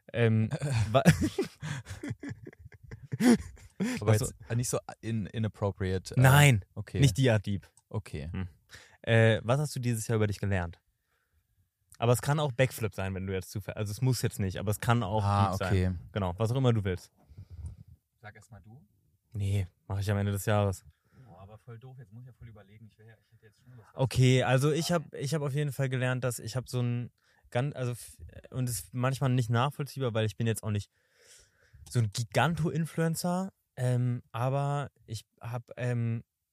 Aber jetzt nicht so inappropriate.
Nein,
okay.
Nicht die Art Dieb.
Okay.
Was hast du dieses Jahr über dich gelernt? Aber es kann auch Backflip sein, wenn du jetzt also es muss jetzt nicht, aber es kann auch Dieb sein. Genau, was auch immer du willst.
Sag erst mal du.
Nee, mache ich am Ende des Jahres.
Oh, aber voll doof, jetzt muss ich ja voll überlegen. Ich hätte jetzt schon was.
Okay, also ich hab auf jeden Fall gelernt, dass ich habe so ein und es ist manchmal nicht nachvollziehbar, weil ich bin jetzt auch nicht so ein Giganto-Influencer, aber ich habe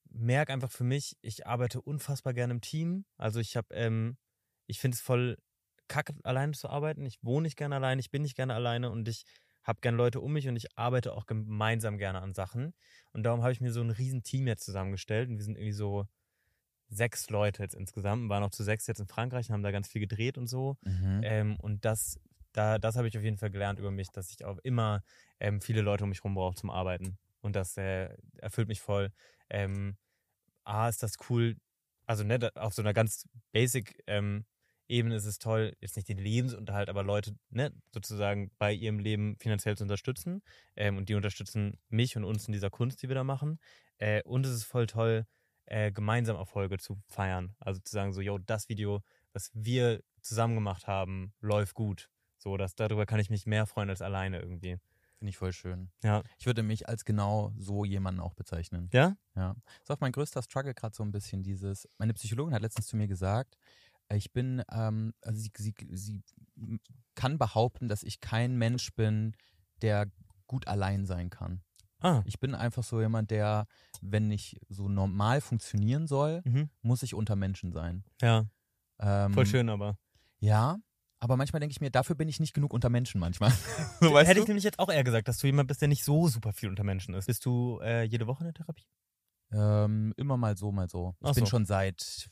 merke einfach für mich, ich arbeite unfassbar gerne im Team. Also ich finde es voll kacke, alleine zu arbeiten. Ich wohne nicht gerne alleine, ich bin nicht gerne alleine und ich habe gerne Leute um mich und ich arbeite auch gemeinsam gerne an Sachen. Und darum habe ich mir so ein riesen Team jetzt zusammengestellt und wir sind irgendwie so 6 Leute jetzt insgesamt, waren auch zu 6 jetzt in Frankreich und haben da ganz viel gedreht und so. Und das habe ich auf jeden Fall gelernt über mich, dass ich auch immer viele Leute um mich rum brauche zum Arbeiten. Und das erfüllt mich voll. Ist das cool, also ne, auf so einer ganz basic Ebene ist es toll, jetzt nicht den Lebensunterhalt, aber Leute ne, sozusagen bei ihrem Leben finanziell zu unterstützen. Und die unterstützen mich und uns in dieser Kunst, die wir da machen. Und es ist voll toll, gemeinsam Erfolge zu feiern. Also zu sagen so, yo, das Video, was wir zusammen gemacht haben, läuft gut. So, darüber kann ich mich mehr freuen als alleine irgendwie.
Finde ich voll schön.
Ja.
Ich würde mich als genau so jemanden auch bezeichnen.
Ja?
Ja. Das ist auch mein größter Struggle gerade so ein bisschen meine Psychologin hat letztens zu mir gesagt, ich bin, also sie kann behaupten, dass ich kein Mensch bin, der gut allein sein kann. Ich bin einfach so jemand, der, wenn ich so normal funktionieren soll, muss ich unter Menschen sein.
Ja. Voll schön aber.
Ja, aber manchmal denke ich mir, dafür bin ich nicht genug unter Menschen manchmal.
So, hätte ich nämlich jetzt auch eher gesagt, dass du jemand bist, der nicht so super viel unter Menschen ist. Bist du jede Woche in der Therapie?
Immer mal so, mal so. Ich bin schon seit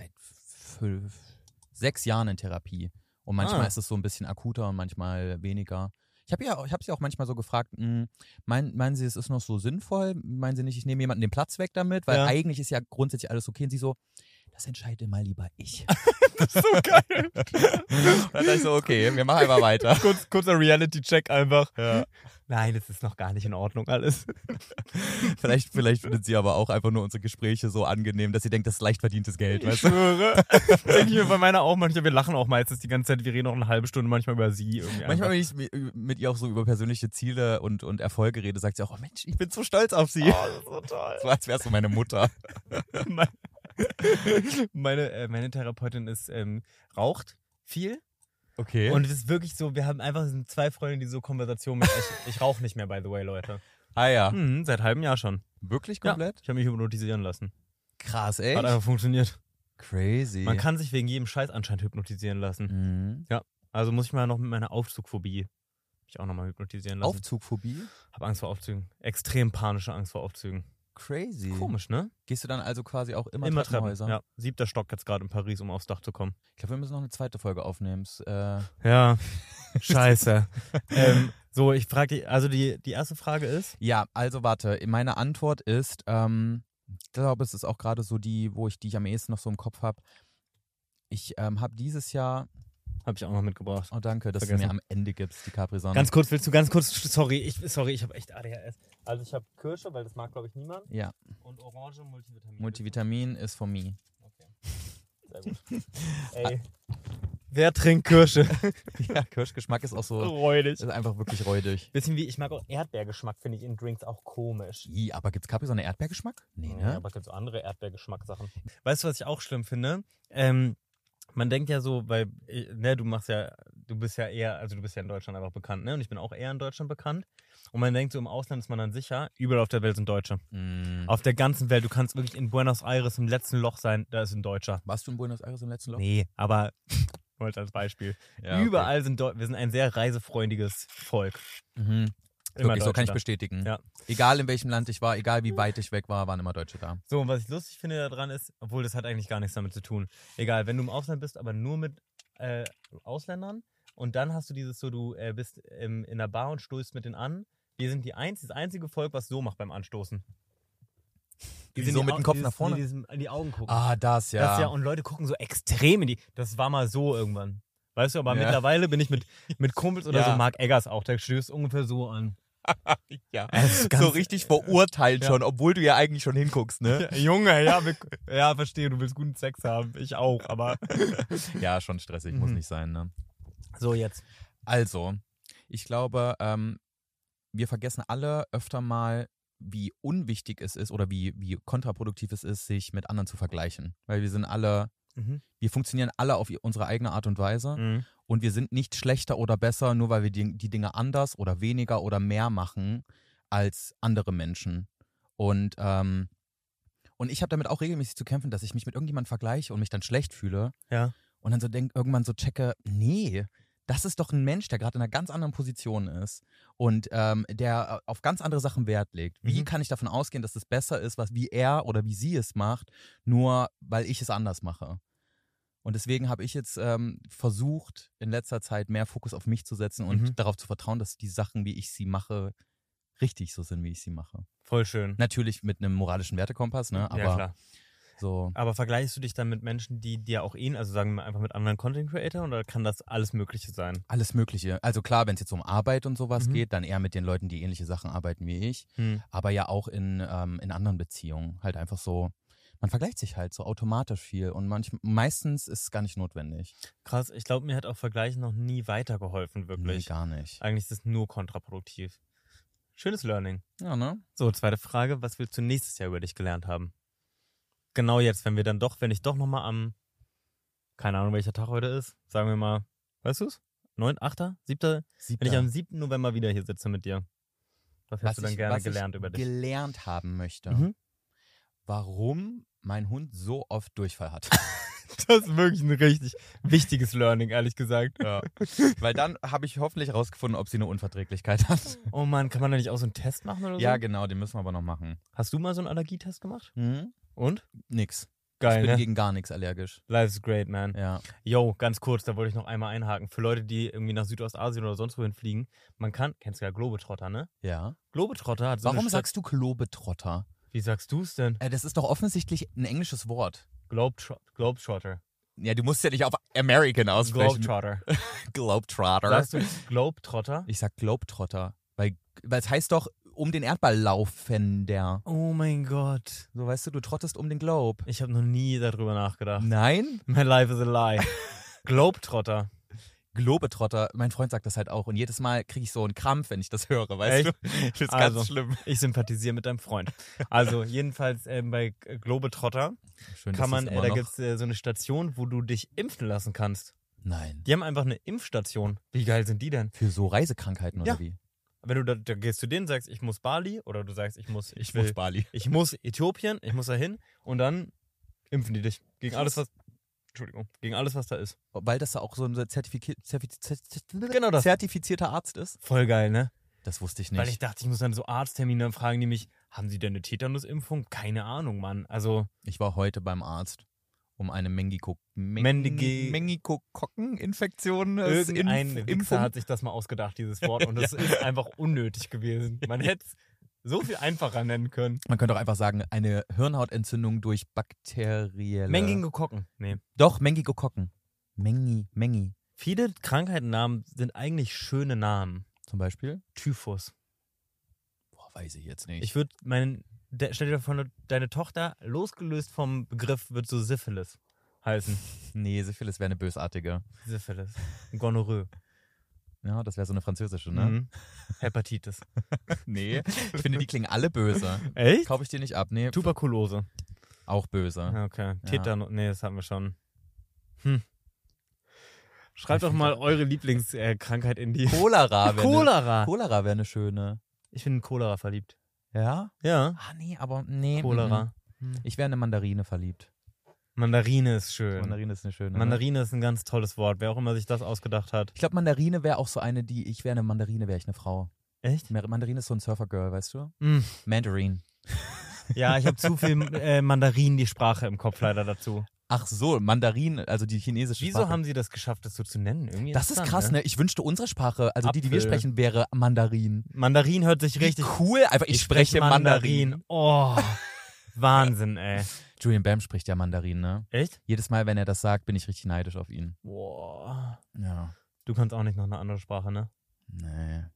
6 Jahren in Therapie. Und manchmal ist es so ein bisschen akuter und manchmal weniger. Ich habe sie auch manchmal so gefragt, meinen Sie, es ist noch so sinnvoll? Meinen Sie nicht, ich nehme jemanden den Platz weg damit? Weil eigentlich ist ja grundsätzlich alles okay. Und sie so, das entscheide mal lieber ich.
Das ist so geil.
Dann dachte ich so, okay, wir machen einfach weiter.
Kurzer Reality-Check einfach. Ja. Nein, das ist noch gar nicht in Ordnung alles.
Vielleicht findet sie aber auch einfach nur unsere Gespräche so angenehm, dass sie denkt, das ist leicht verdientes Geld.
Ich schwöre. Denke ich mir bei meiner auch manchmal, wir lachen auch meistens die ganze Zeit, wir reden noch eine halbe Stunde manchmal über sie. Irgendwie
manchmal, wenn ich mit ihr auch so über persönliche Ziele und Erfolge rede, sagt sie auch, oh Mensch, ich bin so stolz auf sie.
Oh, das ist so toll.
So als wärst du meine Mutter.
Meine Therapeutin raucht viel.
Okay.
Und es ist wirklich so, wir haben einfach 2 Freunde, die so Konversationen mit ich rauche nicht mehr, by the way, Leute.
Ah ja.
Seit halbem Jahr schon.
Wirklich komplett?
Ja, ich habe mich hypnotisieren lassen.
Krass, echt?
Hat einfach funktioniert.
Crazy.
Man kann sich wegen jedem Scheiß anscheinend hypnotisieren lassen. Ja, also muss ich mal noch mit meiner Aufzugphobie mich auch nochmal hypnotisieren lassen.
Aufzugphobie?
Hab Angst vor Aufzügen. Extrem panische Angst vor Aufzügen.
Crazy.
Komisch, ne?
Gehst du dann also quasi auch immer
Treppenhäuser? Ja, 7. Stock jetzt gerade in Paris, um aufs Dach zu kommen.
Ich glaube, wir müssen noch eine zweite Folge aufnehmen.
Ja, scheiße. So, ich frage dich, also die erste Frage ist?
Ja, also warte, meine Antwort ist, ich glaube, es ist auch gerade so die ich am ehesten noch so im Kopf habe. Ich habe dieses Jahr...
Habe ich auch noch mitgebracht.
Oh, danke, dass du mir am Ende gibst, die Capri-Sonne.
Ganz kurz, sorry, ich habe echt ADHS. Also ich habe Kirsche, weil das mag, glaube ich, niemand.
Ja.
Und Orange, Multivitamin.
Multivitamin ist for me.
Okay, sehr gut. Ey, wer trinkt Kirsche?
Ja, Kirschgeschmack ist auch so...
räudig.
Ist einfach wirklich räudig.
Bisschen wie, ich mag auch Erdbeergeschmack, finde ich in Drinks auch komisch.
Aber gibt's Capri-Sonne Erdbeergeschmack? Nee, ne?
Ja, aber gibt's andere Erdbeergeschmackssachen. Weißt du, was ich auch schlimm finde? Man denkt ja so, weil, ne, du bist ja in Deutschland einfach bekannt, ne? Und ich bin auch eher in Deutschland bekannt. Und man denkt so, im Ausland ist man dann sicher, überall auf der Welt sind Deutsche. Auf der ganzen Welt, du kannst wirklich in Buenos Aires im letzten Loch sein, da ist ein Deutscher.
Warst du in Buenos Aires im letzten Loch?
Nee, aber, wollte als Beispiel. Ja, okay. Überall wir sind ein sehr reisefreundliches Volk.
Wirklich, so kann ich bestätigen.
Ja.
Egal in welchem Land ich war, egal wie weit ich weg war, waren immer Deutsche da.
So, und was ich lustig finde daran ist, obwohl das hat eigentlich gar nichts damit zu tun. Egal, wenn du im Ausland bist, aber nur mit Ausländern und dann hast du dieses so, du bist in der Bar und stoßt mit denen an. Wir sind das einzige Volk, was so macht beim Anstoßen.
Die so mit dem Kopf nach vorne?
Die in die Augen gucken.
Ah, das ja.
Und Leute gucken so extrem in die... Das war mal so irgendwann. Weißt du, aber mittlerweile bin ich mit Kumpels oder so, Mark Eggers auch, der stößt ungefähr so an.
Ja, so richtig verurteilt schon, obwohl du ja eigentlich schon hinguckst, ne?
Junge, ja, verstehe, du willst guten Sex haben, ich auch, aber...
Ja, schon stressig, muss nicht sein, ne?
So, jetzt.
Also, ich glaube, wir vergessen alle öfter mal, wie unwichtig es ist oder wie kontraproduktiv es ist, sich mit anderen zu vergleichen. Weil wir sind alle... Wir funktionieren alle auf unsere eigene Art und Weise und wir sind nicht schlechter oder besser, nur weil wir die Dinge anders oder weniger oder mehr machen als andere Menschen. Und Und ich habe damit auch regelmäßig zu kämpfen, dass ich mich mit irgendjemandem vergleiche und mich dann schlecht fühle.
Ja.
Und dann so irgendwann so checke, nee, das ist doch ein Mensch, der gerade in einer ganz anderen Position ist und der auf ganz andere Sachen Wert legt. Wie kann ich davon ausgehen, dass es besser ist, wie er oder wie sie es macht, nur weil ich es anders mache? Und deswegen habe ich jetzt versucht, in letzter Zeit mehr Fokus auf mich zu setzen und darauf zu vertrauen, dass die Sachen, wie ich sie mache, richtig so sind, wie ich sie mache.
Voll schön.
Natürlich mit einem moralischen Wertekompass, ne? Aber
ja, klar.
So.
Aber vergleichst du dich dann mit Menschen, die dir auch ähneln, also sagen wir einfach mit anderen Content-Creatoren, oder kann das alles Mögliche sein?
Alles Mögliche. Also klar, wenn es jetzt um Arbeit und sowas geht, dann eher mit den Leuten, die ähnliche Sachen arbeiten wie ich. Aber ja auch in anderen Beziehungen. Halt einfach so, man vergleicht sich halt so automatisch viel und meistens ist es gar nicht notwendig.
Krass, ich glaube, mir hat auch Vergleichen noch nie weitergeholfen, wirklich.
Nee, gar nicht.
Eigentlich ist es nur kontraproduktiv. Schönes Learning.
Ja, ne?
So, zweite Frage, was willst du nächstes Jahr über dich gelernt haben? Genau jetzt, wenn ich doch nochmal keine Ahnung, welcher Tag heute ist, sagen wir mal, weißt du es? 9., 8., 7.? Wenn ich am 7. November wieder hier sitze mit dir. Was hättest du dann gerne gelernt über dich?
Gelernt haben möchte, warum mein Hund so oft Durchfall hat.
Das ist wirklich ein richtig wichtiges Learning, ehrlich gesagt.
Ja. Weil dann habe ich hoffentlich rausgefunden, ob sie eine Unverträglichkeit hat.
Oh Mann, kann man da nicht auch so einen Test machen oder so?
Ja, genau, den müssen wir aber noch machen.
Hast du mal so einen Allergietest gemacht? Und?
Nix.
Geil,
ich bin
ne?
gegen gar nichts allergisch.
Life is great, man.
Ja.
Yo, ganz kurz, da wollte ich noch einmal einhaken. Für Leute, die irgendwie nach Südostasien oder sonst wohin fliegen, kennst du ja Globetrotter, ne?
Ja.
Globetrotter hat so
Warum sagst du Globetrotter?
Wie sagst du es denn?
Das ist doch offensichtlich ein englisches Wort.
Globetrotter.
Ja, du musst ja nicht auf American aussprechen.
Globetrotter.
Globetrotter.
Sagst du Globetrotter?
Ich sag Globetrotter, weil es heißt doch um den Erdball laufender.
Oh mein Gott.
So, weißt du, du trottest um den Globe.
Ich habe noch nie darüber nachgedacht.
Nein?
My life is a lie. Globetrotter.
Globetrotter, mein Freund sagt das halt auch und jedes Mal kriege ich so einen Krampf, wenn ich das höre, weißt du? Das ist ganz schlimm.
Ich sympathisiere mit deinem Freund. Also jedenfalls bei Globetrotter
Schön,
kann man, da gibt es so eine Station, wo du dich impfen lassen kannst.
Nein.
Die haben einfach eine Impfstation. Wie geil sind die denn?
Für so Reisekrankheiten oder wie?
Wenn du da gehst zu denen, sagst, ich muss Bali, oder du sagst, ich muss
Bali.
Ich muss Äthiopien, ich muss da hin, und dann impfen die dich gegen alles, was da ist.
Weil das da auch so ein
Genau das.
zertifizierter Arzt ist?
Voll geil, ne?
Das wusste ich nicht.
Weil ich dachte, ich muss dann so Arzttermine fragen, die mich, haben sie denn eine Tetanusimpfung? Keine Ahnung, Mann. Also.
Ich war heute beim Arzt, um eine Mengokokkeninfektion
Irgendein Wichser hat sich das mal ausgedacht, dieses Wort, und das ist einfach unnötig gewesen. Man hätte es so viel einfacher nennen können.
Man könnte auch einfach sagen, eine Hirnhautentzündung durch bakterielle...
Meningokokken. Nee.
Doch, Mengingokokken. Mengi.
Viele Krankheitennamen sind eigentlich schöne Namen.
Zum Beispiel?
Typhus.
Boah, weiß ich jetzt nicht.
Ich würde stell dir vor, deine Tochter, losgelöst vom Begriff, wird so Syphilis heißen.
Nee, Syphilis wäre eine bösartige.
Syphilis. Gonorrhoe.
Ja, das wäre so eine französische, ne?
Hepatitis.
Nee, ich finde, die klingen alle böse.
Echt?
Kaufe ich dir nicht ab. Nee.
Tuberkulose.
Auch böse.
Okay.
Ja.
Tetanus. Nee, das hatten wir schon. Schreibt doch mal eure Lieblingskrankheit in die...
Cholera.
Cholera.
Cholera wäre eine schöne.
Ich bin in Cholera verliebt.
Ja?
Ja.
Nee, aber nee.
Cholera.
Ich wäre in eine Mandarine verliebt.
Mandarine ist schön.
Mandarine ist eine schöne.
Mandarine ist ein ganz tolles Wort, wer auch immer sich das ausgedacht hat.
Ich glaube, Mandarine wäre auch so eine, ich wäre eine Mandarine, wäre ich eine Frau.
Echt?
Mandarine ist so ein Surfer-Girl, weißt du? Mandarin.
Ja, ich habe zu viel Mandarin, die Sprache im Kopf leider dazu.
Ach so, Mandarin, also die chinesische Sprache.
Wieso haben sie das geschafft, das so zu nennen? Irgendwie
das ist krass, ne? Ich wünschte, unsere Sprache, also die wir sprechen, wäre Mandarin.
Mandarin hört sich richtig
cool. Einfach, ich spreche Mandarin.
Oh, Wahnsinn, ey.
Julian Bam spricht ja Mandarin, ne?
Echt?
Jedes Mal, wenn er das sagt, bin ich richtig neidisch auf ihn.
Boah.
Ja.
Du kannst auch nicht noch eine andere Sprache, ne?
Nee.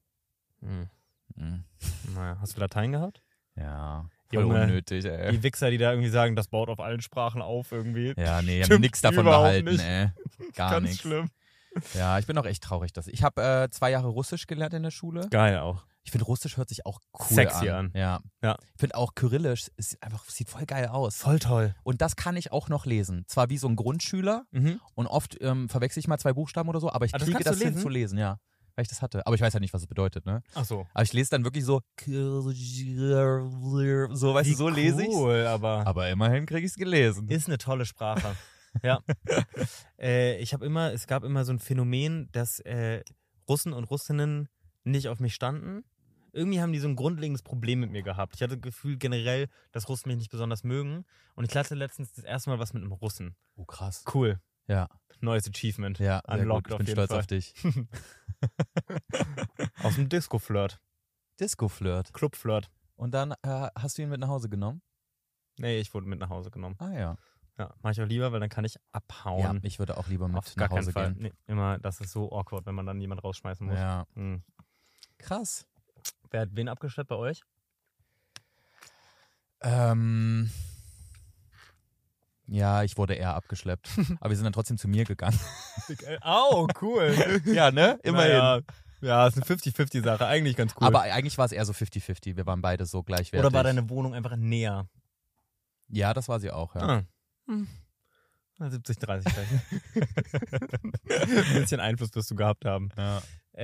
Naja, hast du Latein gehabt?
Ja. Voll
Junge,
unnötig, ey.
Die Wichser, die da irgendwie sagen, das baut auf allen Sprachen auf irgendwie.
Ja, nee, haben nichts davon behalten,
nicht.
ey. Gar nichts.
Ganz schlimm.
Ja, ich bin auch echt traurig. Ich habe 2 Jahre Russisch gelernt in der Schule.
Geil auch.
Ich finde, Russisch hört sich auch cool
sexy an.
Ja. Ich finde auch Kyrillisch sieht voll geil aus.
Voll toll.
Und das kann ich auch noch lesen. Zwar wie so ein Grundschüler und oft verwechsel ich mal 2 Buchstaben oder so, aber ich kriege das hin zu lesen, ja. weil ich das hatte. Aber ich weiß halt nicht, was es bedeutet, ne?
Ach so.
Aber ich lese dann wirklich so, so, weißt du, so lese ich.
Cool, aber
immerhin kriege ich es gelesen.
ist eine tolle Sprache. Ja. Es gab immer so ein Phänomen, dass Russen und Russinnen nicht auf mich standen. Irgendwie haben die so ein grundlegendes Problem mit mir gehabt. Ich hatte das Gefühl generell, dass Russen mich nicht besonders mögen. Und ich hatte letztens das erste Mal was mit einem Russen.
Oh, krass.
Cool.
Ja.
Neues Achievement.
Ja, sehr gut.
Unlocked
Ich
auf
bin
jeden
stolz
Fall.
auf dich.
Aus dem Disco-Flirt.
Disco-Flirt.
Club-Flirt.
Und dann hast du ihn mit nach Hause genommen?
Nee, ich wurde mit nach Hause genommen.
Ah ja.
Ja, mache ich auch lieber, weil dann kann ich abhauen.
Ja, ich würde auch lieber mit
Auf gar
nach Hause
keinen Fall.
gehen.
Nee, immer, das ist so awkward, wenn man dann jemand rausschmeißen muss.
Ja.
Hm.
Krass.
Wer hat wen abgeschleppt bei euch?
Ja, ich wurde eher abgeschleppt. Aber wir sind dann trotzdem zu mir gegangen.
Au, cool.
Ja, ne? Immerhin.
Ja, ist eine 50-50-Sache. Eigentlich ganz cool.
Aber eigentlich war es eher so 50-50. Wir waren beide so gleichwertig.
Oder war deine Wohnung einfach näher?
Ja, das war sie auch, ja.
Ah. 70-30 vielleicht. Ein bisschen Einfluss wirst du gehabt haben.
Ja.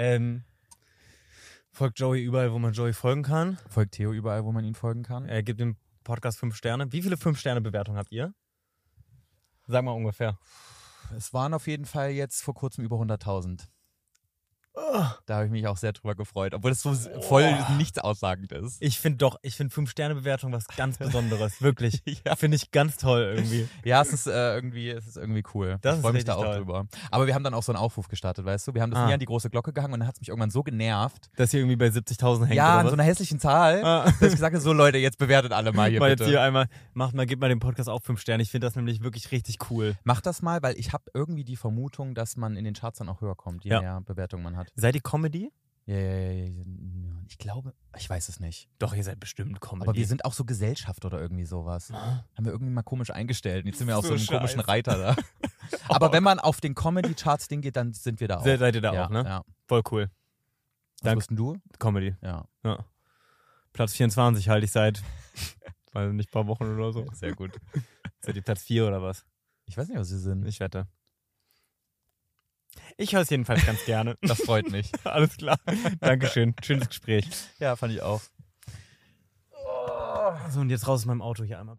Folgt Joey überall, wo man Joey folgen kann.
Folgt Theo überall, wo man ihn folgen kann.
Er gibt dem Podcast 5 Sterne. Wie viele 5-Sterne-Bewertungen habt ihr? Sag mal ungefähr.
Es waren auf jeden Fall jetzt vor kurzem über 100.000.
Oh.
Da habe ich mich auch sehr drüber gefreut, obwohl es so voll nichts aussagend ist.
Ich finde 5-Sterne-Bewertung was ganz Besonderes. Wirklich.
Ja.
Finde ich ganz toll irgendwie.
Ja, es ist irgendwie cool.
Das
ich
ist
freue mich
richtig
da auch
toll.
drüber. Aber wir haben dann auch so einen Aufruf gestartet, weißt du? Wir haben das nie an die große Glocke gehangen und dann hat es mich irgendwann so genervt.
Dass hier irgendwie bei 70.000 hängt
Ja,
oder
an
was?
so einer hässlichen Zahl, dass ich gesagt habe, so Leute, jetzt bewertet alle mal hier
mal
bitte.
jetzt hier einmal, gebt mal dem Podcast auch 5 Sterne. Ich finde das nämlich wirklich richtig cool.
Mach das mal, weil ich habe irgendwie die Vermutung, dass man in den Charts dann auch höher kommt, je mehr Bewertungen man hat.
Seid ihr Comedy?
Ja. Ich glaube, ich weiß es nicht.
Doch, ihr seid bestimmt Comedy.
Aber wir sind auch so Gesellschaft oder irgendwie sowas. Haben wir irgendwie mal komisch eingestellt. Jetzt sind wir auf so einem
So
komischen
scheiße.
Reiter da. Aber wenn man auf den Comedy-Charts-Ding geht, dann sind wir da auch.
Seid ihr da
Ja,
auch, ne?
Ja.
Voll cool.
Was
Danke.
bist denn du?
Comedy.
Ja.
Ja. Platz 24 halte ich seit, weiß nicht, ein paar Wochen oder so.
Sehr gut.
Seid ihr Platz 4 oder was?
Ich weiß nicht, was sie sind.
Ich wette. Ich höre es jedenfalls ganz gerne.
Das freut mich.
Alles klar. Dankeschön. Schönes Gespräch.
Ja, fand ich auch.
So, und jetzt raus aus meinem Auto hier einmal.